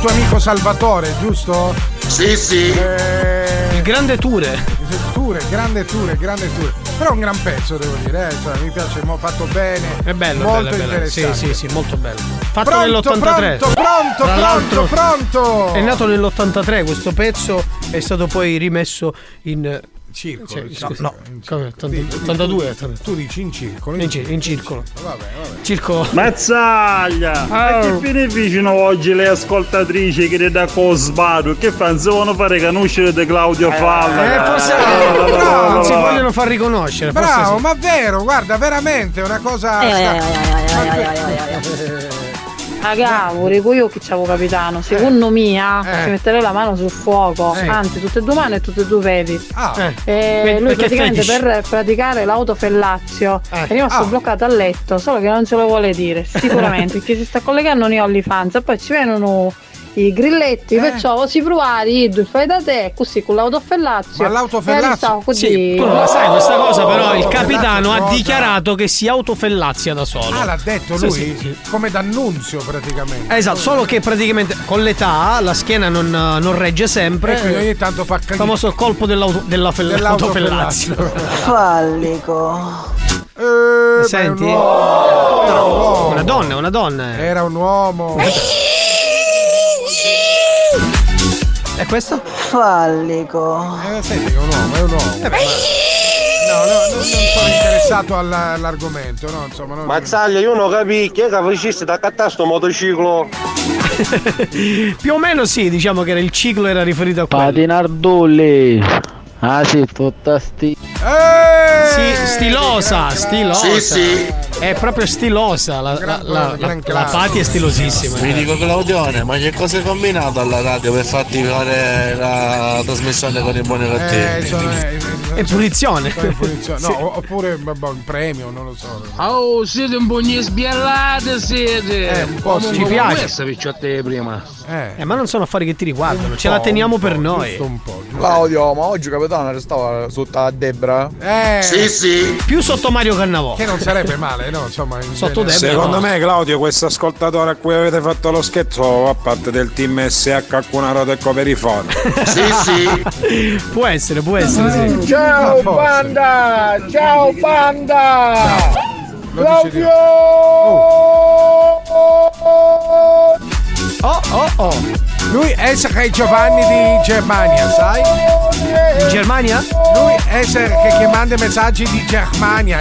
tuo amico Salvatore, giusto? Sì. Il grande Ture. Grande Ture. Però è un gran pezzo, devo dire, cioè, mi piace, fatto bene. È bello, molto bello. interessante. Sì, molto bello. Fatto Pronto, nell'83. Pronto. È nato nell'83 questo pezzo, è stato poi rimesso in circolo. No, 82. Tu dici in circolo. In circolo. Vabbè. Circolo. Mazzaglia! A che fine vicino oggi le ascoltatrici che ne da Cosbaru? Che fanno? Se vogliono fare conoscere di Claudio Falla. Forse non si vogliono far riconoscere. Bravo, sì. ma vero, guarda, veramente è una cosa. Cavolo, io che c'avevo capitano, secondo mia si metterei la mano sul fuoco, anzi tutte e due mani e tutte e due piedi. Lui praticamente per praticare l'autofellazio è rimasto bloccato a letto, solo che non ce lo vuole dire sicuramente perché si sta collegando nei OnlyFans e poi ci vengono i grilletti, perciò si provare il fai da te così con l'autofellazio. Ma l'autofellazio? Sì, tu non la sai questa cosa, però il capitano ha dichiarato che si autofellazia da solo. L'ha detto lui? Sì. Come d'annunzio praticamente. Esatto, solo che praticamente con l'età la schiena non regge sempre. E quindi ogni tanto fa il famoso colpo dell'autofellazio. Fallico. Senti? Una donna. Era un uomo. E questo? Fallico. Senti che è un uomo. No, non sono interessato all'argomento, no, insomma. Mazzaglia, io non capisco che facessi da cattare sto motociclo. Più o meno sì, diciamo che il ciclo era riferito a quello. Patinardulli. Ah sì, tutta stilosa. Sì. È proprio stilosa. La Pati è stilosissima. Mi dico Claudione, ma che cosa hai combinato alla radio per farti fare la trasmissione con i buoni cattivi? È punizione. No, oppure un premio, non lo so. Oh, siete un po' sbiellate, siete. Un po' ci piace. Questa picciotto prima. Ma non sono affari che ti riguardano, ce la teniamo per noi. Claudio, ma oggi capitano restava sotto a Debra? Sì. Più sotto Mario Cannavò. Che non sarebbe male, no? Insomma, sotto Debra. Secondo me, Claudio, questo ascoltatore a cui avete fatto lo scherzo a parte del team SH alcuna rota ecco per i phone. Sì. Può essere, sì. Ciao banda! Claudio! Oh. Lui è Giovanni di Germania, sai? In Germania? Lui è che manda messaggi di Germania,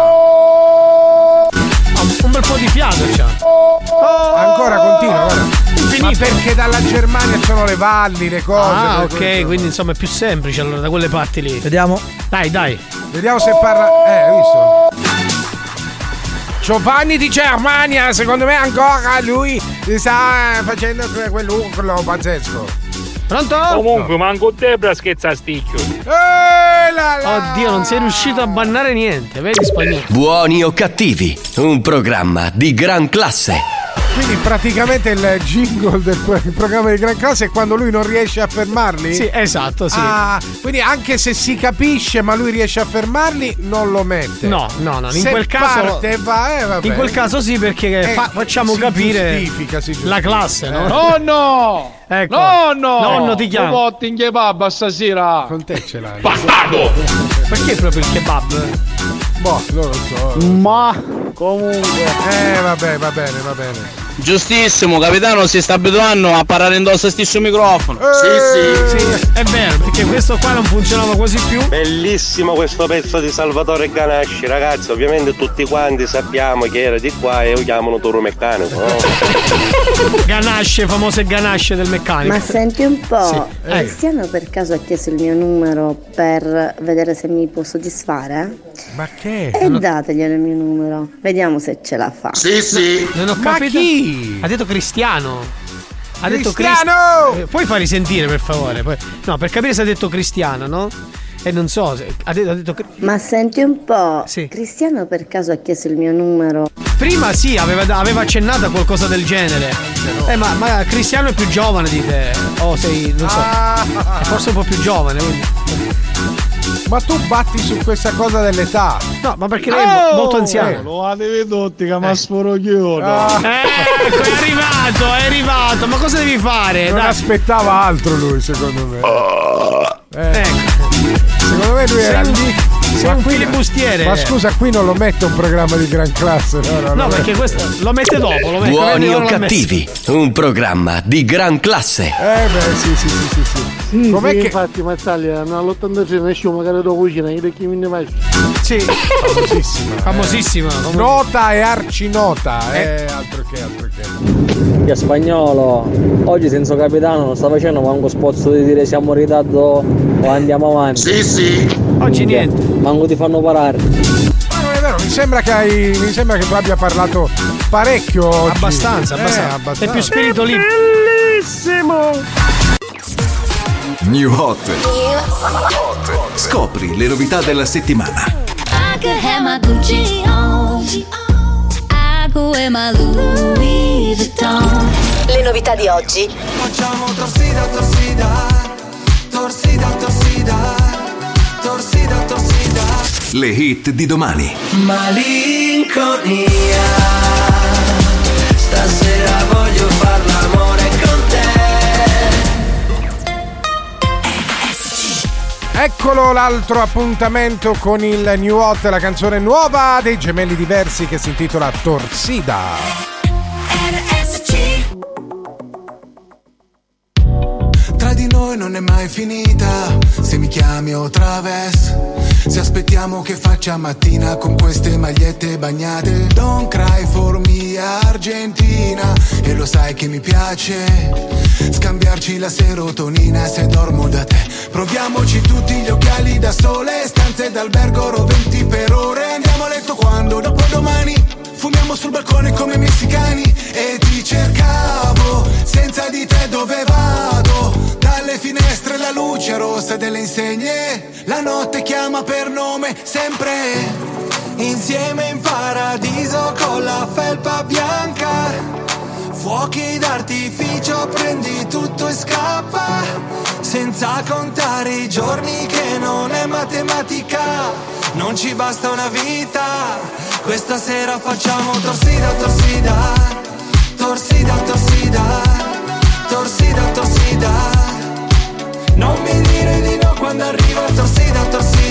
un bel po' di fiato c'ha. Ancora continua, guarda. Ma perché dalla Germania sono le valli, le cose. Ah, ok, quindi insomma è più semplice allora da quelle parti lì. Vediamo. Dai. Vediamo se parla. Hai visto? Giovanni di Germania, secondo me ancora lui sta facendo quell'urlo pazzesco. Pronto? Comunque, manco Debra scherza sticchio. Oddio, non sei riuscito a bannare niente, vedi spagnolo. Buoni o cattivi, un programma di gran classe. Quindi praticamente il jingle del programma di gran classe è quando lui non riesce a fermarli? Sì, esatto, sì. Quindi anche se si capisce ma lui riesce a fermarli, non lo mette. No, in se quel caso parte vabbè. In quel caso sì, perché facciamo capire la classe, no? Nonno! Ecco. Nonno ti chiamo. Botti in kebab stasera. Con te ce l'hai. Bastardo! Perché proprio il kebab? Boh, non lo so. Ma comunque. Va bene. Giustissimo, capitano, si sta abituando a parlare indosso stesso microfono. Sì. È vero, perché questo qua non funzionava quasi più. Bellissimo questo pezzo di Salvatore Ganasci, ragazzi. Ovviamente tutti quanti sappiamo che era di qua e lo chiamano toro meccanico, no? Ganasce, famose ganasce del meccanico. Ma senti un po', Cristiano per caso ha chiesto il mio numero per vedere se mi può soddisfare? Ma che? E dateglielo il mio numero, vediamo se ce la fa. Sì. Non ho capito. Ma chi? Ha detto Cristiano. Ha detto Cristiano. Puoi far risentire per favore? No, per capire se ha detto Cristiano, no? E non so se ha detto. Ma senti un po', sì. Cristiano per caso ha chiesto il mio numero? Prima sì, aveva accennato a qualcosa del genere. Ma Cristiano è più giovane di te. Sei, non so. È forse un po' più giovane, quindi. Ma tu batti su questa cosa dell'età. No, ma perché lei è molto anziano. Lo avete dotti che ma sforoghiono. Ecco, è arrivato. Ma cosa devi fare? Non aspettava altro lui, secondo me. Secondo me lui era lì. Sei un filibustiere. Ma scusa, qui non lo mette un programma di gran classe. No, perché questo lo mette dopo. Buoni o cattivi, un programma di gran classe. Sì. Com'è che infatti Mazzaglia all'83 ne esce magari dopo cucina, io chi mi ne vai. Sì, famosissima. Nota e arcinota, altro che. Che spagnolo, oggi senza capitano non sta facendo manco spozzo di dire siamo in ritardo o andiamo avanti. Sì. Oggi niente. Manco ti fanno parare. Ma non è vero, mi sembra che tu abbia parlato parecchio oggi. Abbastanza. È più spirito lì. Bellissimo. New Hot. Scopri le novità della settimana. I could have my Gucci on. I could wear my Louis Vuitton. Le novità di oggi. Facciamo torsida. Le hit di domani. Malinconia. Stasera voglio far l'amore con te. Eccolo l'altro appuntamento con il New Hot, la canzone nuova dei Gemelli Diversi che si intitola Torsida. Tra di noi non è mai finita, se mi chiami o traves. Se aspettiamo che faccia mattina con queste magliette bagnate. Don't cry for me Argentina. E lo sai che mi piace scambiarci la serotonina se dormo da te. Proviamoci tutti gli occhiali da sole, stanze d'albergo, roventi per ore. Andiamo a letto quando? Dopodomani. Fumiamo sul balcone come messicani. E ti cercavo, senza di te dove vado? Dalle finestre la luce rossa delle insegne. La notte chiama per nome, sempre insieme in paradiso con la felpa bianca. Fuochi d'artificio, prendi tutto e scappa. Senza contare i giorni che non è matematica. Non ci basta una vita. Questa sera facciamo torsida. Non mi dire di no quando arriva torsida.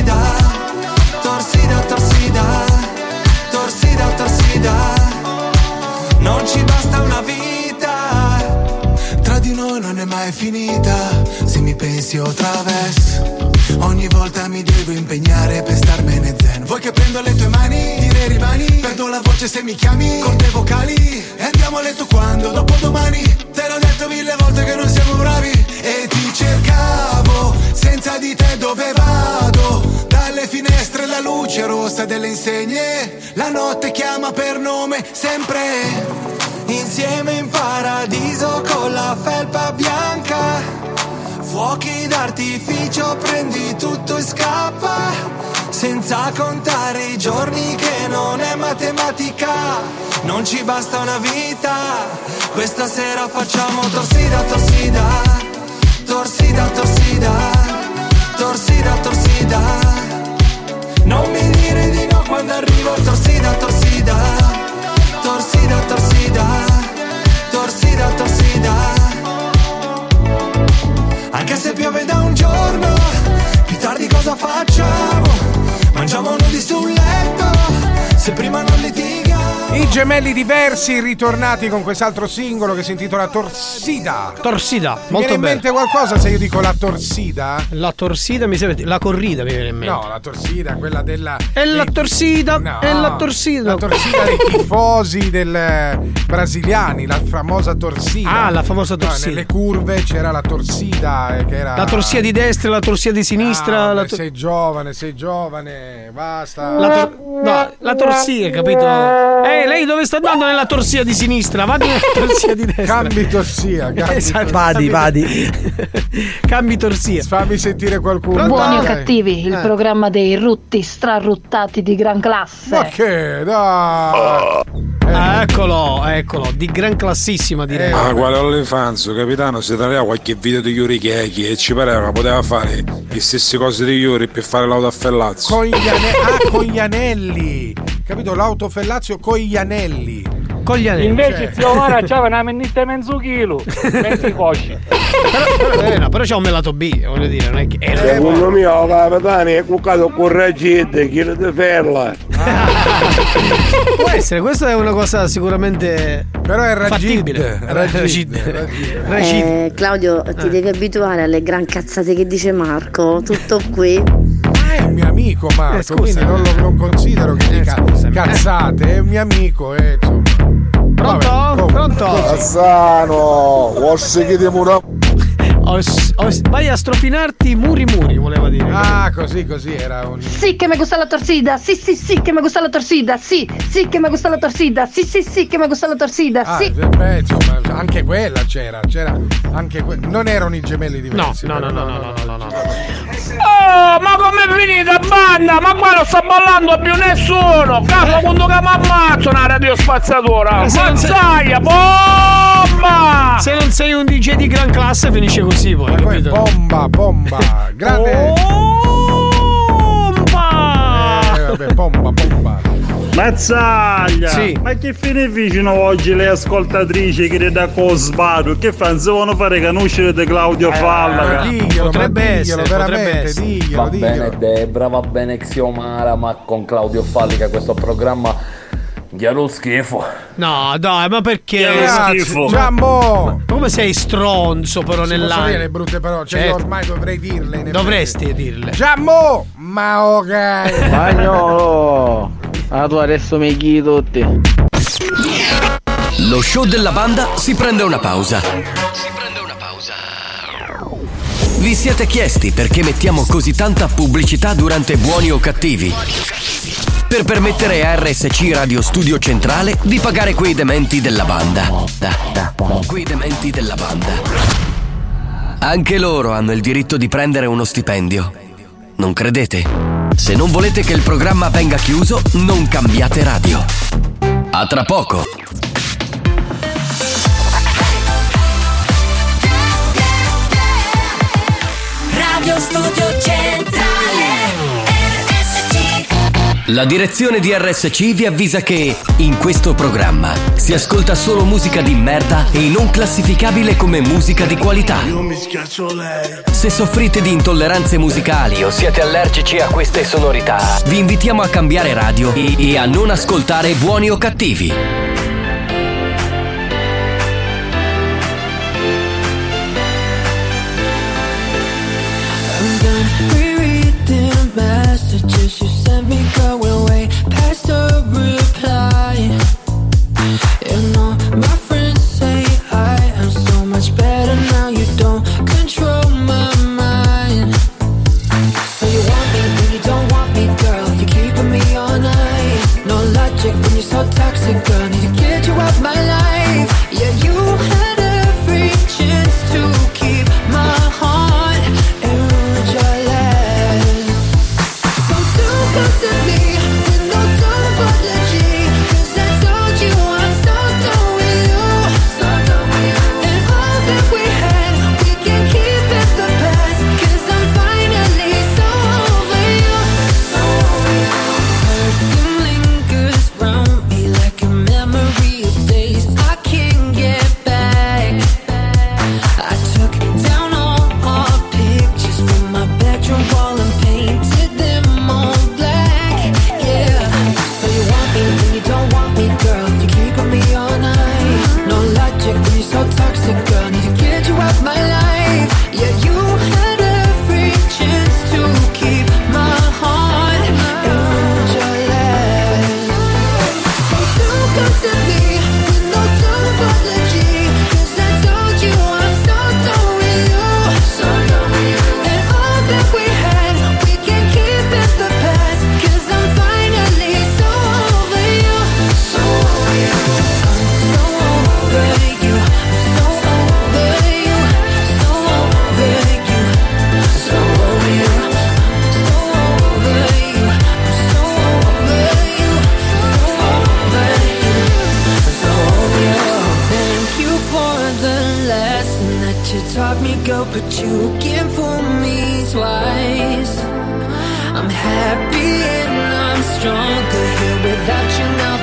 Non ci basta una vita. Tra di noi non è mai finita. Se mi pensi o traves, ogni volta mi devo impegnare per starmene zen. Vuoi che prendo le tue mani, dire rimani? Perdo la voce se mi chiami, con te vocali. E andiamo a letto quando? Dopodomani. Te l'ho detto 1000 volte che non siamo bravi. E ti cercavo, senza di te dove vado? Dalle finestre la luce rossa delle insegne. La notte chiama per nome, sempre insieme in paradiso con la felpa bianca. Fuochi d'artificio, prendi tutto e scappa. Senza contare i giorni che non è matematica. Non ci basta una vita. Questa sera facciamo torsida. Non mi dire di no quando arrivo torsida. Anche se piove da un giorno, più tardi cosa facciamo? Mangiamo nudi sul letto, se prima non litighiamo. I Gemelli Diversi ritornati con quest'altro singolo che si intitola Torsida. Molto viene in mente qualcosa se io dico la torsida? La torsida mi sembra la corrida mi viene in mente. No, la torsida, quella della la torsida. La torsida dei tifosi del brasiliani, la famosa torsida. Ah, la famosa torsida. Nelle curve c'era la torsida che era la torsida di destra e la torsida di sinistra. Sei giovane, basta. La torsida, capito? Lei dove sta andando? Nella torsia di sinistra, vadi nella torsia di destra. Cambi torsia, Esatto. Vadi. Cambi torsia. Fammi sentire qualcuno. Buoni o cattivi, il programma dei rutti strarruttati di gran classe. Ma che? Dai. Eccolo, di gran classissima direi. Ma quale all'infanzio, capitano, se tagliava qualche video di Yuri Chechi e ci pareva poteva fare le stesse cose di Yuri per fare l'autofellazio. Con gli anelli. Capito? L'autofellazio con gli anelli. Invece zio Mara c'aveva una mennetta mezzo chilo, mezzo cosci. Però c'ha un melato B, voglio dire, non è che. Secondo me, capitano è cuccato con Ragid, chilo di ferla. Può essere, questa è una cosa sicuramente. Però è fattibile. Ragid. Claudio, ti devi abituare alle gran cazzate che dice Marco. Tutto qui. È un mio amico Marco, quindi non considero che dica cazzate, è un mio amico, insomma. Pronto? Cassano, vai a strofinarti muri, voleva dire. Ah, così era un. Sì che mi gusta la torsida, sì che mi gusta la torsida, sì che mi gusta la torsida, sì che mi gusta la torsida, sì. Beh, insomma, anche quella c'era anche non erano i gemelli diversi. No. Oh, ma com'è finita banda? Ma qua non sta ballando più nessuno. Capo quando che mi ammazzo una radio spazzatura. Mazzaia, bomba! Se non sei un DJ di gran classe finisce così poi, capito? Bomba, grande. Bomba. Mazzaglia! Sì. Ma che fine vicino oggi le ascoltatrici che da Cosbato? Che fanno? Se vogliono fare conoscere di Claudio Falla? Potrebbe essere, veramente, diglielo. Va bene Debra, va bene Xiomara, ma con Claudio Fallica questo programma lo schifo. No, dai, ma perché? Schifo. Giammo! Come sei stronzo però nell'anno. Posso dire le brutte parole, cioè io ormai dovrei dirle. Dovresti dirle. Giammo! Ma ok! Spagnolo! Tu adesso mi chiedi tutti. Lo show della banda si prende una pausa. Vi siete chiesti perché mettiamo così tanta pubblicità durante Buoni o Cattivi? Per permettere a RSC Radio Studio Centrale di pagare quei dementi della banda. Anche loro hanno il diritto di prendere uno stipendio. Non credete? Se non volete che il programma venga chiuso, non cambiate radio. A tra poco. Radio Studio Centrale RSC. La direzione di RSC vi avvisa che in questo programma si ascolta solo musica di merda e non classificabile come musica di qualità. Io mi schiaccio lei. Se soffrite di intolleranze musicali o siete allergici a queste sonorità, vi invitiamo a cambiare radio e a non ascoltare Buoni o Cattivi. Messages you sent me going way past the reply. You know, my friends say I am so much better now. You don't control my mind. So you want me when you don't want me, girl. You're keeping me on ice. No logic when you're so toxic, girl. Need to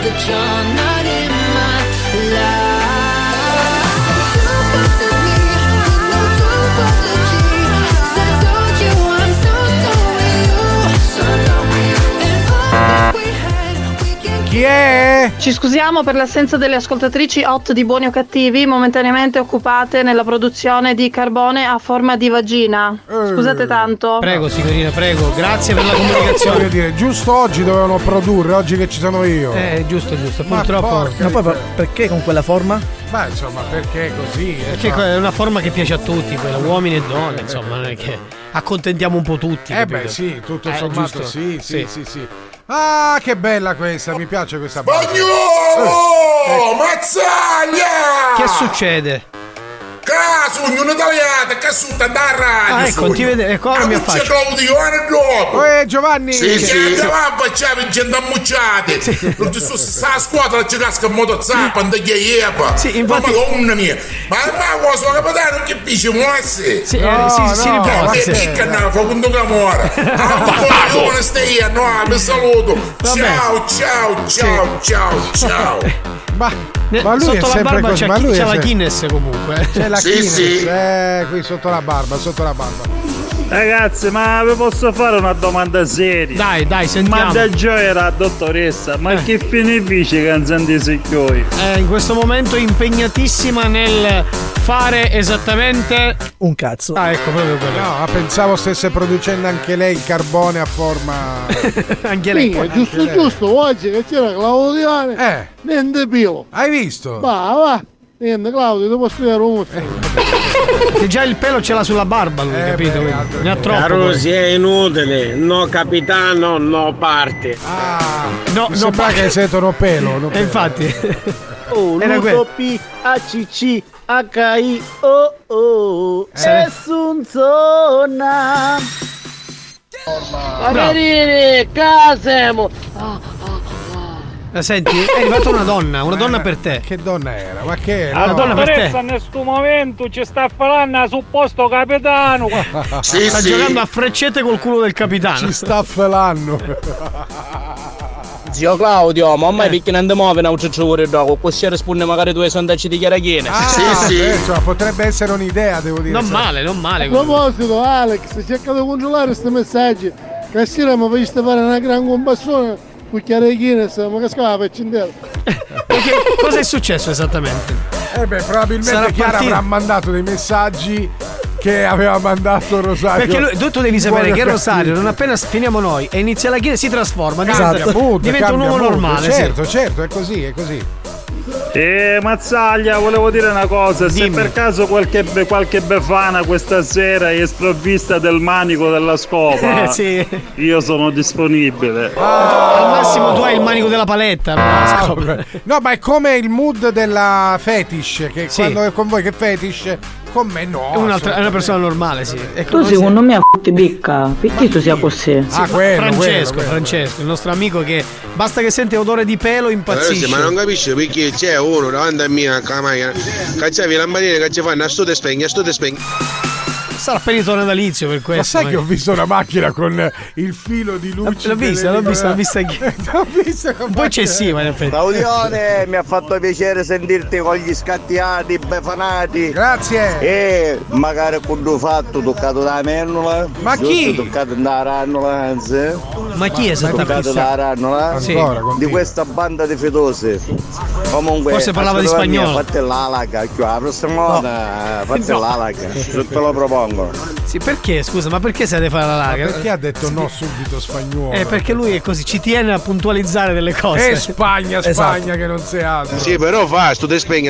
that you're not in my life. Chi è? Ci scusiamo per l'assenza delle ascoltatrici hot di Buoni o Cattivi, momentaneamente occupate nella produzione di carbone a forma di vagina. Scusate tanto. Prego signorina, prego, grazie per la comunicazione. Voglio dire, giusto oggi dovevano produrre, oggi che ci sono io. Giusto, purtroppo. Ma poi perché con quella forma? Ma insomma, perché così? Perché è una forma che piace a tutti, quella uomini e donne, insomma, non è che accontentiamo un po' tutti. Beh sì, tutto sommato giusto? sì. Ah, che bella questa, mi piace questa Spagnolo! Mazzaglia! Che succede? Caso, ognuno italiano, che su tanta radio. Ecco, ti vede, ecco, ora mi affaccio. Claudio, dopo. Giovanni! Sì. Giovanni, facciamo gente ammucciate. Non ci sono sta squadra, ci casca in motozappa, non ti chiede. Sì, infatti. Madonna mia. Ma cosa capitano che dice muosse? Sì, si riposa. Che canale, fa quando camora. Io non stai, no, mi saluto. Ciao. Ma lui sotto è la sempre barba così, c'è la Guinness comunque. C'è la Guinness, qui sotto la barba. Ragazzi, ma vi posso fare una domanda seria? Dai, sentiamo. Ma da gioia, dottoressa, ma che fine dice canzone di Secchioi? In questo momento impegnatissima nel fare esattamente un cazzo. Ah, ecco, proprio quello. No, pensavo stesse producendo anche lei il carbone a forma. Anche lei. Giusto, oggi che c'era Claudiane. Niente più. Hai visto? Va. Niente, Claudio, devo studiare un Che già il pelo ce l'ha sulla barba lui, capito? Ne ha troppo. Carusi è inutile, no capitano, no parte. No, sembra che sentono pelo. Infatti. Luto P ACC HI O Essunzona. Marini, casemo. Senti, è arrivata una donna per te. Che donna era? Ma che era? Una donna per te. In questo momento ci sta falando a supposto capitano. Sta giocando a freccette col culo del capitano. Ci sta felando. Zio Claudio, ma ormai perché non ti muove un ciucciore dopo? Così risponde magari due sondaggi di chiarachine. Cioè, potrebbe essere un'idea, devo dire. Non male. A proposito, Alex, cerca di controllare questi messaggi. Che sera mi faceste fare una gran combassone. Cucchiare Guinness, ma che scava per cindere. Cosa è successo esattamente? Probabilmente Chiara avrà mandato dei messaggi che aveva mandato Rosario. Perché tu devi sapere che Rosario, non appena finiamo noi e inizia la Guinness, si trasforma, diventa un uomo normale. Certo, è così. Mazzaglia, volevo dire una cosa. Se per caso qualche befana questa sera è sprovvista del manico della scopa, io sono disponibile. Al massimo tu hai il manico della paletta. No, ma è come il mood della fetish, che quando è con voi che fetish, con me no. È una persona normale, sì. Tu secondo me a ti becca, perché tu sia così? Francesco, il nostro amico che basta che sente odore di pelo impazzisce. Ma non capisce perché c'è uno davanti a me a macchina, cacciavi la lampadina che ci fanno a sto te spegni. Sarà perito natalizio per questo. Ma sai che ho visto una macchina con il filo di luce? L'ho vista anche. Un po' eccessiva in effetti. Claudione, mi ha fatto piacere sentirti con gli scattiati, befanati. Grazie. E magari quando ho fatto toccato da mennola. Ma chi? Toccato da rannola, anzi. Ma chi è esattamente? Toccato da rannola. Sì. Di questa banda di fedose. Comunque forse parlava di spagnolo. Fate l'alaga, la prossima volta fate l'alaga. Se te lo propongo. Sì, perché? Scusa, ma perché se deve fare la laga? Perché ha detto no subito spagnolo? Perché lui è così, ci tiene a puntualizzare delle cose. Spagna che non sei altro. Sì, però stu te spegna.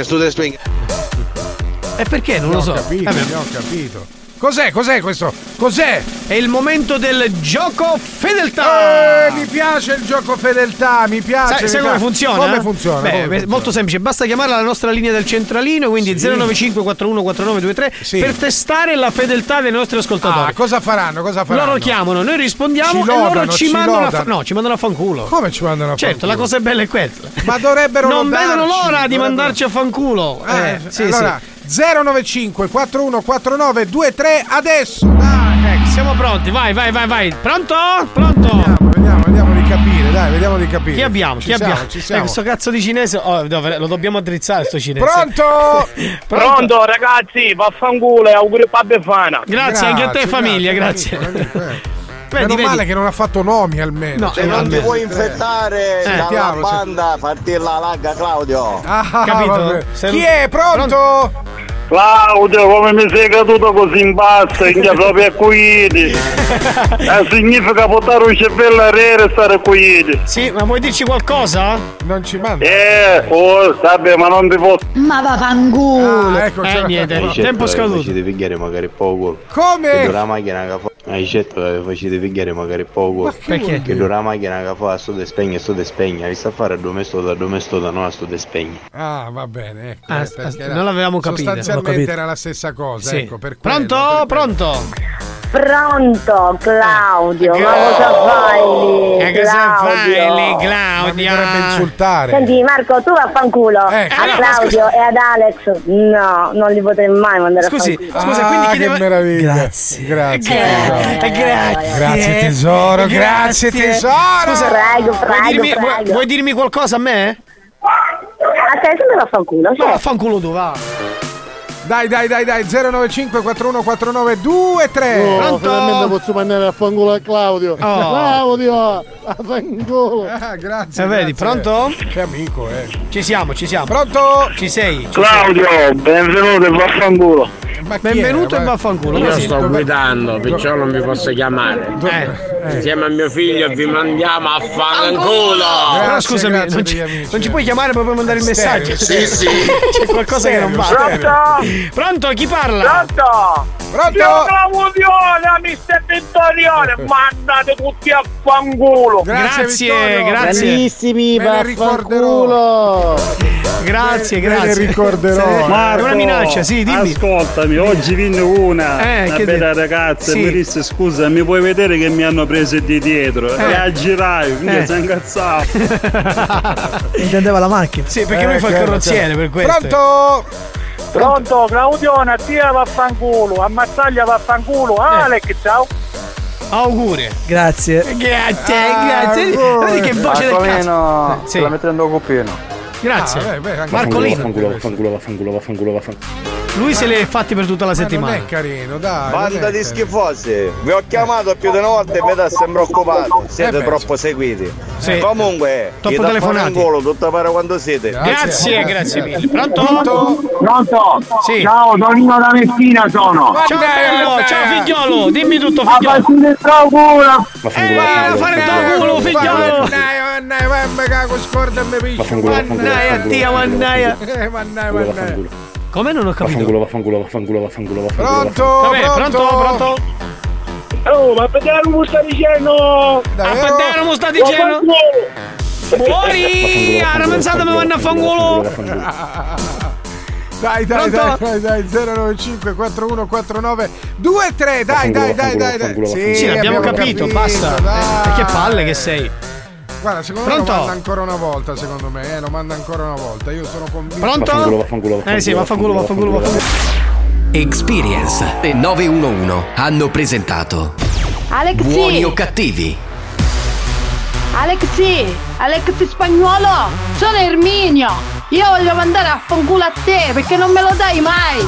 E perché? Non lo so. Ho capito. Cos'è questo? Cos'è? È il momento del gioco fedeltà. Mi piace il gioco fedeltà, mi piace. Sai come funziona? Come funziona? Molto semplice, basta chiamare la nostra linea del centralino, quindi 095 414923 per testare la fedeltà dei nostri ascoltatori. Cosa faranno? Loro chiamano, noi rispondiamo e loro ci mandano a fanculo. Come ci mandano a fanculo? Certo, la cosa bella è questa. Ma dovrebbero non vedono l'ora di mandarci a fanculo. Sì. 095 4149 23 adesso. Siamo pronti, vai. Pronto? Vediamo di capire, capire. Chi abbiamo? Ci siamo. Questo cazzo di cinese. Lo dobbiamo addrizzare sto cinese. Pronto ragazzi, vaffanculo e auguri a Befana. Grazie anche a te famiglia, grazie. Meno male che non ha fatto nomi almeno. No, se non ti vuoi infettare dalla banda, farti la lagga Claudio. Capito? Chi è? Pronto? Claudio, come mi sei caduto così in basso, in proprio acquiti. Significa portare un cervello a e stare acquiti. Sì, ma vuoi dirci qualcosa? Non ci manda. Vabbè, ma non ti posso. Ma vaffanculo. Ecco, niente, tempo scaduto. Facete pigliare magari poco. Come? Che la macchina che fa. Hai detto facete pigliare magari poco. Perché? Che la macchina che fa sto de spegne. Vi sta a fare domestota, no, sto de spegne. Ah, va bene, ecco. Non l'avevamo capito. Sostanzialmente era la stessa cosa, sì. Ecco, per Pronto? quello, Pronto? Pronto, Claudio, ma cosa fai lì? Cosa fai lì, Claudio? Ma mi dovrebbe insultare. Senti Marco, tu vaffanculo. A Claudio e ad Alex no, non li potrei mai mandare a fanculo. Scusa, quindi che meraviglia. Grazie tesoro, grazie tesoro. Scusa, prego. Vuoi dirmi qualcosa a me? A te se me vaffanculo. Ma vaffanculo tu va. Dai 095 414923. Pronto? Finalmente posso mandare a fanculo a Claudio. Claudio, a fanculo. Grazie. Vedi, pronto? Che amico, Ci siamo. Pronto? Ci sei? Claudio, benvenuto e vaffanculo. Benvenuto e vaffanculo. Io sto guidando, perciò non mi posso chiamare. Insieme a mio figlio vi mandiamo a fanculo. Però scusami, non ci puoi chiamare per poi mandare il messaggio. Sì. C'è qualcosa che non va. Pronto? Chi parla? Pronto? Io Claudione, mister Vittorione, mandate tutti a fanculo. Grazie. Bellissimi, vaffanculo. Grazie. Ne ricorderò. Marco, è una minaccia, sì, dimmi. Ascoltami, oggi venne una bella ragazza e mi disse scusa, mi puoi vedere che mi hanno preso di dietro e a girare, quindi si è incazzato. Intendeva la macchina. Sì, perché lui fa il carrozziere per questo. Pronto, Claudione, a te vaffanculo, a Mazzaglia vaffanculo, Alex, ciao. Auguri. Grazie. Vedi che voce del cazzo. Sta mettendo coppino. Grazie. Marcolino. Vaffanculo. Lui se li è fatti per tutta la settimana. Non è carino, dai. Banda di schifosi, vi ho chiamato più di una volta e mi dà sempre occupato. Siete troppo seguiti. Sì. Comunque, troppo telefonati. Tutto pare quando siete. Grazie mille. Pronto? Pronto? Sì. Ciao, Tonino da Messina sono. Ciao bello, ciao figliolo, dimmi tutto figliolo. Vai a fare il tuo culo figliolo. Mannaia. Come non ho capito? Vaffanculo. Pronto? Pronto? Oh, ma vedere come sta dicendo? Fuori! La pensata mi vanno a fanculo! Dai 095 4149 23. Dai. Sì, abbiamo capito, basta. E che palle che sei. Guarda, secondo me lo manda ancora una volta, secondo me, lo manda ancora una volta. Io sono convinto. Pronto? Vaffanculo. Sì, vaffanculo. Experience e 911 hanno presentato Alex Buoni o cattivi? Alex Spagnuolo, sono Erminio. Io voglio mandare a fanculo a te perché non me lo dai mai.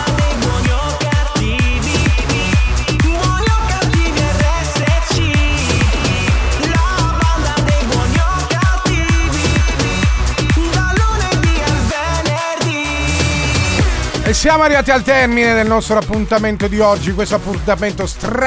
E siamo arrivati al termine del nostro appuntamento di oggi, questo appuntamento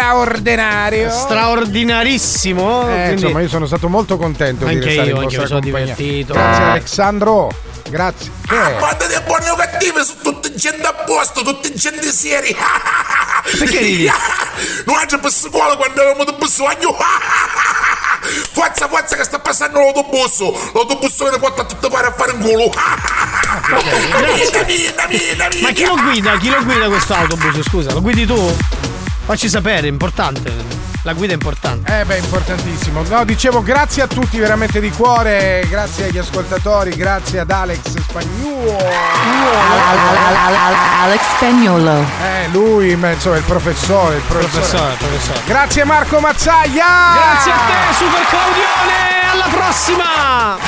straordinarissimo. Quindi... Insomma, io sono stato molto contento di restare in vostra sono compagnia. Divertito. Grazie Alessandro. Grazie. Banda di buoni o cattivi, sono tutti gente a posto, tutti gente seri. Perché ridi? Noi oggi per scuola quando eravamo di bisogno. Forza che sta passando l'autobus viene porta a tutte pare a fare un culo. Ma chi lo guida questo autobus, scusa? Lo guidi tu? Facci sapere, è importante. La guida è importante. Importantissimo. No, dicevo grazie a tutti veramente di cuore, grazie agli ascoltatori, grazie ad Alex Spagnuolo. Alex Spagnuolo. Lui, insomma, il professore. Professore. Grazie Marco Mazzaglia. Grazie a te, Super Claudione. Alla prossima.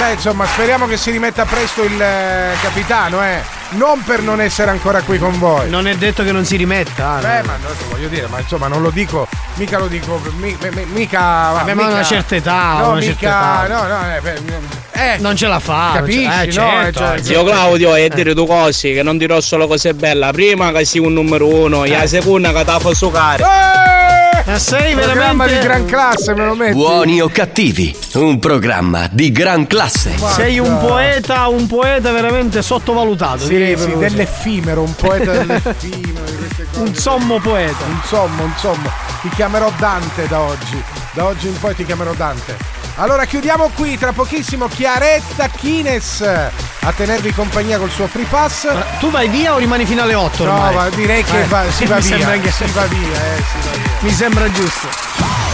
Vabbè, insomma, speriamo che si rimetta presto il capitano, non per non essere ancora qui con voi. Non è detto che non si rimetta. Ma voglio dire, ma insomma, non lo dico, mica lo dico, mica. Abbiamo una certa età, no, una certa età. Non ce la fa. Capisci? Certo. Zio Claudio, e dire due cose, che non dirò solo cose belle. La prima che sei un numero uno, e la seconda che te fa succare. Sei programma veramente di gran classe, me lo metti. Buoni o cattivi, un programma di gran classe. Sei un poeta veramente sottovalutato. Sì, dell'effimero, un poeta dell'effimero. Un sommo poeta. Un sommo. Ti chiamerò Dante da oggi. Da oggi in poi ti chiamerò Dante. Allora chiudiamo qui, tra pochissimo Chiaretta Kines a tenervi compagnia col suo free pass. Ma tu vai via o rimani fino alle 8 ormai? No, direi che si va via. Mi sembra giusto.